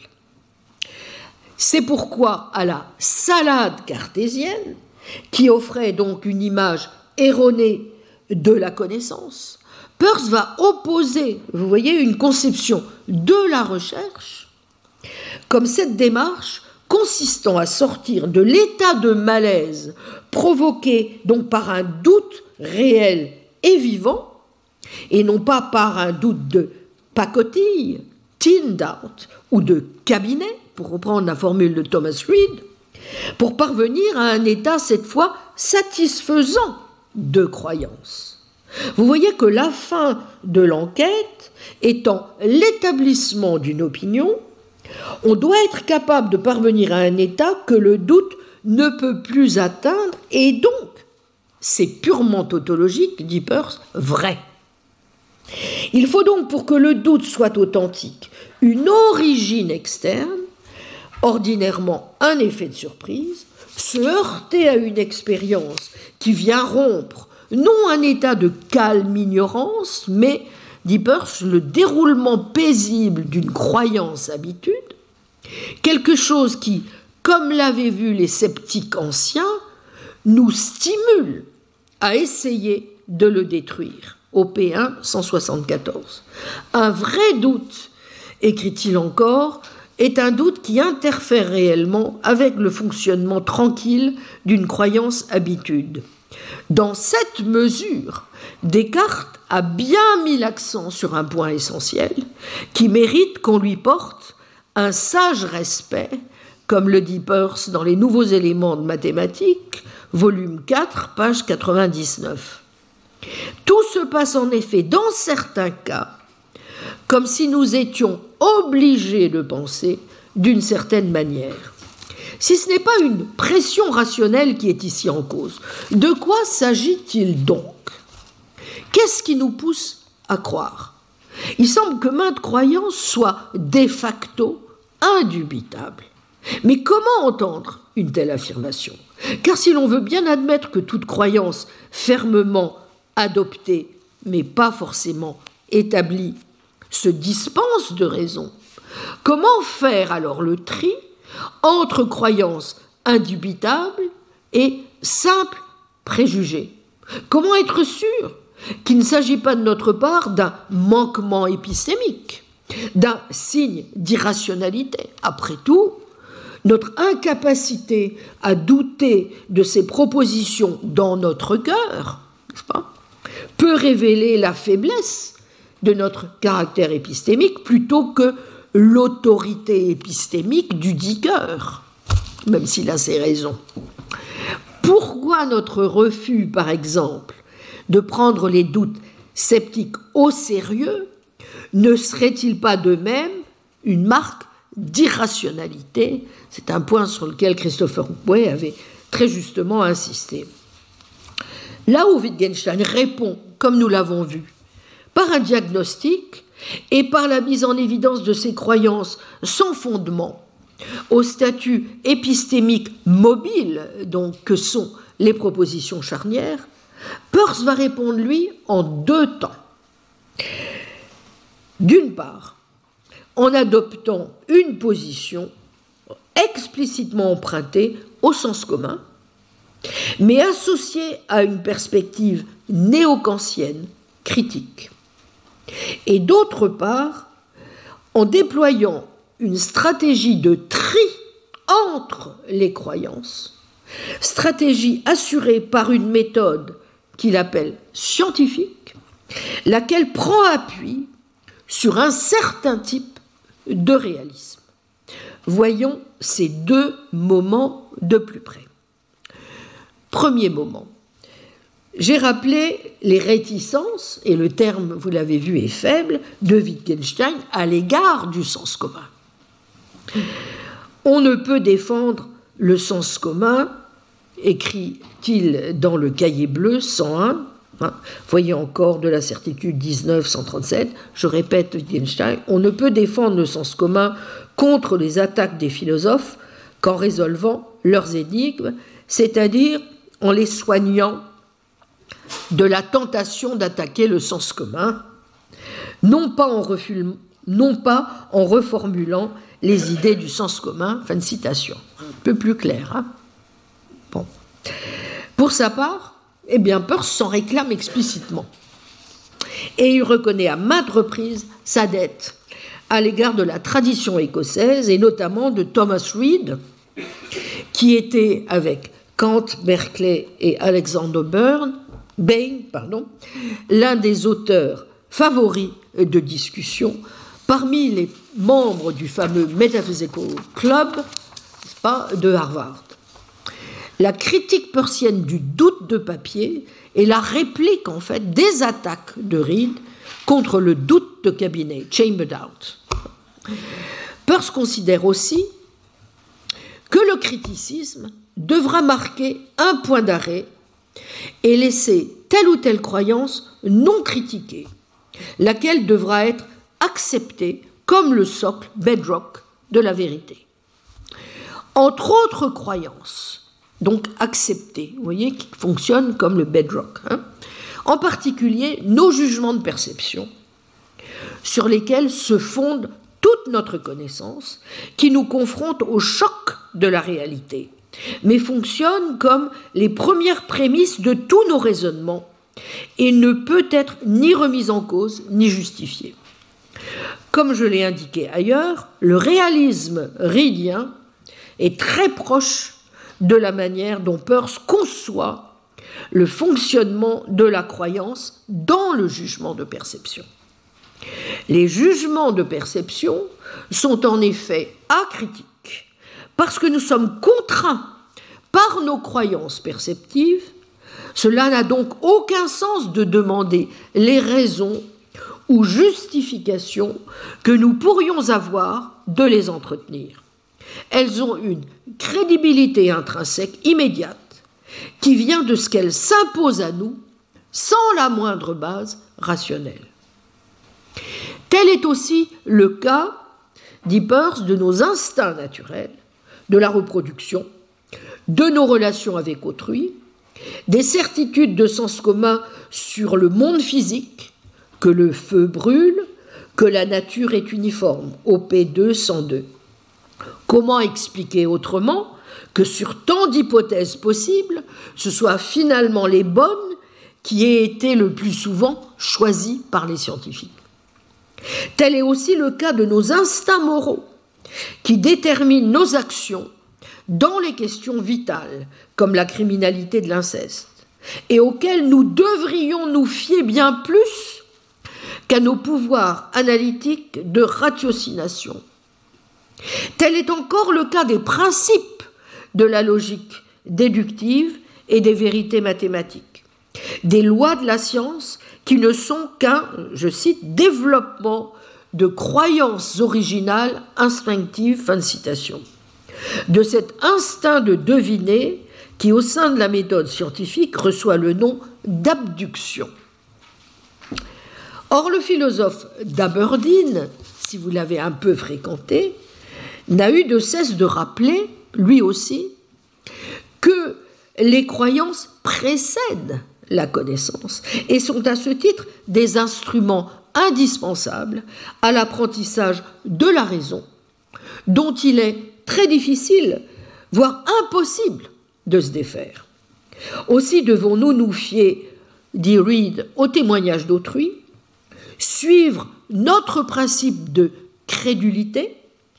C'est pourquoi, à la salade cartésienne, qui offrait donc une image erronée de la connaissance, Peirce va opposer, vous voyez, une conception de la recherche comme cette démarche consistant à sortir de l'état de malaise provoqué donc par un doute réel et vivant, et non pas par un doute de pacotille, tin doubt, ou de cabinet, pour reprendre la formule de Thomas Reid, pour parvenir à un état cette fois satisfaisant de croyance. Vous voyez que la fin de l'enquête étant l'établissement d'une opinion, on doit être capable de parvenir à un état que le doute ne peut plus atteindre, et donc, c'est purement tautologique, dit Peirce, vrai. Il faut donc, pour que le doute soit authentique, une origine externe, ordinairement un effet de surprise, se heurter à une expérience qui vient rompre non un état de calme ignorance, mais, dit Peirce, le déroulement paisible d'une croyance-habitude, quelque chose qui, comme l'avaient vu les sceptiques anciens, nous stimule à essayer de le détruire, au P un cent soixante-quatorze. Un vrai doute, écrit-il encore, est un doute qui interfère réellement avec le fonctionnement tranquille d'une croyance-habitude. Dans cette mesure, Descartes a bien mis l'accent sur un point essentiel qui mérite qu'on lui porte un sage respect, comme le dit Peirce dans Les Nouveaux éléments de mathématiques, volume quatre, page quatre-vingt-dix-neuf. Tout se passe en effet, dans certains cas, comme si nous étions obligés de penser d'une certaine manière. Si ce n'est pas une pression rationnelle qui est ici en cause, de quoi s'agit-il donc ? Qu'est-ce qui nous pousse à croire ? Il semble que maintes croyances soient de facto indubitables. Mais comment entendre une telle affirmation ? Car si l'on veut bien admettre que toute croyance fermement adoptée, mais pas forcément établie, se dispense de raison, comment faire alors le tri entre croyances indubitables et simples préjugés ? Comment être sûr qu'il ne s'agit pas de notre part d'un manquement épistémique, d'un signe d'irrationalité ? Après tout, notre incapacité à douter de ces propositions dans notre cœur, n'est-ce pas, peut révéler la faiblesse de notre caractère épistémique plutôt que l'autorité épistémique du dit cœur, même s'il a ses raisons. Pourquoi notre refus, par exemple, de prendre les doutes sceptiques au sérieux ne serait-il pas de même une marque d'irrationalité ? C'est un point sur lequel Christopher Wray avait très justement insisté. Là où Wittgenstein répond, comme nous l'avons vu, par un diagnostic et par la mise en évidence de ses croyances sans fondement, au statut épistémique mobile donc, que sont les propositions charnières, Peirce va répondre, lui, en deux temps. D'une part, en adoptant une position explicitement empruntée au sens commun, mais associée à une perspective néo-kantienne critique. Et d'autre part, en déployant une stratégie de tri entre les croyances, stratégie assurée par une méthode qu'il appelle scientifique, laquelle prend appui sur un certain type de réalisme. Voyons ces deux moments de plus près. Premier moment. J'ai rappelé les réticences, et le terme, vous l'avez vu, est faible, de Wittgenstein à l'égard du sens commun. On ne peut défendre le sens commun, écrit-il dans le cahier bleu cent un, hein, voyez encore de la certitude dix-neuf cent trente-sept, je répète Wittgenstein, on ne peut défendre le sens commun contre les attaques des philosophes qu'en résolvant leurs énigmes, c'est-à-dire en les soignant de la tentation d'attaquer le sens commun, non pas en, reful... non pas en reformulant les idées du sens commun. Fin de citation. Un peu plus clair. Hein bon. Pour sa part, eh bien, Peirce s'en réclame explicitement. Et il reconnaît à maintes reprises sa dette à l'égard de la tradition écossaise, et notamment de Thomas Reid, qui était, avec Kant, Berkeley et Alexander Bain, Bain, pardon, l'un des auteurs favoris de discussion parmi les membres du fameux Metaphysical Club, n'est-ce pas, de Harvard. La critique peircienne du doute de papier est la réplique, en fait, des attaques de Reid contre le doute de cabinet, chamber doubt. Peirce considère aussi que le criticisme devra marquer un point d'arrêt et laisser telle ou telle croyance non critiquée, laquelle devra être acceptée comme le socle bedrock de la vérité. Entre autres croyances, donc acceptées, vous voyez, qui fonctionnent comme le bedrock, hein, en particulier nos jugements de perception, sur lesquels se fonde toute notre connaissance, qui nous confronte au choc de la réalité, mais fonctionnent comme les premières prémices de tous nos raisonnements et ne peut être ni remise en cause ni justifiée. Comme je l'ai indiqué ailleurs, le réalisme reidien est très proche de la manière dont Peirce conçoit le fonctionnement de la croyance dans le jugement de perception. Les jugements de perception sont en effet acritiques parce que nous sommes contraints par nos croyances perceptives. Cela n'a donc aucun sens de demander les raisons ou justifications que nous pourrions avoir de les entretenir. Elles ont une crédibilité intrinsèque immédiate qui vient de ce qu'elles s'imposent à nous sans la moindre base rationnelle. Tel est aussi le cas, dit Peirce, de nos instincts naturels, de la reproduction, de nos relations avec autrui, des certitudes de sens commun sur le monde physique, que le feu brûle, que la nature est uniforme, O P deux cent deux. Comment expliquer autrement que sur tant d'hypothèses possibles, ce soient finalement les bonnes qui aient été le plus souvent choisies par les scientifiques? Tel est aussi le cas de nos instincts moraux, qui déterminent nos actions dans les questions vitales, comme la criminalité de l'inceste, et auxquelles nous devrions nous fier bien plus qu'à nos pouvoirs analytiques de ratiocination. Tel est encore le cas des principes de la logique déductive et des vérités mathématiques, des lois de la science qui ne sont qu'un, je cite, développement de croyances originales instinctives, fin de citation. De cet instinct de deviner qui, au sein de la méthode scientifique, reçoit le nom d'abduction. Or, le philosophe d'Aberdeen, si vous l'avez un peu fréquenté, n'a eu de cesse de rappeler, lui aussi, que les croyances précèdent la connaissance et sont à ce titre des instruments indispensables à l'apprentissage de la raison, dont il est très difficile, voire impossible, de se défaire. Aussi devons-nous nous fier, dit Reid, au témoignage d'autrui, suivre notre principe de crédulité,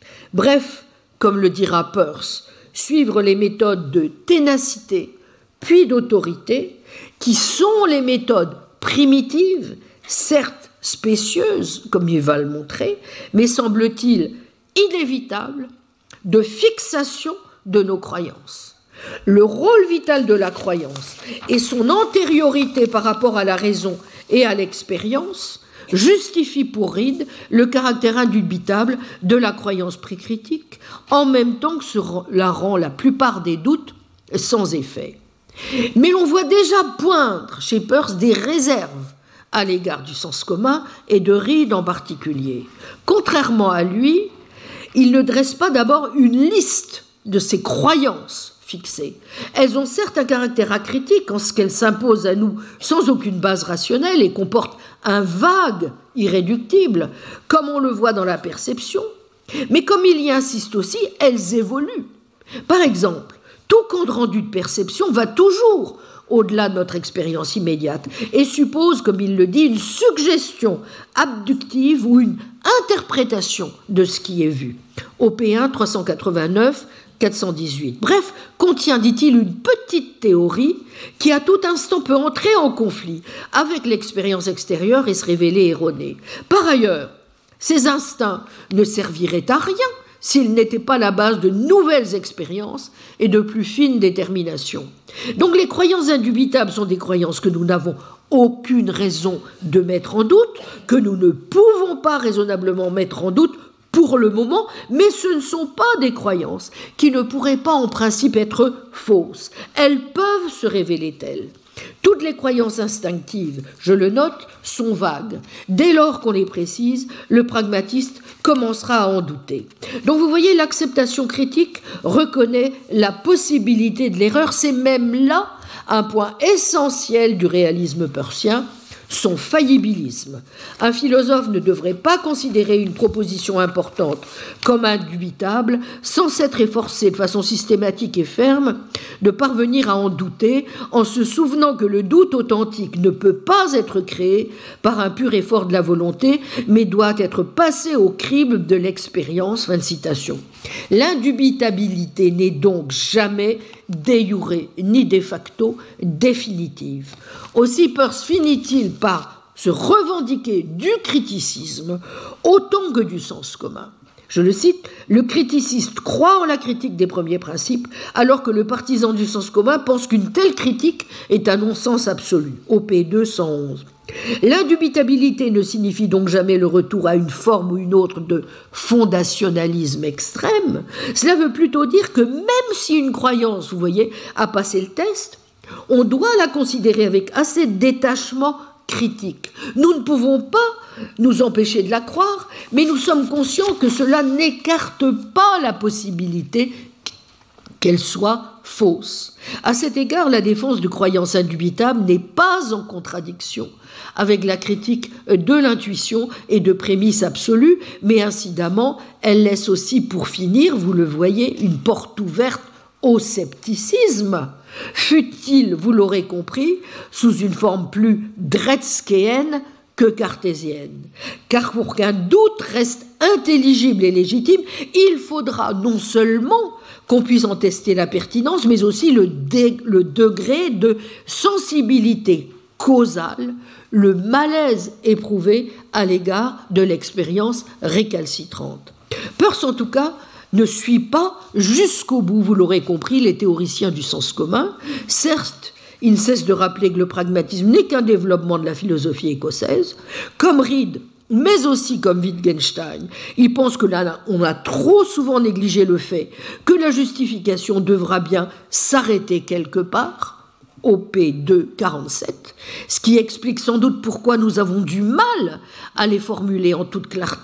bref, comme le dira Peirce, suivre les méthodes de ténacité puis d'autorité, qui sont les méthodes primitives, certes spécieuses, comme il va le montrer, mais semble-t-il inévitables, de fixation de nos croyances. Le rôle vital de la croyance et son antériorité par rapport à la raison et à l'expérience justifie pour Reid le caractère indubitable de la croyance précritique, en même temps que cela rend la plupart des doutes sans effet. Mais l'on voit déjà poindre chez Peirce des réserves à l'égard du sens commun et de Reid en particulier. Contrairement à lui, il ne dresse pas d'abord une liste de ses croyances fixées. Elles ont certes un caractère acritique en ce qu'elles s'imposent à nous sans aucune base rationnelle et comportent un vague irréductible, comme on le voit dans la perception, mais comme il y insiste aussi, elles évoluent. Par exemple, tout compte rendu de perception va toujours au-delà de notre expérience immédiate et suppose, comme il le dit, une suggestion abductive ou une interprétation de ce qui est vu. O P un trois cent quatre-vingt-neuf quatre cent dix-huit. Bref, contient, dit-il, une petite théorie qui à tout instant peut entrer en conflit avec l'expérience extérieure et se révéler erronée. Par ailleurs, ces instincts ne serviraient à rien s'ils n'étaient pas la base de nouvelles expériences et de plus fines déterminations. Donc les croyances indubitables sont des croyances que nous n'avons aucune raison de mettre en doute, que nous ne pouvons pas raisonnablement mettre en doute pour le moment, mais ce ne sont pas des croyances qui ne pourraient pas en principe être fausses. Elles peuvent se révéler telles. Toutes les croyances instinctives, je le note, sont vagues. Dès lors qu'on les précise, le pragmatiste commencera à en douter. Donc vous voyez, l'acceptation critique reconnaît la possibilité de l'erreur. C'est même là un point essentiel du réalisme peircien, son faillibilisme. Un philosophe ne devrait pas considérer une proposition importante comme indubitable sans s'être efforcé de façon systématique et ferme de parvenir à en douter en se souvenant que le doute authentique ne peut pas être créé par un pur effort de la volonté mais doit être passé au crible de l'expérience. Fin de citation. L'indubitabilité n'est donc jamais de jure ni de facto définitive. Aussi Peirce finit-il par se revendiquer du criticisme autant que du sens commun. Je le cite, « Le criticiste croit en la critique des premiers principes, alors que le partisan du sens commun pense qu'une telle critique est un non-sens absolu. » O P deux cent onze. L'indubitabilité ne signifie donc jamais le retour à une forme ou une autre de fondationalisme extrême. Cela veut plutôt dire que même si une croyance, vous voyez, a passé le test, on doit la considérer avec assez de détachement critique. Nous ne pouvons pas nous empêcher de la croire, mais nous sommes conscients que cela n'écarte pas la possibilité qu'elle soit fausse. À cet égard, la défense de croyances indubitables n'est pas en contradiction avec la critique de l'intuition et de prémices absolues, mais incidemment, elle laisse aussi, pour finir, vous le voyez, une porte ouverte au scepticisme, fût-il, vous l'aurez compris, sous une forme plus dretskéenne que cartésienne. Car pour qu'un doute reste intelligible et légitime, il faudra non seulement qu'on puisse en tester la pertinence, mais aussi le, dé, le degré de sensibilité causale, le malaise éprouvé à l'égard de l'expérience récalcitrante. Peirce, en tout cas, ne suit pas jusqu'au bout, vous l'aurez compris, les théoriciens du sens commun. Certes, il ne cesse de rappeler que le pragmatisme n'est qu'un développement de la philosophie écossaise. Comme Reid, mais aussi comme Wittgenstein, il pense que là, on a trop souvent négligé le fait que la justification devra bien s'arrêter quelque part, O P deux quarante-sept, ce qui explique sans doute pourquoi nous avons du mal à les formuler en toute clarté.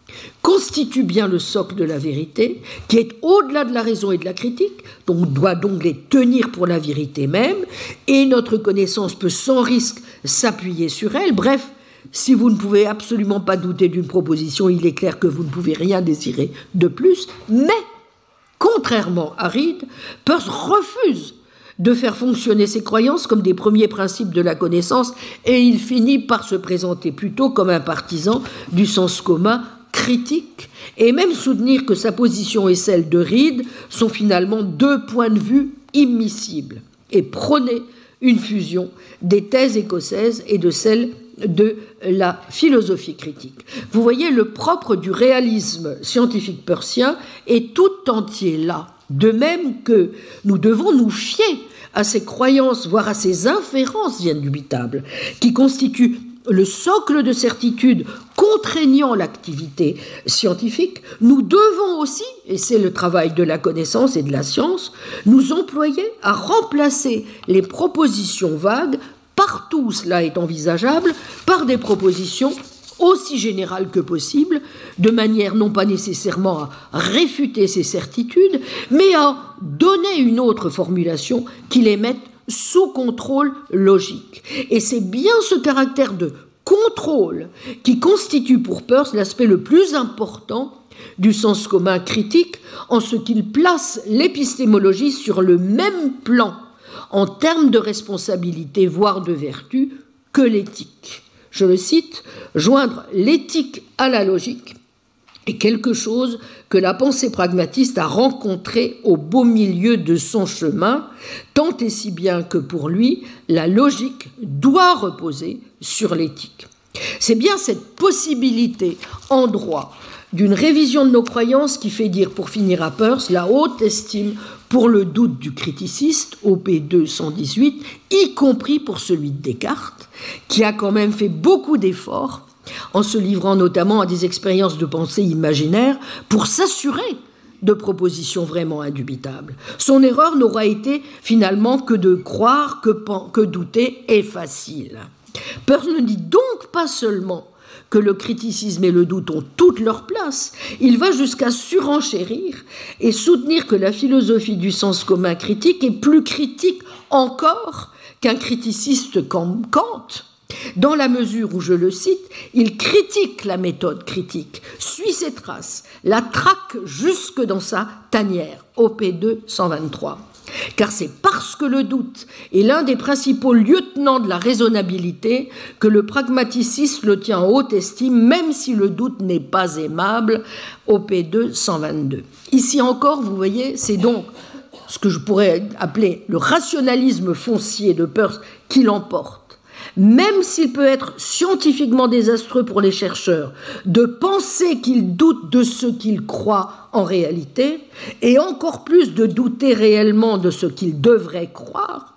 constitue bien le socle de la vérité, qui est au-delà de la raison et de la critique, donc on doit donc les tenir pour la vérité même, et notre connaissance peut sans risque s'appuyer sur elle. Bref, si vous ne pouvez absolument pas douter d'une proposition, il est clair que vous ne pouvez rien désirer de plus, mais, contrairement à Reid, Peirce refuse de faire fonctionner ses croyances comme des premiers principes de la connaissance, et il finit par se présenter plutôt comme un partisan du sens commun critique, et même soutenir que sa position et celle de Reid sont finalement deux points de vue immiscibles, et prôner une fusion des thèses écossaises et de celles de la philosophie critique. Vous voyez, le propre du réalisme scientifique peircien est tout entier là, de même que nous devons nous fier à ces croyances, voire à ces inférences indubitables, qui constituent le socle de certitude contraignant l'activité scientifique. Nous devons aussi, et c'est le travail de la connaissance et de la science, nous employer à remplacer les propositions vagues, partout où cela est envisageable, par des propositions aussi générales que possible, de manière non pas nécessairement à réfuter ces certitudes, mais à donner une autre formulation qui les mette sous contrôle logique. Et c'est bien ce caractère de contrôle qui constitue pour Peirce l'aspect le plus important du sens commun critique, en ce qu'il place l'épistémologie sur le même plan en termes de responsabilité, voire de vertu, que l'éthique. Je le cite, « Joindre l'éthique à la logique est quelque chose que la pensée pragmatiste a rencontré au beau milieu de son chemin, tant et si bien que pour lui, la logique doit reposer sur l'éthique. » C'est bien cette possibilité en droit d'une révision de nos croyances qui fait dire, pour finir à Peirce, la haute estime pour le doute du criticiste, O P deux cent dix-huit, y compris pour celui de Descartes, qui a quand même fait beaucoup d'efforts en se livrant notamment à des expériences de pensée imaginaires pour s'assurer de propositions vraiment indubitables. Son erreur n'aura été finalement que de croire que, que douter est facile. Peirce ne dit donc pas seulement que le criticisme et le doute ont toute leur place, il va jusqu'à surenchérir et soutenir que la philosophie du sens commun critique est plus critique encore qu'un criticiste comme Kant, dans la mesure où, je le cite, il critique la méthode critique, suit ses traces, la traque jusque dans sa tanière, O P deux cent vingt-trois. Car c'est parce que le doute est l'un des principaux lieutenants de la raisonnabilité que le pragmaticiste le tient en haute estime, même si le doute n'est pas aimable, O P deux cent vingt-deux. Ici encore, vous voyez, c'est donc ce que je pourrais appeler le rationalisme foncier de Peirce qui l'emporte. Même s'il peut être scientifiquement désastreux pour les chercheurs de penser qu'ils doutent de ce qu'ils croient en réalité, et encore plus de douter réellement de ce qu'ils devraient croire,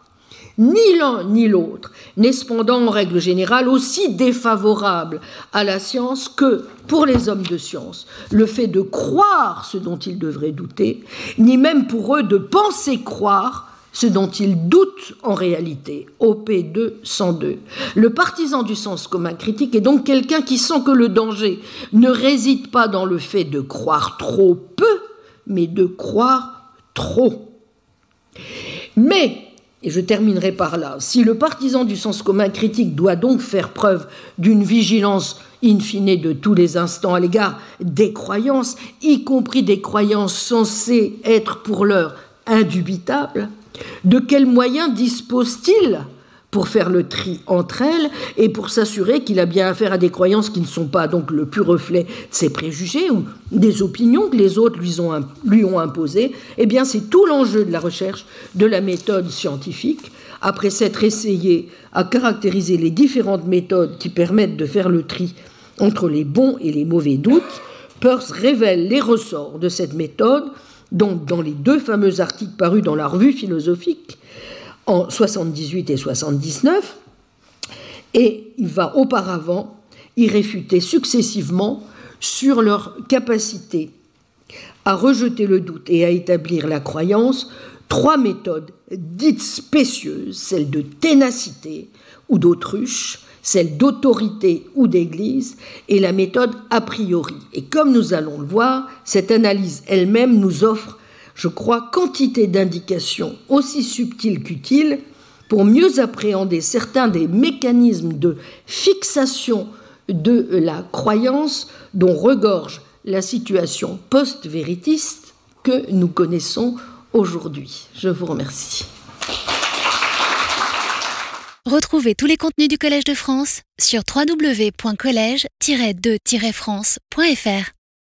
ni l'un ni l'autre n'est cependant en règle générale aussi défavorable à la science que, pour les hommes de science, le fait de croire ce dont ils devraient douter, ni même pour eux de penser croire ce dont ils doutent en réalité, O P deux cent deux. Le partisan du sens commun critique est donc quelqu'un qui sent que le danger ne réside pas dans le fait de croire trop peu, mais de croire trop. Mais, et je terminerai par là, si le partisan du sens commun critique doit donc faire preuve d'une vigilance in fine de tous les instants à l'égard des croyances, y compris des croyances censées être pour l'heure indubitables, de quels moyens dispose-t-il pour faire le tri entre elles et pour s'assurer qu'il a bien affaire à des croyances qui ne sont pas donc le pur reflet de ses préjugés ou des opinions que les autres lui ont, lui ont imposées? Eh bien, c'est tout l'enjeu de la recherche de la méthode scientifique. Après s'être essayé à caractériser les différentes méthodes qui permettent de faire le tri entre les bons et les mauvais doutes, Peirce révèle les ressorts de cette méthode, donc dans les deux fameux articles parus dans la Revue philosophique en soixante-dix-huit et soixante-dix-neuf, et il va auparavant y réfuter successivement sur leur capacité à rejeter le doute et à établir la croyance trois méthodes dites spécieuses, celles de ténacité ou d'autruche, celle d'autorité ou d'église, et la méthode a priori. Et comme nous allons le voir, cette analyse elle-même nous offre, je crois, quantité d'indications aussi subtiles qu'utiles pour mieux appréhender certains des mécanismes de fixation de la croyance dont regorge la situation post-véritiste que nous connaissons aujourd'hui. Je vous remercie. Retrouvez tous les contenus du Collège de France sur w w w point collège tiret de tiret france point f r.